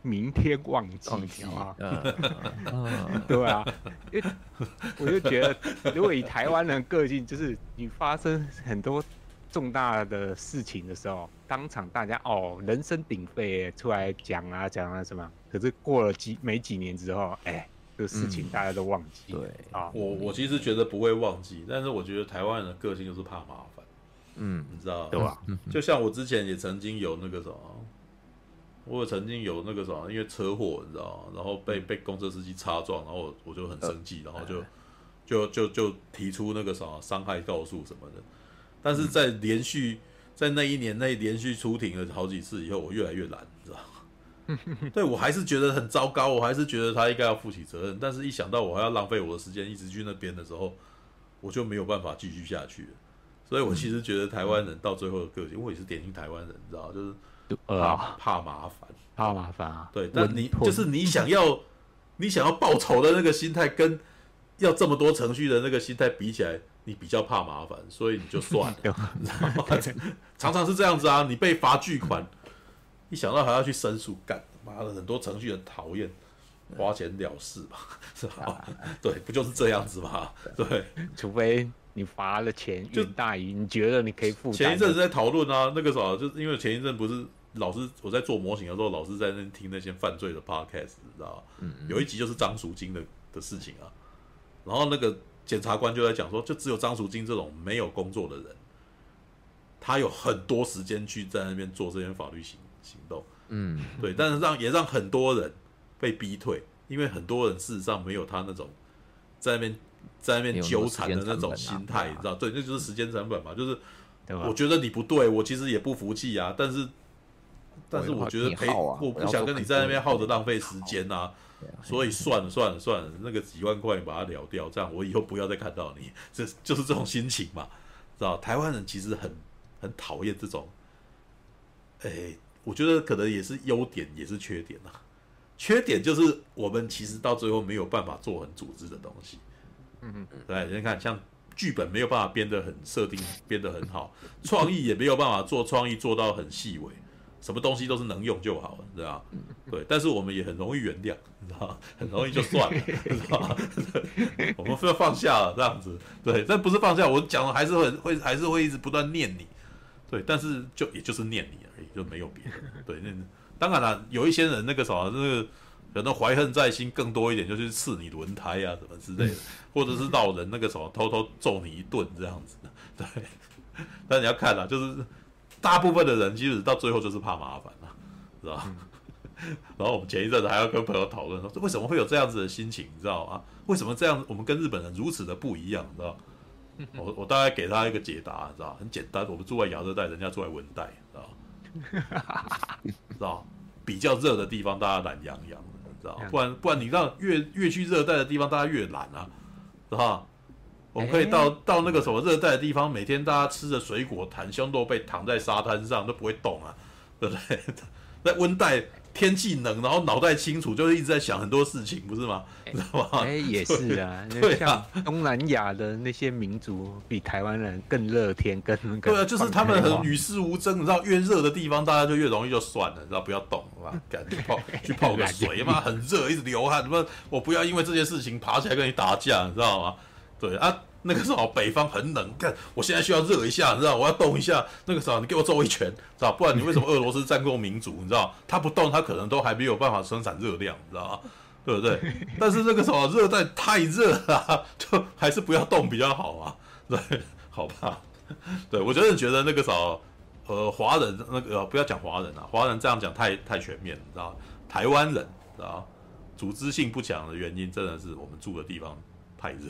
明天忘记， 忘记啊， 嗯对啊，因为我就觉得，如果以台湾人个性，就是你发生很多重大的事情的时候，当场大家哦人声鼎沸出来讲啊讲啊什么，可是过了几没几年之后，哎，这个事情大家都忘记。 对啊， 我我其实觉得不会忘记，但是我觉得台湾人的个性就是怕麻烦， 嗯， 你知道对吧？ 就像我之前也曾经有那个什么。我曾经有那个什么，因为车祸，你知道吗？然后被被公车司机擦撞，然后我我就很生气，然后就就就就提出那个什么伤害告诉什么的。但是在连续在那一年内连续出庭了好几次以后，我越来越懒，你知道吗？对我还是觉得很糟糕，我还是觉得他应该要负起责任。但是一想到我还要浪费我的时间一直去那边的时候，我就没有办法继续下去了。所以我其实觉得台湾人到最后的个性，我也是典型台湾人，你知道，就是怕、 呃、 怕麻烦。 怕麻烦啊！ 对，但你就是你想要你想要报仇的那个心态，跟要这么多程序的那个心态比起来，你比较怕麻烦，所以你就算了，你知道吗？常常是这样子啊，你被罚巨款，一想到还要去申诉，干妈的很多程序很讨厌，花钱了事吧，是吧？对，不就是这样子吗？对， 除非你罚了钱云大于你觉得你可以负担。 前一阵子在讨论啊，那个啥，就是因为前一阵不是。老师，我在做模型的时候，老师在那听那些犯罪的 podcast， 你知道吗？嗯嗯有一集就是张淑晶的的事情啊，然后那个检察官就在讲说，就只有张淑晶这种没有工作的人，他有很多时间去在那边做这些法律行行动，嗯，对，但是让也让很多人被逼退，因为很多人事实上没有他那种在那边在那边纠缠的那种心态，你知道？对，那就是时间成本嘛，就是我觉得你不对，我其实也不服气啊，但是。但是我觉得陪我不想跟你在那边耗着浪费时间啊，所以算了算了算了，那个几万块你把它了掉，这样我以后不要再看到你，这就是这种心情嘛，知道？台湾人其实很很讨厌这种，哎、欸，我觉得可能也是优点也是缺点啊。缺点就是我们其实到最后没有办法做很组织的东西，嗯嗯，对，你看像剧本没有办法编得很设定编得很好，创意也没有办法做创意做到很细微。什么东西都是能用就好了，对吧？对，但是我们也很容易原谅，你知道吗？很容易就算了，知道吗？我们要放下了，这样子，对，但不是放下，我讲的还是会会还是会一直不断念你，对，但是就也就是念你而已，就没有别的，对，那当然了，有一些人那个什么，那个可能怀恨在心更多一点，就是刺你轮胎啊什么之类的，或者是老人那个什么偷偷揍你一顿这样子，对，但你要看啊，就是。大部分的人其实到最后就是怕麻烦啊，知道吗？嗯、然后我们前一阵子还要跟朋友讨论说，为什么会有这样子的心情，你知道吗？为什么这样？我们跟日本人如此的不一样，你知道？我我大概给他一个解答，你知道？很简单，我们住在亚热带，人家住在温带，知道？知道？比较热的地方，大家懒洋洋的，你知道？不然不然，你让越越去热带的地方，大家越懒啊，知道？我们可以到到那个什么热带的地方，每天大家吃着水果，袒胸露背躺在沙滩上都不会动啊，对不对？在温带天气冷，然后脑袋清楚，就是一直在想很多事情，不是吗？知道吗？ 哎，也是啊， 对啊， 像东南亚的那些民族比台湾人更乐天，更那个。对啊，就是他们很与世无争，你知道，越热的地方大家就越容易就算了，你知道，不要动，好吧？赶去泡去泡个水嘛，很热，一直流汗，什么？我不要因为这件事情爬起来跟你打架，你知道吗？对啊，那个时候北方很冷，看我现在需要热一下，你知道，我要动一下。那个时候你给我揍一拳，知道？不然你为什么俄罗斯战斗民族，你知道？他不动，他可能都还没有办法生产热量，你知道吗？对不对？但是那个时候热带太热了、啊，就还是不要动比较好啊。对，好吧？对，我真的觉得那个时候，呃，华人那个、呃、不要讲华人啊，华人这样讲太太全面，你知道？台湾人，知道？组织性不强的原因，真的是我们住的地方太热。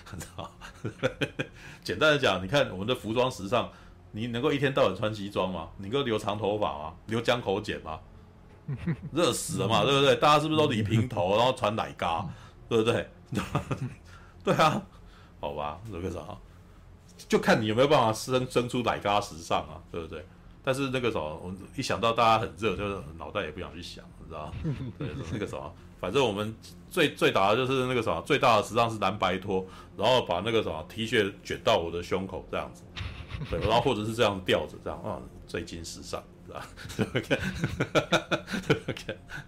简单的讲，你看我们的服装时尚，你能够一天到晚穿西装吗？你能够留长头发吗？留江口剪吗？热死了嘛，对不对？大家是不是都理平头，然后穿奶嘎，对不对？对啊，好吧，这个啥，就看你有没有办法生生出奶嘎时尚啊，对不对？但是那个什么，我一想到大家很热，就是脑袋也不想去想，你知道吗？对，那个什么。反正我们最最大的就是那个什么，最大的时尚是蓝白拖，然后把那个什么 T 恤卷到我的胸口这样子，对，然后或者是这样吊着这样啊，最近时尚，是吧？OK，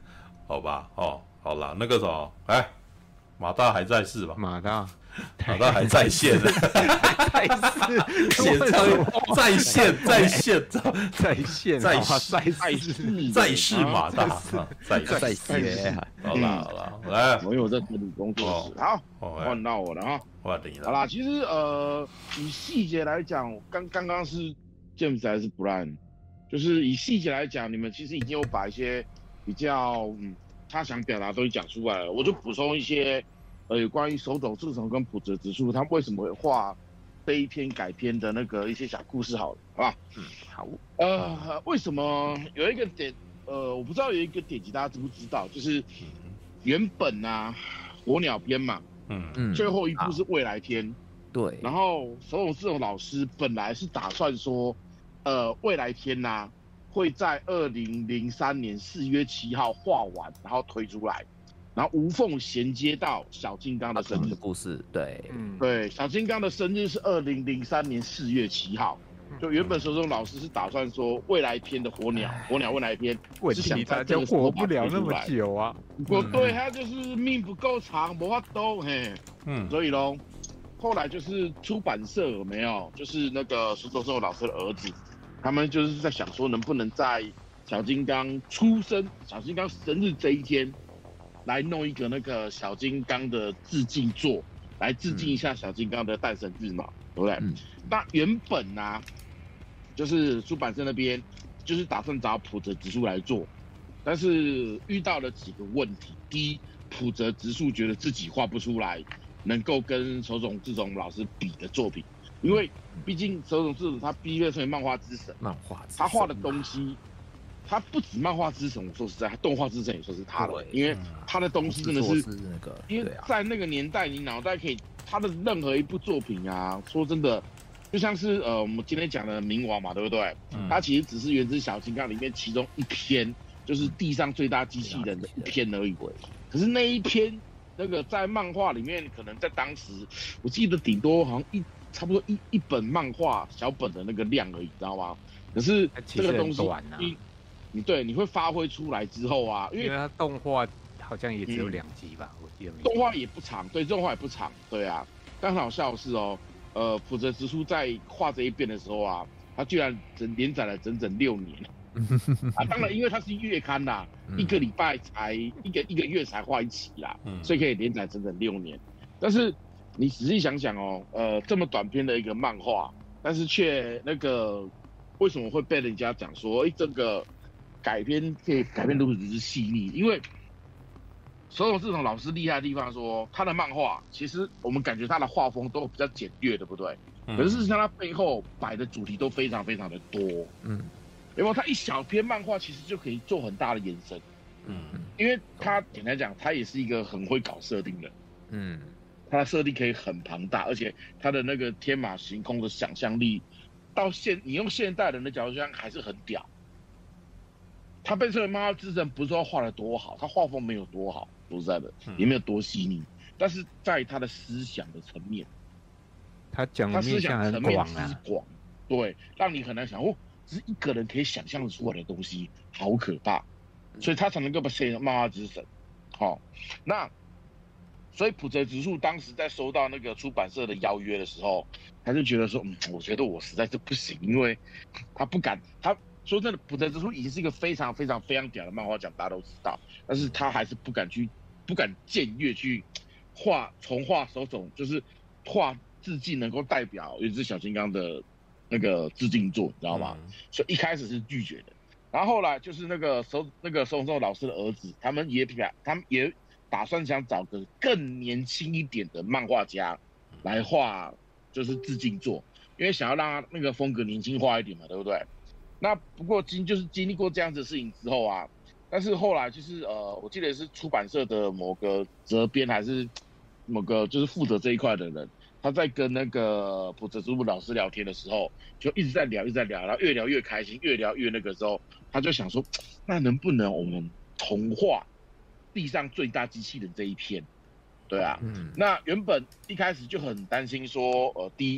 好吧，哦，好啦，那个什么，哎，马大还在世吧？ 马大， 马大还在线， 在世， 线在线在线在线在在世在世马大，在在线， 线， 好啦好啦，来， 我有在处理工作室，好，换到我了哈， 换你了。 好啦，其实呃，以细节来讲，刚刚刚是 James 还是 Brian， 就是以细节来讲，你们其实已经有把一些比较嗯他想表达的东西讲出来了，我就补充一些呃有关于手冢治虫跟浦泽直树他们为什么会画这一篇改编的那个一些小故事好了，好吧？ 嗯，好。 呃，为什么有一个点呃，我不知道有一个点击大家知不知道，就是原本啊火鸟篇嘛。 嗯嗯， 最后一部是未来篇， 对， 然后手冢治虫老师本来是打算说，呃，未来篇呐、啊、会在二零零三年四月七号画完，然后推出来，然后无缝衔接到小金刚的生日的故事，对， 嗯， 对，小金刚的生日是二零零三年四月七号。就原本手冢老师是打算说未来篇的火鸟，火鸟未来篇问是想题他就在这个时候活不了那么把它推出来久啊。 我对他就是命不够长，没法兜嘿。 嗯， 所以咯，后来就是出版社有没有，就是那个手冢治虫老师的儿子，他们就是在想说，能不能在小金刚出生、小金刚生日这一天，来弄一个那个小金刚的致敬作，来致敬一下小金刚的诞生日嘛，对不对？ 嗯那原本呢、啊，就是出版社那边就是打算找浦泽直树来做，但是遇到了几个问题。第一，浦泽直树觉得自己画不出来能够跟手冢治虫老师比的作品，因为毕竟手冢治虫他毕业成为漫画之神， 漫画之神他画的东西，他不止漫画之神，我说实在，他动画之神也算是他的， 对因为他的东西真的是， 是那个， 因为对啊， 在那个年代，你脑袋可以他的任何一部作品啊，说真的。就像是呃，我们今天讲的冥王嘛，对不对？ 嗯它其实只是原子小金刚里面其中一篇，就是地上最大机器人的一篇而已。可是那一篇，那个在漫画里面，可能在当时，我记得顶多好像一差不多一一本漫画小本的那个量而已，知道吗？可是这个东西， 啊、 你你对你会发挥出来之后啊，因为因为它动画好像也只有两集吧，嗯、我记得没。 动画也不长，对，动画也不长，对啊。但很好笑的是哦。呃，浦泽直树在画这一遍的时候啊，他居然整连载了整整六年啊！当然，因为它是月刊啦， 嗯、 一个礼拜才一个一个月才画一期啦， 嗯、 所以可以连载整整六年。但是你仔细想想哦，呃，这么短篇的一个漫画，但是却那个为什么会被人家讲说，哎，这个改编可以改编如此之细腻？因为手冢治虫老师厉害的地方说，他的漫画其实我们感觉他的画风都比较简略，对不对？嗯、可是事实上，他背后摆的主题都非常非常的多。嗯，因为他一小篇漫画其实就可以做很大的延伸。嗯，因为他简单讲，他也是一个很会搞设定的。嗯，他的设定可以很庞大，而且他的那个天马行空的想象力，到现你用现代人的角度讲还是很屌。他被称为漫画之神，不是说画的多好，他画风没有多好。说实在的，也没有多细腻，但是在他的思想的层面， 他讲他思想层面之啊， 广，对，让你很难想哦，只是一个人可以想象出来的东西，好可怕，所以他才能够被称为漫画之神。好、哦，那所以浦泽直树当时在收到那个出版社的邀约的时候，他就觉得说，嗯，我觉得我实在是不行，因为他不敢，他。说真的，浦泽直树已经是一个非常非常非常屌的漫画家，大家都知道，但是他还是不敢去，不敢僭越去画重画手冢，就是画致敬能够代表原子小金刚的那个致敬作，你知道吗？嗯、所以一开始是拒绝的，然后后来就是那个手那个手冢治虫老师的儿子，他们也他们也打算想找个更年轻一点的漫画家来画，就是致敬作，因为想要让他那个风格年轻化一点嘛，对不对？那不过经就是经历过这样子的事情之后啊，但是后来就是呃，我记得是出版社的某个责编还是某个就是负责这一块的人，他在跟那个浦泽直树老师聊天的时候，就一直在聊，一直在聊，然后越聊越开心，越聊越那个时候，他就想说，那能不能我们重画地上最大机器人这一篇？对啊，嗯、那原本一开始就很担心说，呃，第一，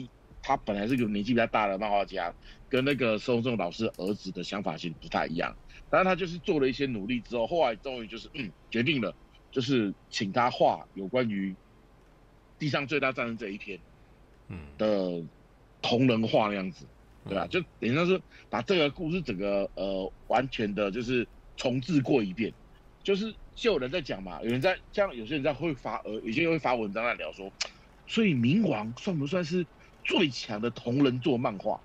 他本来是个年纪比较大的漫画家，跟那个松重老师儿子的想法其实不太一样。但是他就是做了一些努力之后，后来终于就是嗯决定了，就是请他画有关于地上最大战争这一篇的同人画那样子，对吧？就等于说是把这个故事整个呃完全的就是重置过一遍，就是就有人在讲嘛，有人在像有些人在会发呃有些人会发文章在聊说，所以冥王算不算是最强的同人作漫画？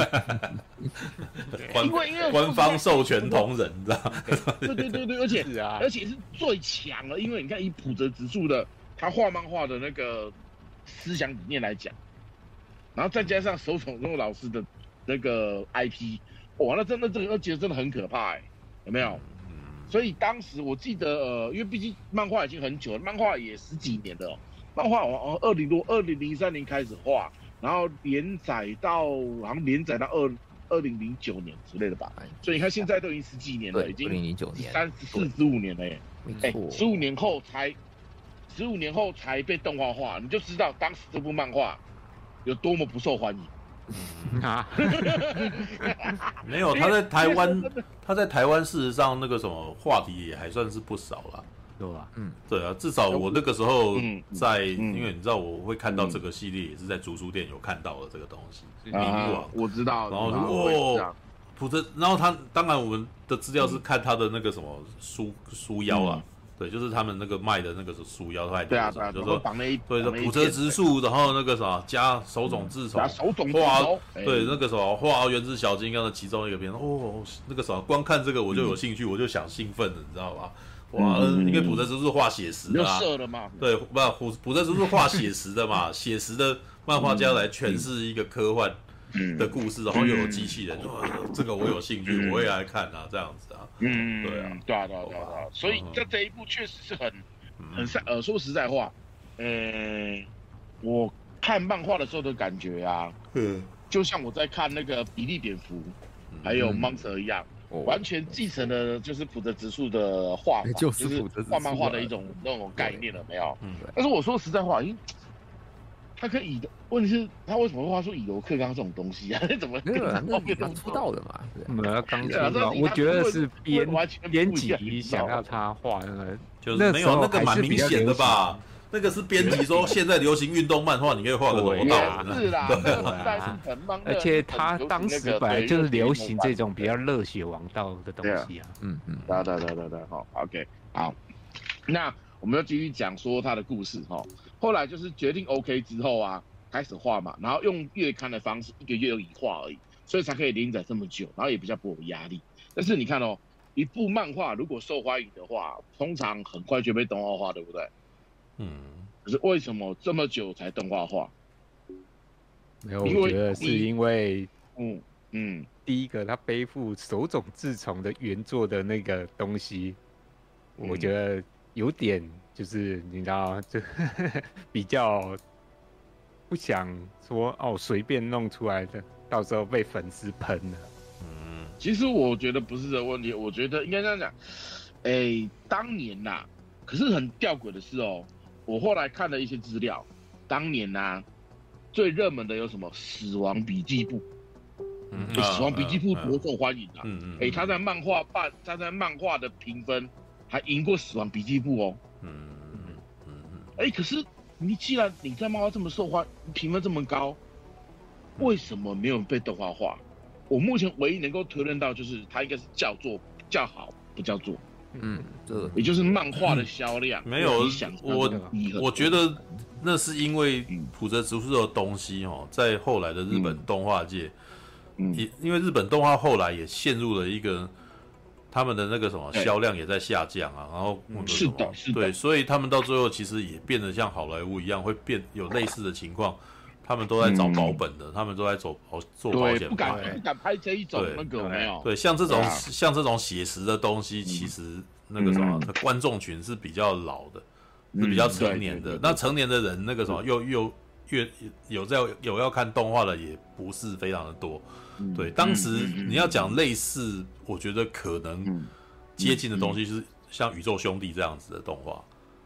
官因为因为官方授权同人，你知道？ 对对对对，而且是啊， 而且是最强了，因为你看以浦泽直树的他画漫画的那个思想理念来讲，然后再加上手冢治虫老师的那个 I P， 哇，那真的这个觉得真的很可怕哎、欸，有没有？所以当时我记得呃，因为毕竟漫画已经很久了，漫画也十几年了、哦，漫画我二零多二零零三年开始画，然后连载到好像连载到二二零零九年之类的吧，所以你看现在都已经十几年了，已经二零零九年三十四十五年了耶， 没错， 十五年后才十五年后才被动画化，你就知道当时这部漫画有多么不受欢迎。 啊， 没有，他在台湾，他在台湾事实上那个什么话题也还算是不少啦。 对吧？ 嗯， 对啊，至少我那个时候在， 嗯嗯、 因为你知道我会看到这个系列，也是在竹书店有看到的这个东西。 冥王、 啊， 我知道。 然后说哦，普泽，然后他当然我们的资料是看他的那个什么书书腰啊。嗯对，就是他们那个卖的那个是书腰，他还对啊， 就是说，对， 说浦泽直树，然后那个啥加手冢治虫， 手冢画，对，那个什么画原子小金刚的其中一个片，哦，那个什么，光看这个我就有兴趣，我就想兴奋了，你知道吧？哇，因为浦泽直树画写实的啊，对，不，浦浦泽直树画写实的嘛，写实的漫画家来诠释一个科幻的故事，然后又有机器人，哇，这个我有兴趣，我也来看啊，这样子啊。 嗯， 对啊， 对啊，对啊，对啊，所以在这一部确实是很很善呃，说实在话，呃，我看漫画的时候的感觉啊，嗯，就像我在看那个比利蝙蝠还有 Monster 一样，完全继承了就是浦泽直树的画法，就是画漫画的一种那种概念了，没有？嗯，但是我说实在话，因为他可以的，问题是他为什么会画出以柔克刚这种东西啊？怎么？ 没有啊，那刚出道的嘛， 没有刚出道。我觉得是编编辑想要他画那个， 就是没有那个蛮明显的吧？那个是编辑说现在流行运动漫画，你可以画个柔道。 是啦，对而且他当时本来就是流行这种比较热血王道的东西啊。 嗯嗯，对对对对对，好 ，OK， 好，那我们要继续讲说他的故事哈。后来就是决定 OK 之后啊，开始画嘛，然后用月刊的方式，一个月有一画而已，所以才可以连载这么久，然后也比较不有压力。但是你看哦，一部漫画如果受欢迎的话，通常很快就被动画化，对不对？嗯。可是为什么这么久才动画化？ 没有，我觉得是因为， 嗯嗯， 第一个他背负手冢治虫的原作的那个东西，我觉得有点。就是你知道，就比较不想说哦，随便弄出来的，到时候被粉丝喷了。 嗯，其实我觉得不是这个问题，我觉得应该这样讲。哎、欸，当年呐、啊，可是很吊诡的是哦，我后来看了一些资料，当年呐、啊，最热门的有什么《死亡笔记簿》？嗯，欸、死亡笔记簿》多受欢迎啊！嗯嗯，哎、欸，他在漫画办，他在漫画的评分还赢过《死亡笔记簿》哦。嗯嗯嗯嗯，哎，可是你既然你在漫画这么受欢迎，评分这么高，为什么没有被动画化？我目前唯一能够推论到就是它应该是叫做叫好，不叫做，嗯，这也就是漫画的销量、 嗯、没有。我我觉得那是因为浦泽直树的东西哦，在后来的日本动画界，嗯，也因为日本动画后来也陷入了一个。他们的那个什么销量也在下降啊，然后是的，是的， 对，所以他们到最后其实也变得像好莱坞一样，会变有类似的情况，他们都在找保本的，嗯、他们都在走做保险不敢不敢拍这一种那个没有， 对，像这种、啊、像这种写实的东西，其实那个什么、嗯、观众群是比较老的，是比较成年的，嗯、那成年的人那个什么又又越有在有要看动画的也不是非常的多。对，当时你要讲类似，我觉得可能接近的东西，就是像宇宙兄弟这样子的动画。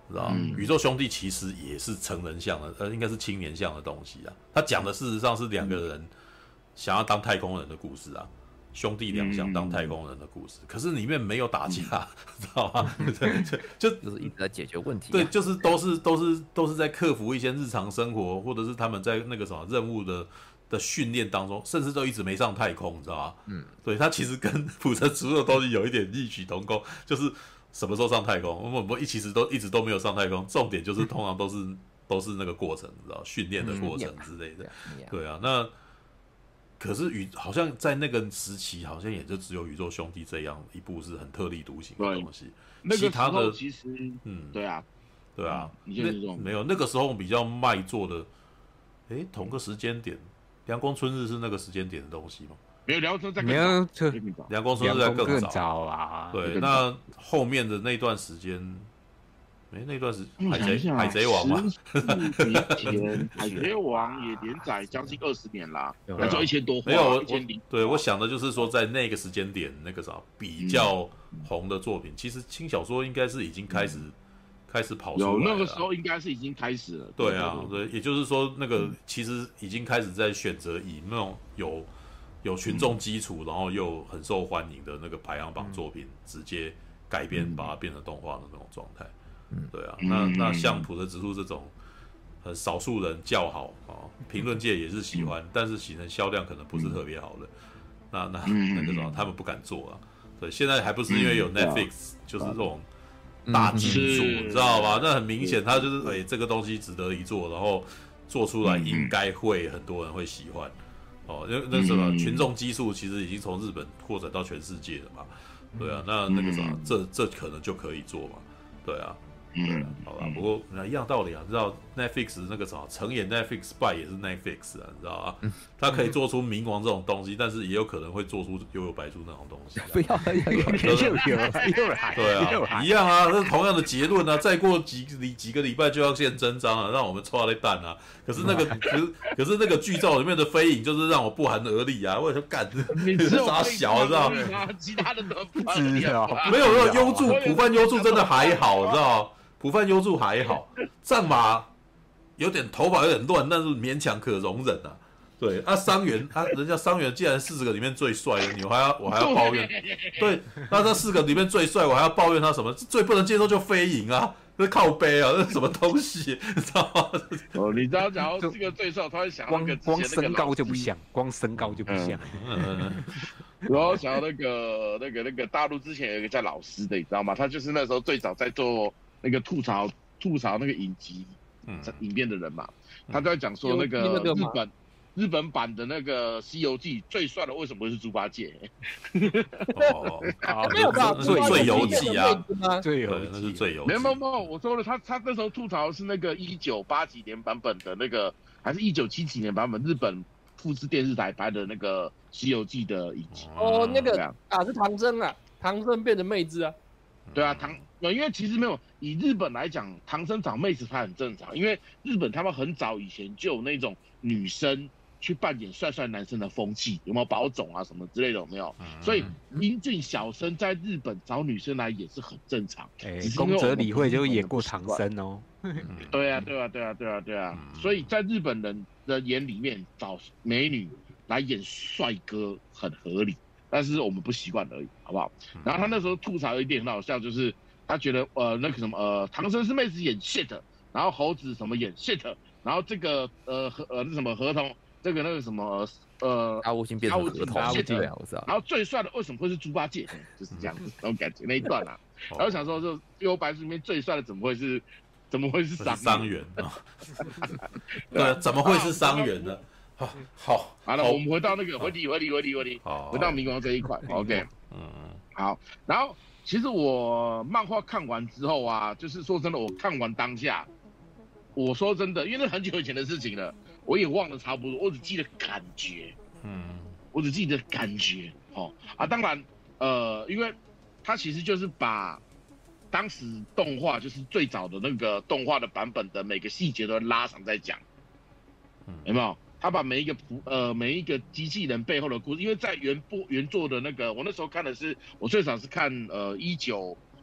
知道吗？嗯、宇宙兄弟其实也是成人向的，呃，应该是青年向的东西啊。他讲的事实上是两个人想要当太空人的故事啊，兄弟俩想当太空人的故事，嗯、可是里面没有打架，嗯、知道吗？就就是一直在解决问题、啊。 对，就是都是都是都是在克服一些日常生活，或者是他们在那个什么任务的。的训练当中，甚至都一直没上太空，你知道吗？嗯，对，他其实跟普泽直树的东西有一点异曲同工，就是什么时候上太空，我们一其实都一直都没有上太空，重点就是通常都是都是那个过程，你知道，训练的过程之类的。嗯、对啊，那可是宇好像在那个时期，好像也就只有宇宙兄弟这样一部是很特立独行的东西。 那个时候其实，嗯，对啊， 对啊， 你就是这种没有那个时候比较卖座的，哎，同个时间点。凉宫春日是那个时间点的东西吗？ 没有，凉宫春日在更早。 凉宫春日在更早, 更早啊。 对，那后面的那段时间，哎，那段时海贼海贼王嘛， 年前海贼王也连载将近二十年啦，那就一千多话。 没有，我对我想的就是说，在那个时间点，那个啥比较红的作品，嗯、其实轻小说应该是已经开始。嗯开始跑出来了， 有那个时候应该是已经开始了。 对啊，对，也就是说，那个其实已经开始在选择以那种有有群众基础，然后又很受欢迎的那个排行榜作品，直接改编把它变成动画的那种状态。对啊，那那像普泽直树这种，很少数人叫好啊，评论界也是喜欢，但是喜人销量可能不是特别好的。那那那个什么，他们不敢做啊。对，现在还不是因为有 Netflix，就是这种。大金主，你知道吧？那很明显，他就是哎、欸，这个东西值得一做，然后做出来应该会很多人会喜欢哦。因为那什么群众基数其实已经从日本扩展到全世界了嘛，对啊，那那个啥，这这可能就可以做嘛，对啊，对啊，好吧。不过那一样道理啊，你知道 Netflix 那个啥，成也 Netflix 败也是 Netflix 啊，你知道啊？他可以做出冥王这种东西，但是也有可能会做出幽游白书那种东西、啊。 不要，又有又来， 对啊，一样啊，这是同样的结论啊。再过几几个礼拜就要现真章了，让我们戳在蛋啊。可是那个，可是可是那个剧照里面的飞影，就是让我不寒而栗啊！我就干， 你只有傻小，知道吗？ 其他的都不知道。 没有没有优助，浦饭优助真的还好，知道吗？浦饭优助还好，战马有点头发有点乱，但是勉强可容忍啊。对啊，伤员啊，人家伤员既然四十个里面最帅的，你还要我还要抱怨？对，那这四个里面最帅，我还要抱怨他什么？最不能接受就飞影啊，这靠背啊，这是什么东西？你知道吗？ 哦，你知道，假如这个最帅，突然想光光身高就不像，光身高就不像。 嗯，然后想要那个那个那个大陆之前有一个叫老师的，你知道吗？他就是那时候最早在做那个吐槽吐槽那个影集、嗯、影片的人嘛，他就在讲说那个日本。日本版的那个《西游记》最帅的为什么会是猪八戒？ 哦，没有吧？最最游记啊， 最游那是最游记。 没有没有没有，我说了，他他那时候吐槽是那个一九八几年版本的那个，还是一九七几年版本日本富士电视台拍的那个《西游记》的影集。 哦，那个啊是唐僧啊，唐僧变成妹子啊。 对啊，唐，因为其实没有以日本来讲，唐僧找妹子拍很正常，因为日本他们很早以前就有那种女生。去扮演帅帅男生的风气，有没有保种啊什么之类的有没有？嗯、所以英俊小生在日本找女生来也是很正常。 哎、欸，宫泽理惠就演过唐僧哦。 对啊，对啊，对啊，对啊，对啊。嗯、所以在日本人的眼里面，找美女来演帅哥很合理，但是我们不习惯而已，好不好？然后他那时候吐槽一点很好笑，就是他觉得呃那个什么呃唐僧是妹子演 shit， 然后猴子什么演 shit， 然后这个呃呃那什么合同。这个那个什么呃， 阿乌星变成合同，对啊，我知道。 然后最帅的为什么会是猪八戒？就是这样子那种感觉那一段啊。然后想说，就《幽游白书》里面最帅的怎么会是怎么会是伤伤员啊？对，怎么会是伤员呢？好，好， 好了，我们回到那个回题回题回题回题，回到冥王这一块 ，OK， 嗯，好。然后其实我漫画看完之后啊，就是说真的，我看完当下，我说真的，因为那很久以前的事情了。我也忘了差不多，我只记得感觉，嗯，我只记得感觉，哦啊，当然，呃，因为它其实就是把当时动画就是最早的那个动画的版本的每个细节都拉长在讲，有没有？他把每一个呃每一个机器人背后的故事，因为在原播原作的那个，我那时候看的是，我最少是看呃一九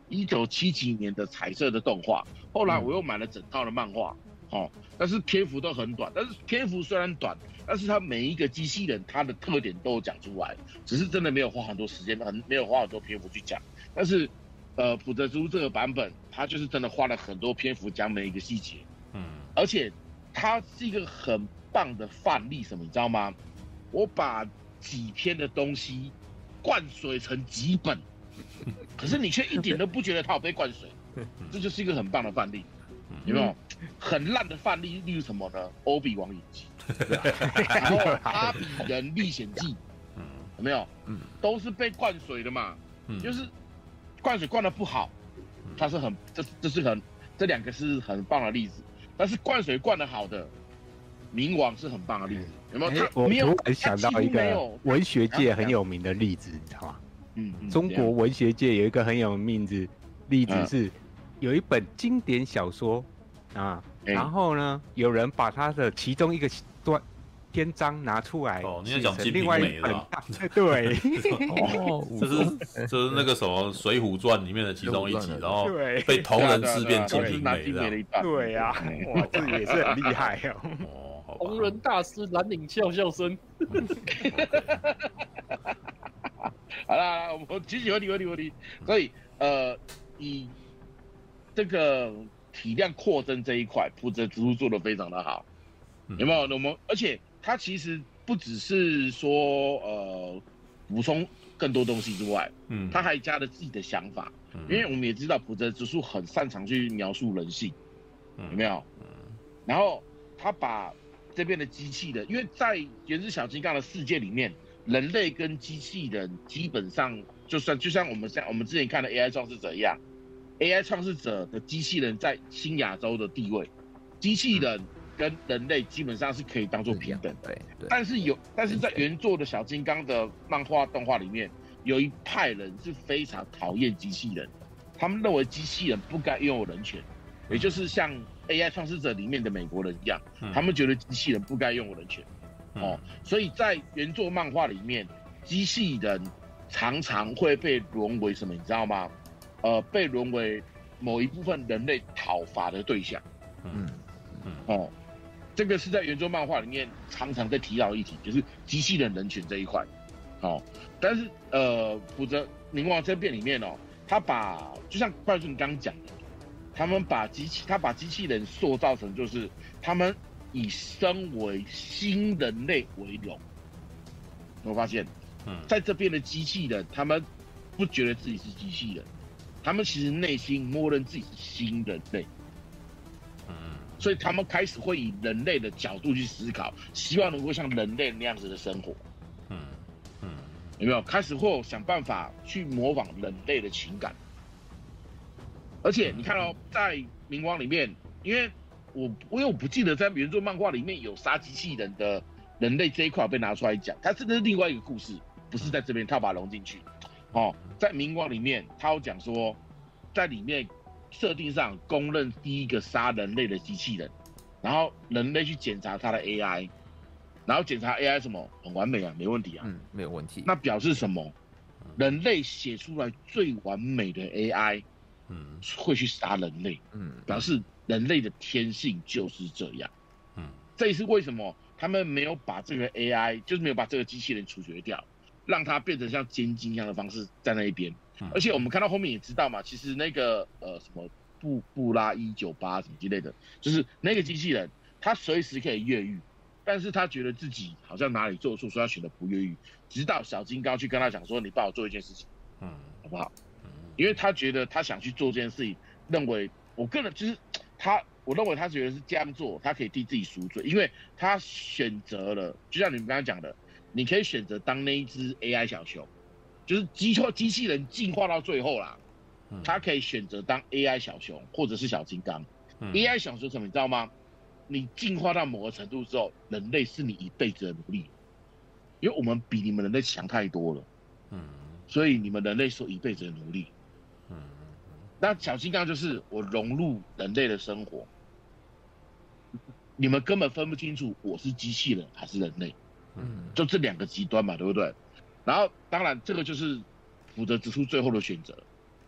一九七几年的彩色的动画，后来我又买了整套的漫画，哦，但是篇幅都很短，但是篇幅虽然短，但是它每一个机器人它的特点都有讲出来，只是真的没有花很多时间，很没有花很多篇幅去讲，但是。呃，普泽之路这个版本，它就是真的花了很多篇幅讲每一个细节，嗯，而且它是一个很棒的范例，什么你知道吗？我把几篇的东西灌水成几本，可是你却一点都不觉得它有被灌水，这就是一个很棒的范例，有没有？很烂的范例，例如什么呢？欧比王演技，然后阿比人历险记，有没有？都是被灌水的嘛，就是。灌水灌的不好，它是很这这是很这两个是很棒的例子，但是灌水灌的好的，冥王是很棒的例子，有没有？他我没有突然想到一个文学界很有名的例子，你知道吗？嗯，中国文学界有一个很有名的例子是，有一本经典小说啊，然后呢，有人把它的其中一个段。篇章拿出来， 哦，你在讲《金瓶梅》是吧？ 对， 哦，这是这是那个什么《水浒传》里面的其中一集，然后被同人事变金瓶梅的。 对呀，哇，这也是很厉害哦。哦，同人大师蓝领笑笑声。 好啦，我们继续合理合理合理。所以呃，以这个体量扩增这一块，普泽直树做得非常的好，有没有？我们而且。它其实不只是说呃补充更多东西之外，嗯，它还加了自己的想法，嗯、因为我们也知道普泽直树很擅长去描述人性，嗯、有没有？嗯、然后他把这边的机器人，因为在原子小金刚的世界里面，人类跟机器人基本上就算就像我们像我们之前看的 A I 创世者一样 ，A I 创世者的机器人在新亚洲的地位，机器人。嗯跟人类基本上是可以当做平等的，但是有，但是在原作的小金刚的漫画动画里面，有一派人是非常讨厌机器人，他们认为机器人不该拥有人权，也就是像 A I 创世者里面的美国人一样，他们觉得机器人不该拥有人权，哦，所以在原作漫画里面，机器人常常会被沦为什么，你知道吗？呃，被沦为某一部分人类讨伐的对象，嗯嗯哦。这个是在原作漫画里面常常在提到的议题，就是机器人人权这一块，哦，但是呃，普泽冥王争辩里面哦，他把就像怪叔你刚刚讲的，他们把机器，他把机器人塑造成就是他们以身为新人类为荣，我发现，嗯，在这边的机器人，他们不觉得自己是机器人，他们其实内心默认自己是新人类。所以他们开始会以人类的角度去思考，希望能够像人类那样子的生活，嗯嗯，有没有？开始会想办法去模仿人类的情感，而且你看哦，在冥王里面，因为我因为我不记得在原作漫画里面有杀机器人的人类这一块被拿出来讲，它这是另外一个故事，不是在这边，他把它融进去。哦，在冥王里面，他有讲说，在里面。设定上公认第一个杀人类的机器人，然后人类去检查它的 A I， 然后检查 A I 什么很完美啊，没问题啊， 嗯，没有问题。 那表示什么？人类写出来最完美的 A I， 嗯，会去杀人类，嗯，表示人类的天性就是这样，嗯，这也是为什么他们没有把这个 A I， 就是没有把这个机器人处决掉，让它变成像监禁一样的方式在那一边。而且我们看到后面也知道嘛，其实那个呃什么布布拉一九八什么之类的，就是那个机器人，他随时可以越狱，但是他觉得自己好像哪里做错，所以他选择不越狱，直到小金刚去跟他讲说，你帮我做一件事情，嗯，好不好？因为他觉得他想去做这件事情，认为我个人就是他，我认为他觉得是这样做，他可以替自己赎罪，因为他选择了，就像你们刚刚讲的，你可以选择当那一只 A I 小熊。就是机机器人进化到最后啦，嗯、它可以选择当 A I 小熊或者是小金刚。嗯、A I 小熊什么你知道吗？你进化到某个程度之后，人类是你一辈子的奴隶，因为我们比你们人类强太多了。嗯，所以你们人类是一辈子的奴隶。嗯，那小金刚就是我融入人类的生活，你们根本分不清楚我是机器人还是人类。嗯，就这两个极端嘛，对不对？然后，当然，这个就是福泽直树最后的选择，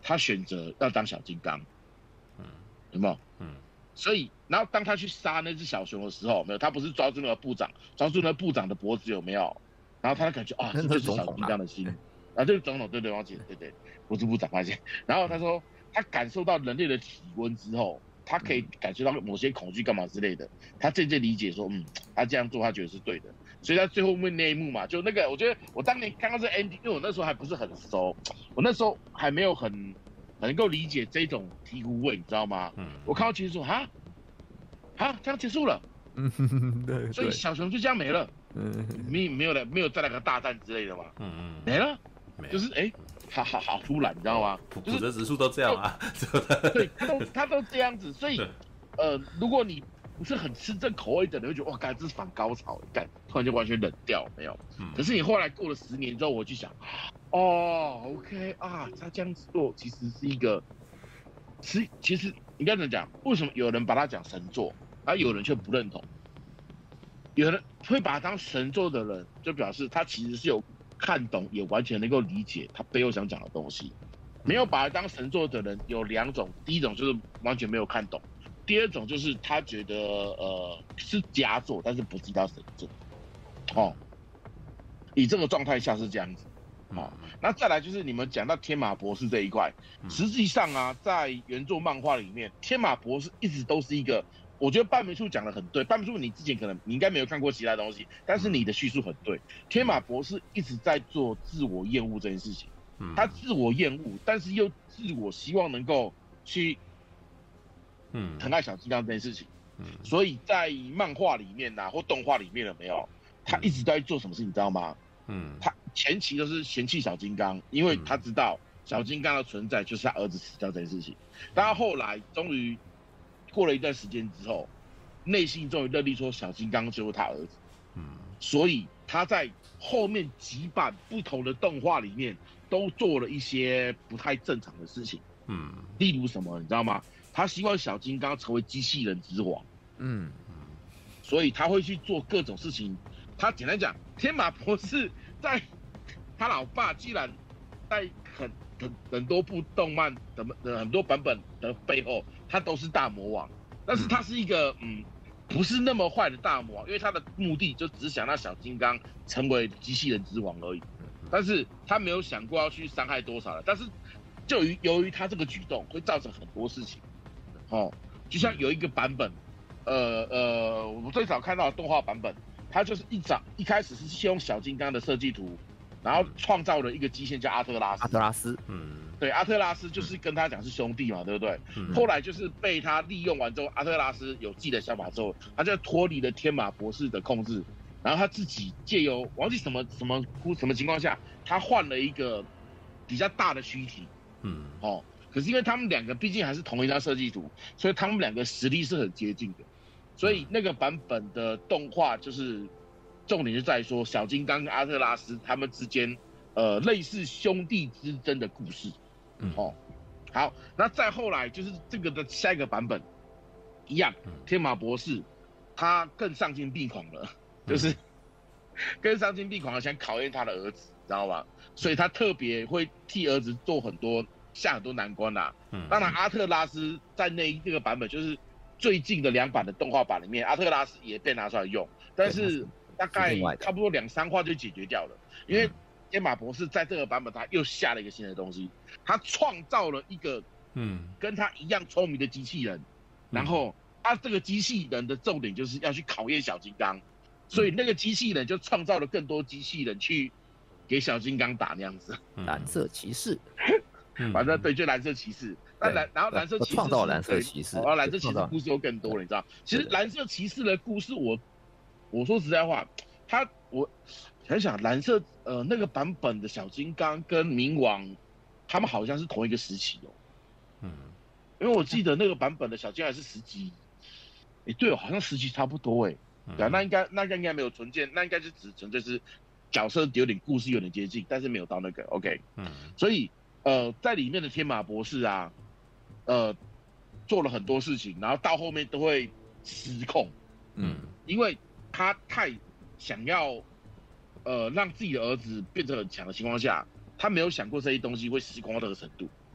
他选择要当小金刚，嗯，有没有？嗯，所以然后当他去杀那只小熊的时候，没有，他不是抓住那个部长，抓住那个部长的脖子有没有？然后他的感觉啊，这就是小金刚的心啊，这是总统，对对，忘记，对对，不是部长，发现。然后他说，他感受到人类的体温之后，他可以感受到某些恐惧干嘛之类的，他渐渐理解说，嗯，他这样做他觉得是对的。所以在最后面那一幕嘛，就那个，我觉得我当年看到这 ending， 因为我那时候还不是很熟，我那时候还没有很很能够理解这种醍醐味，你知道吗？嗯，我看到结束说，哈，哈，这样结束了，嗯，对，所以小熊就这样没了，嗯，没没有了，没有再来个大战之类的嘛，嗯嗯，没了，就是哎，好好好突然，你知道吗？ 普普泽直树都这样啊， 对，他都他都这样子，所以呃，如果你不是很吃这口味的人，会觉得哇，干这是反高潮，干突然就完全冷掉，没有。嗯、可是你后来过了十年之后，我去想，哦 ，OK 啊，他这样子做其实是一个，其其实应该怎么讲？为什么有人把它讲神作，而有人却不认同？有人会把它当神作的人，就表示他其实是有看懂，也完全能够理解他背后想讲的东西。没有把它当神作的人有两种，第一种就是完全没有看懂。第二种就是他觉得呃是佳作，但是不是叫神作，哦，以这个状态下是这样子，哦，那再来就是你们讲到天马博士这一块，实际上啊，在原作漫画里面，天马博士一直都是一个，我觉得半明树讲的很对，半明树你之前可能你应该没有看过其他东西，但是你的叙述很对，天马博士一直在做自我厌恶这件事情，他自我厌恶，但是又自我希望能够去。嗯，疼爱小金刚这件事情，嗯，所以在漫画里面呐、啊，或动画里面了没有，他一直都在做什么事，你知道吗？嗯，他前期都是嫌弃小金刚，因为他知道小金刚的存在就是他儿子死掉这件事情。但他后来终于过了一段时间之后，内心终于认定说小金刚就是他儿子，嗯，所以他在后面几版不同的动画里面都做了一些不太正常的事情，嗯，例如什么，你知道吗？他希望小金刚成为机器人之王，嗯，所以他会去做各种事情。他简单讲，天马博士在他老爸既然在很很很多部动漫的很多版本的背后，他都是大魔王，但是他是一个嗯不是那么坏的大魔王，因为他的目的就只是想让小金刚成为机器人之王而已，但是他没有想过要去伤害多少人，但是就于由于他这个举动会造成很多事情。哦，就像有一个版本，呃呃，我最早看到的动画版本，它就是一早一开始是先用小金刚的设计图，然后创造了一个机械叫阿特拉斯。 阿特拉斯，嗯， 对，阿特拉斯就是跟他讲是兄弟嘛，对不对？嗯、后来就是被他利用完之后，阿特拉斯有自己的想法之后，他就脱离了天马博士的控制，然后他自己借由忘记什么什么什么情况下，他换了一个比较大的躯体，嗯，哦。可是因为他们两个毕竟还是同一张设计图，所以他们两个实力是很接近的，所以那个版本的动画就是重点就在说小金刚跟阿特拉斯他们之间呃类似兄弟之争的故事，嗯哦，好，那再后来就是这个的下一个版本一样，天马博士他更丧心病狂了，就是更丧心病狂的想考验他的儿子，知道吗？所以他特别会替儿子做很多。下很多难关啦、啊，当然阿特拉斯在那那个版本就是最近的两版的动画版里面，阿特拉斯也被拿出来用，但是大概差不多两三话就解决掉了，因为天马博士在这个版本他又下了一个新的东西，他创造了一个嗯跟他一样聪明的机器人，然后他这个机器人的重点就是要去考验小金刚，所以那个机器人就创造了更多机器人去给小金刚打那样子， 蓝色骑士。 反正对，就蓝色骑士，那蓝然后蓝色骑士创造蓝色骑士， 然后蓝色骑士故事又更多了，你知道？其实蓝色骑士的故事我，我我说实在话，他我想想蓝色呃那个版本的小金刚跟冥王，他们好像是同一个时期哦，嗯，因为我记得那个版本的小金刚是十级，哎、欸、对哦，好像时期差不多哎，对啊，那应该那应该没有纯建，那应该是只纯粹是角色有点故事有点接近，但是没有到那个 OK， 嗯，所以。呃，在里面的天马博士啊，呃，做了很多事情，然后到后面都会失控，嗯，因为他太想要，呃，让自己的儿子变成很强的情况下，他没有想过这些东西会失控到这个程度，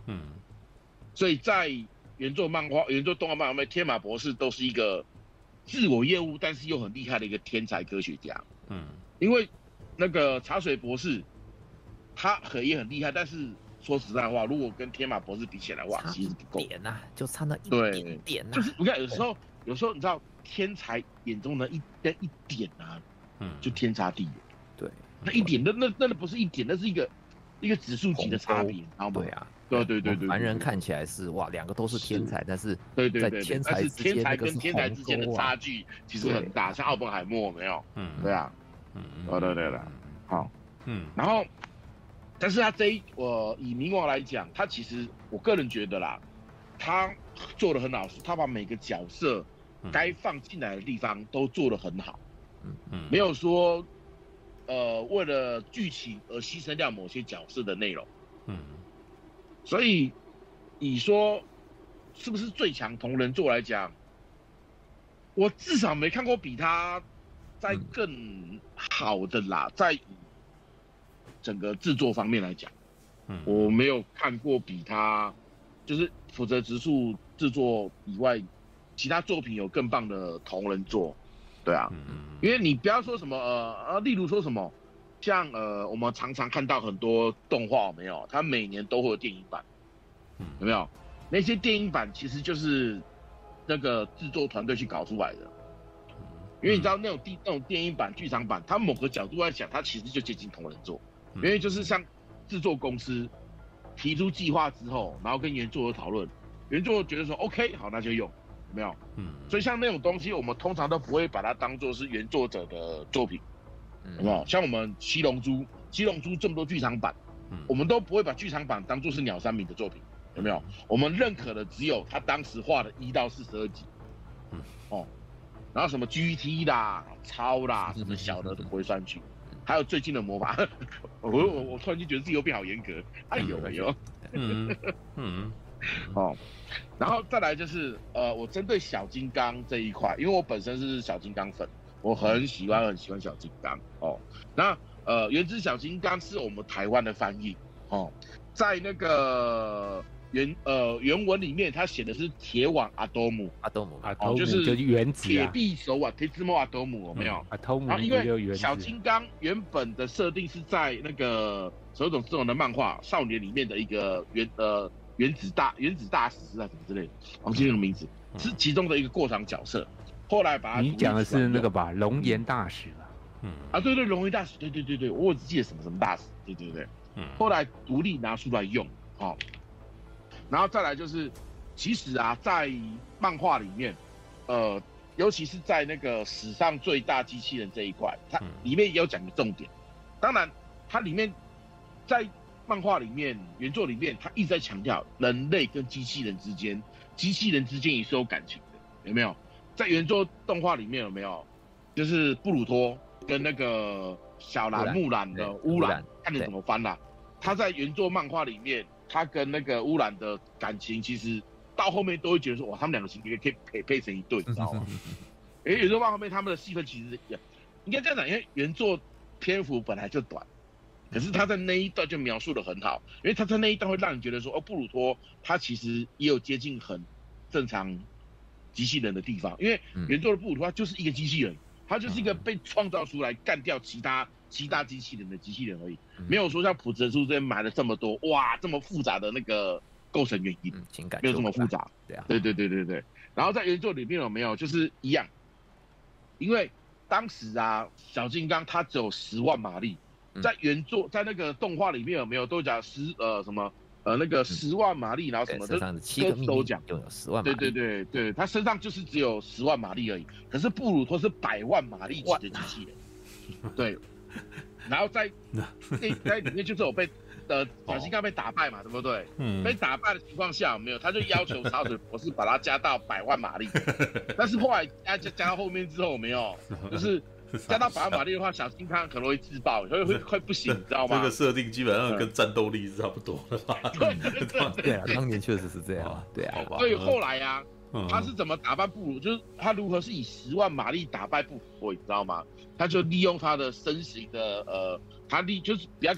嗯， 所以在原作漫画、原作动画漫画里面，天马博士都是一个自我厌恶，但是又很厉害的一个天才科学家。 嗯， 因为那个茶水博士，他很也很厉害，但是说实在话，如果跟天马博士比起来的话，其实不够。 点呐、啊，就差那一对点点呐、啊。 就是你看，有时候有时候你知道，天才眼中的一那一点啊，嗯，就天差地远。 对， 那一点，那那那不是一点，那是一个一个指数级的差别，你知道吗？ 对啊。 对对对对， 凡人看起来是哇，两个都是天才，但是对对对， 在天才之间， 天才跟天才之间的差距其实很大，像奥本海默没有？嗯，对啊，嗯，对对对对，好，嗯，然后，但是他这一我以冥王来讲，他其实我个人觉得啦，他做的很好，是他把每个角色该放进来的地方都做得很好，嗯嗯，没有说呃为了剧情而牺牲掉某些角色的内容，嗯。所以，以说是不是最强同人作来讲，我至少没看过比他在更好的啦，在整个制作方面来讲，嗯，我没有看过比他就是负责直树制作以外，其他作品有更棒的同人作，对啊，因为你不要说什么呃，例如说什么。像呃，我们常常看到很多动画，有没有？它每年都会有电影版，有没有？那些电影版其实就是那个制作团队去搞出来的，因为你知道那种电那种电影版、剧场版，它某个角度来讲，它其实就接近同人作，因为就是像制作公司提出计划之后，然后跟原作有讨论，原作觉得说 OK 好，那就用，有没有？嗯，所以像那种东西，我们通常都不会把它当做是原作者的作品。有没有像我们七龙珠，七龙珠这么多剧场版，嗯、我们都不会把剧场版当作是鸟山明的作品，有没有？我们认可的只有他当时画的一到四十二集，嗯，哦，然后什么 G T 啦、超啦，什么小的都不会算去，还有最近的魔法，我我我突然就觉得自己又变好严格，哎呦哎呦，嗯嗯，哦，然后再来就是呃，我针对小金刚这一块，因为我本身是小金刚粉。我很喜欢很喜欢小金刚哦，那呃，原之小金刚是我们台湾的翻译哦，在那个原呃原文里面，他写的是铁腕阿多姆， 阿多姆， 阿多姆就是原子铁臂手腕，铁之莫阿多姆有没有？ 阿多姆， 然后因为小金刚原本的设定是在那个手冢治虫的漫画《少年》里面的一个原呃原子大原子大使啊什么之类的，忘记那个名字，是其中的一个过场角色。后来把它你讲的是那个吧，龙岩大使吧？ 嗯啊，对对，龙岩大使，对对对对，我只记得什么什么大使，对对对。嗯。后来独立拿出来用，哦。然后再来就是，其实啊，在漫画里面，呃，尤其是在那个史上最大机器人这一块，它里面也有讲个重点。当然，它里面在漫画里面原作里面，它一直在强调人类跟机器人之间，机器人之间也是有感情的，有没有？在原作动画里面有没有，就是布鲁托跟那个小兰木兰的乌兰，看你怎么翻啦、啊。他在原作漫画里面，他跟那个乌兰的感情，其实到后面都会觉得说，哇，他们两个情节可以配配成一对，你知道吗？因为原作漫画后面他们的戏份其实也应该这样讲，因为原作篇幅本来就短，可是他在那一段就描述的很好，因为他在那一段会让你觉得说，哦，布鲁托他其实也有接近很正常。机器人的地方，因为原作的布鲁托他就是一个机器人，他就是一个被创造出来干掉其他其他机器人的机器人而已，没有说像普泽书这边埋了这么多哇这么复杂的那个构成原因， 情感没有这么复杂， 对啊， 对对对对对。然后在原作里面有没有就是一样，因为当时啊小金刚它只有十万马力，在原作在那个动画里面有没有都讲十呃什么？呃，那个十万马力，然后什么的都都讲， 拥有十万马力。 对对对对，他身上就是只有十万马力而已。可是布鲁托是百万马力级的机器人，对。然后在那在里面就是有被呃小金刚被打败嘛，对不对？嗯。被打败的情况下，有没有他就要求茶水博士把它加到百万马力，但是后来加加加到后面之后，没有，就是。加到百万马力的话，小金刚可能会自爆，会会快不行，你知道吗？ 这个设定基本上跟战斗力是差不多的吧？ 对对对对啊，当年确实是这样，对啊。 所以后来啊，他是怎么打败布鲁？就是他如何是以十万马力打败布鲁托，你知道吗？他就利用他的身形的呃，他利就是不要看他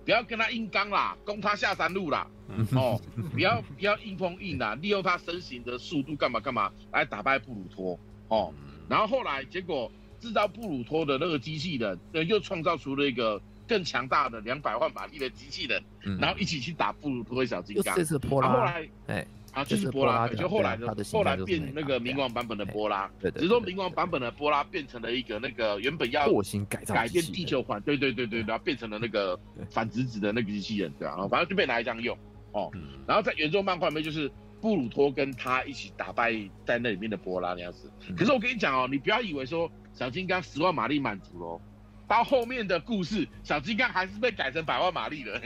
不要跟他硬刚啦，攻他下山路啦，哦，不要不要硬碰硬啦，利用他身形的速度干嘛干嘛来打败布鲁托，哦，然后后来结果制造布鲁托的那个机器人，又创造出了一个更强大的两百万马力的机器人， 嗯、 然后一起去打布鲁托和小金刚， 这是波拉， 然后后来， 哎。 啊，就是波拉，就后来的后来变那个冥王版本的波拉， 对对， 只是说冥王版本的波拉变成了一个那个原本要破新改造改变地球环，对对对对，然后变成了那个反直子的那个机器人，对啊，反正就被拿来这样用哦。然后在原作漫画里面，就是布鲁托跟他一起打败在那里面的波拉那样子。可是我跟你讲哦，你不要以为说小金刚十万马力满足喽，到后面的故事，小金刚还是被改成百万马力了，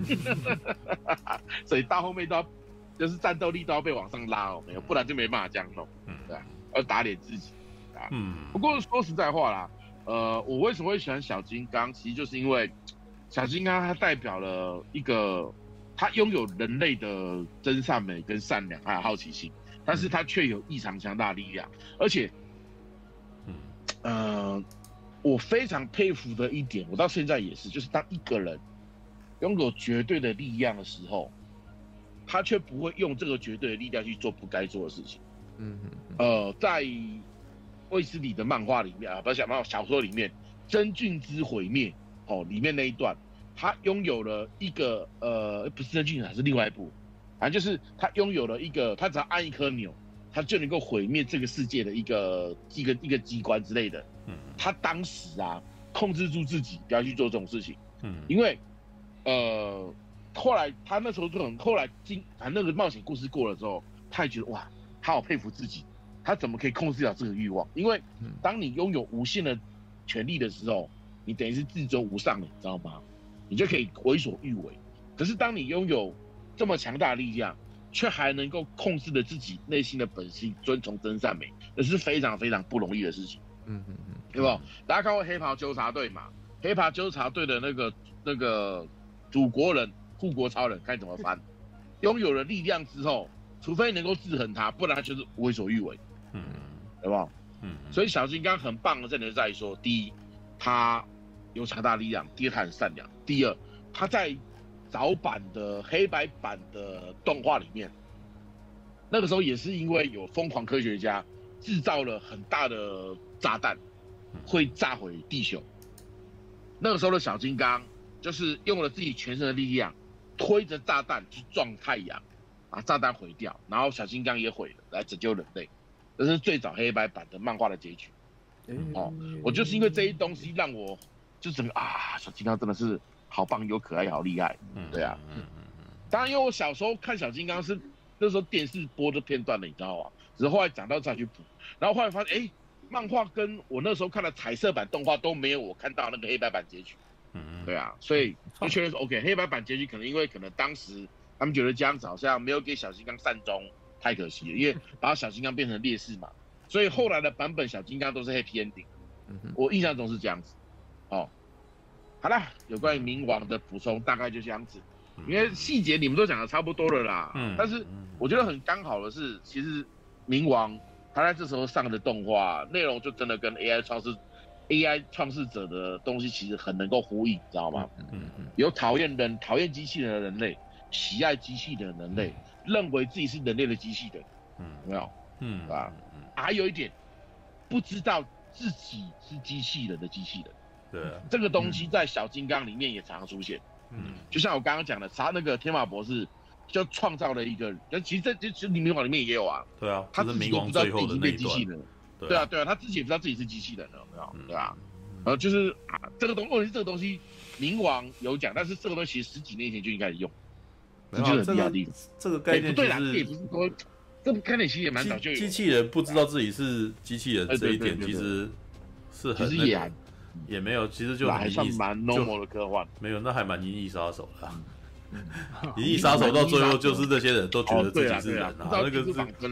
所以到后面都要。就是战斗力都要被往上拉哦，没有，不然就没办法这样弄，对啊，要打脸自己，啊，嗯。不过说实在话啦，呃，我为什么会喜欢小金刚，其实就是因为小金刚它代表了一个，它拥有人类的真善美跟善良还有好奇心，但是它却有异常强大的力量，而且，嗯，呃，我非常佩服的一点，我到现在也是，就是当一个人拥有绝对的力量的时候。他却不会用这个绝对的力量去做不该做的事情。嗯嗯。呃，在卫斯理的漫画里面啊，不是小漫画小说里面，《真菌之毁灭》哦，里面那一段，他拥有了一个呃，不是真菌，还是另外一部，反正就是他拥有了一个，他只要按一颗钮，他就能够毁灭这个世界的一个一个一个机关之类的。嗯。他当时啊，控制住自己不要去做这种事情。嗯。因为，呃。后来他那时候就很，后来经反正那个冒险故事过了之后，他也觉得哇，他好佩服自己，他怎么可以控制了这个欲望？因为当你拥有无限的权利的时候，你等于是自尊无上的，你知道吗？你就可以为所欲为。可是当你拥有这么强大的力量，却还能够控制着自己内心的本性，遵从真善美，那是非常非常不容易的事情。嗯嗯嗯，对不？大家看过黑袍纠察队嘛？黑袍纠察队的那个那个祖国人。护国超人该怎么翻？拥有了力量之后，除非能够制衡他，不然他就是为所欲为，嗯，对吧？嗯，所以小金刚很棒的，真的在于说，第一，他有强大力量；第二，他很善良；第二，他在早版的黑白版的动画里面，那个时候也是因为有疯狂科学家制造了很大的炸弹，会炸毁地球。那个时候的小金刚就是用了自己全身的力量。推着炸弹去撞太阳，把炸弹毁掉，然后小金刚也毁了，来拯救人类。这是最早黑白版的漫画的结局。哦，我就是因为这些东西让我就整个啊，小金刚真的是好棒又可爱，好厉害。对啊，当然因为我小时候看小金刚是那时候电视播的片段的，你知道吗？只是后来长大再去补，然后后来发现，哎，漫画跟我那时候看的彩色版动画都没有我看到那个黑白版结局。对啊，所以就确认说 ，OK， 黑白版结局可能因为可能当时他们觉得这样子好像没有给小金刚善终，太可惜了，因为把小金刚变成烈士嘛，所以后来的版本小金刚都是 happy ending， 我印象中是这样子。哦，好啦，有关于冥王的补充大概就这样子，因为细节你们都讲的差不多了啦。嗯，但是我觉得很刚好的是，其实冥王他在这时候上的动画内容就真的跟 A I 创世。A I 创世者的东西其实很能够呼应，你知道吗？嗯嗯，有讨厌人、讨厌机器人的人类，喜爱机器人的人类，认为自己是人类的机器人，嗯，有没有？嗯，对吧？嗯，还有一点，不知道自己是机器人的机器人，对，这个东西在小金刚里面也常常出现。嗯，就像我刚刚讲的，他那个天马博士就创造了一个，其实这其实冥王里面也有啊，对啊，他自己都不知道自己已经变机器人了。对啊，对啊，他自己也不知道自己是机器人了，有没有？对啊，呃，就是啊，这个东问题是这个东西，冥王有讲，但是这个东西十几年前就应该用，这就是很厉害的地方。这个概念不对啦，也不是说这个概念其实也蛮早就有。机器人不知道自己是机器人这一点，其实是很其实也也没有，其实就还算蛮 normal 的科幻。没有，那还蛮银翼杀手的。银翼杀手到最后就是那些人都觉得自己是人啊，那个是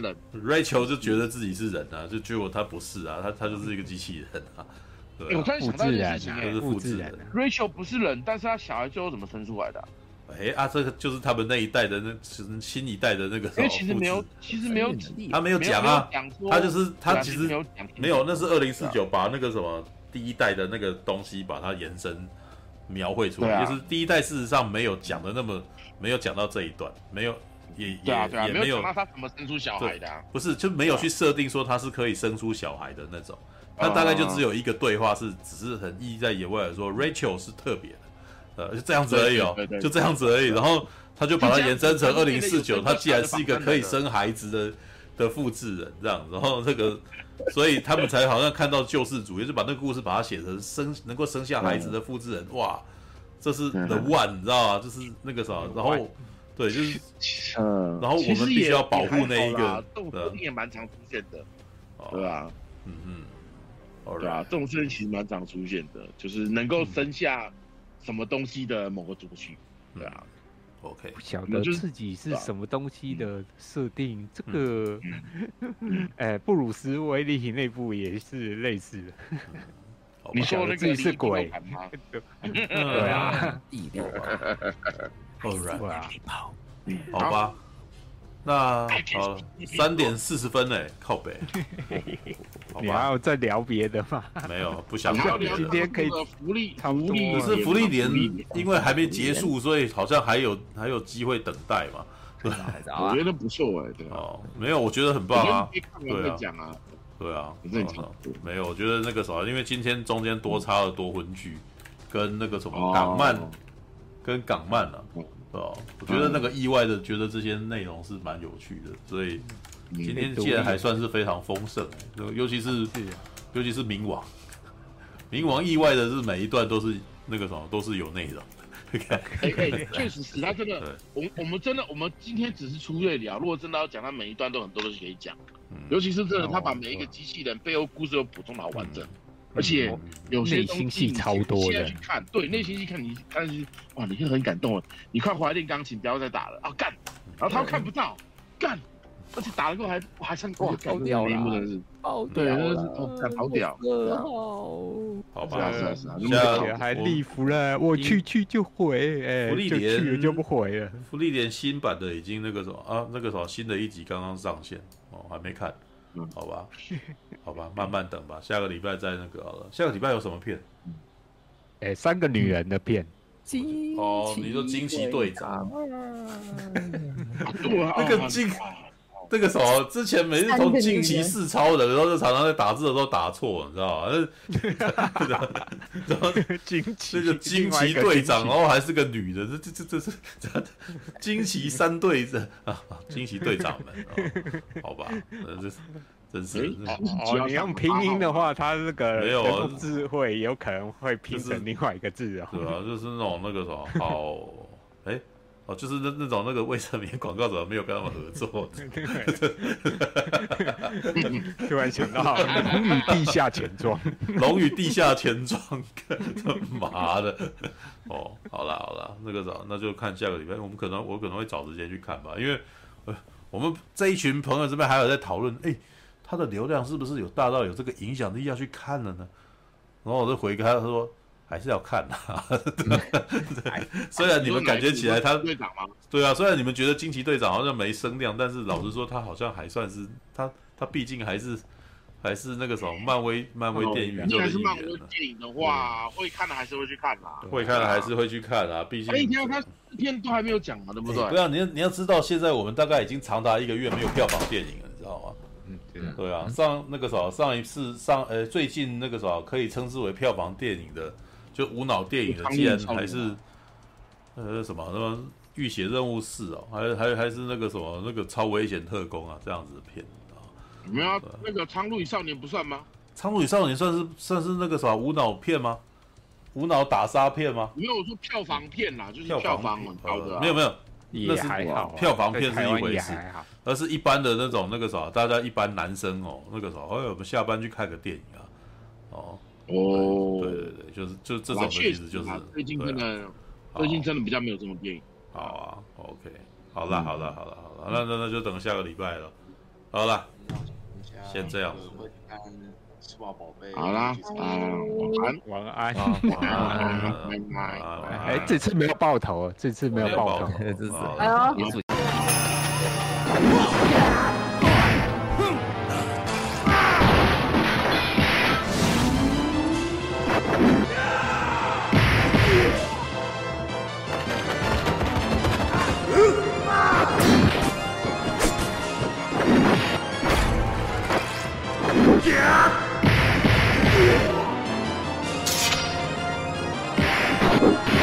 Rachel 就觉得自己是人啊，就结果他不是啊，他他就是一个机器人啊。对啊，我突然想到一件事情，就是复制人。Rachel 不是人，但是他小孩最后怎么生出来的？哎啊，这个就是他们那一代的那新一代的那个。因为其实没有，其实没有，他没有讲啊，他就是他其实没有，那是二零四九把那个什么第一代的那个东西把它延伸。 描绘出来， 啊、 就是第一代事实上没有讲的那么没有讲到这一段，没有也对啊对啊， 也没有讲到他怎么生出小孩的、啊， 不是就没有去设定说他是可以生出小孩的那种，他大概就只有一个对话是只是很意在言外的说 Rachel 是特别的，呃就这样子而已哦， 对对对对就这样子而已，然后他就把它延伸成二零四九，他既然是一个可以生孩子的的复制人这样，然后这个。所以他们才好像看到救世主，也就把那个故事把它写成生能够生下孩子的复制人，哇，这是 the one， 你知道吗？就是那个啥，然后对，就是， 嗯， 然后我们必须要保护那一个， 这种设定也蛮常出现的，对吧？ 嗯嗯， 对啊，这种设定其实蛮常出现的，就是能够生下什么东西的某个族群，对啊。 OK， 不晓得自己是什么东西的设定，这个，哎，布鲁斯威利那部也是类似的。 你说那个自己是鬼吗？ 对啊， 第六啊 ，Alright， 好吧，那好，三点四十分哎，靠北。 你还要再聊别的吗？ 没有，不想聊别的。 今天可以福利， 福利， 可是福利点因为还没结束，所以好像还有还有机会等待嘛。对啊，我觉得不错哎，对哦，没有，我觉得很棒啊。 对啊，讲啊， 对啊，没有，我觉得那个什么，因为今天中间多插了多婚剧，跟那个什么港漫，跟港漫啊，对吧？我觉得那个意外的觉得这些内容是蛮有趣的，所以。今天既然还算是非常丰盛，尤其是尤其是冥王，冥王意外的是每一段都是那个什么都是有内容的。 哎哎，确实是他真的，我我们真的我们今天只是粗略聊，如果真的要讲，他每一段都很多东西可以讲，尤其是真的他把每一个机器人背后故事都补充的好完整，而且有些东西超多的。 去看，对内心戏看你看哇，你会很感动了。你快回来练钢琴，不要再打了啊干，然后他看不到干。而且打了过后还还上哇， 好屌啦！ 对，那是哦，好屌， 好吧， 是啊是啊， 而且还立服了，我去去就回，哎， 福利点去了就不回了。 福利点新版的已经那个什么啊，那个什么新的一集刚刚上线哦，还没看，好吧，好吧，慢慢等吧，下个礼拜再那个好了。下个礼拜有什么片？ 哎，三个女人的片。 哦，你说惊奇队长， 那个惊。那个什么，之前每次从惊奇四超人，然后就常常在打字的时候打错，你知道吗？然后惊奇那个惊奇队长，然后还是个女的，这这这这这惊奇三队的啊，惊奇队长们，哦、好吧，这真是哦，你用拼音的话，它这个没有字会有可能会拼成另外一个字哦。 对啊，就是那种那个什么好，哎。哦，就是那那种那个卫生棉广告者没有跟他们合作， 突然想到《龙与地下钱庄》， 《龙与地下钱庄》，妈的！哦，好啦好啦，那个啥，那就看下个礼拜，我们可能我可能会找时间去看吧，因为呃，我们这一群朋友这边还有在讨论，哎、欸，他的流量是不是有大到有这个影响力要去看了呢？然后我就回给他说。还是要看啊，虽然你们感觉起来他，对啊，虽然你们觉得惊奇队长好像没声量，但是老实说，他好像还算是他，他毕竟还是还是那个什么漫威漫威电影宇宙的一员。 漫威电影的话，会看的还是会去看啦， 会看的还是会去看啊，毕竟。 哎，你看他片都还没有讲嘛，对不对？ 对啊，你要你要知道，现在我们大概已经长达一个月没有票房电影了，你知道吗？ 嗯， 对啊，上那个啥，上一次上呃最近那个啥可以称之为票房电影的。就无脑电影的，既然还是呃什么什么浴血任务四哦，还还还是那个什么那个超危险特工啊这样子的片啊。 没有、啊、那个《苍鹭与少年》不算吗？ 《苍鹭与少年》算是算是那个啥无脑片吗？无脑打杀片吗？ 没有说票房片啦，就是票房很高的、啊。 没有没有， 那是还好、啊， 票房片是一回事，而是一般的那种那个啥，大家一般男生哦，那个啥，哎，我们下班去看个电影啊，哦。 哦， 对对对，就是就这种的意思，就是最近真的，最近真的比较没有这种电影。 好啊 ，OK， 好啦好啦好啦好啦，那那那就等下个礼拜了。好啦，先这样子。 吃饱宝贝。 好啦，啊， 晚安， 晚安，晚安。 哎，这次没有爆头，这次没有爆头， 这是哎呀。 Yeah! 甲。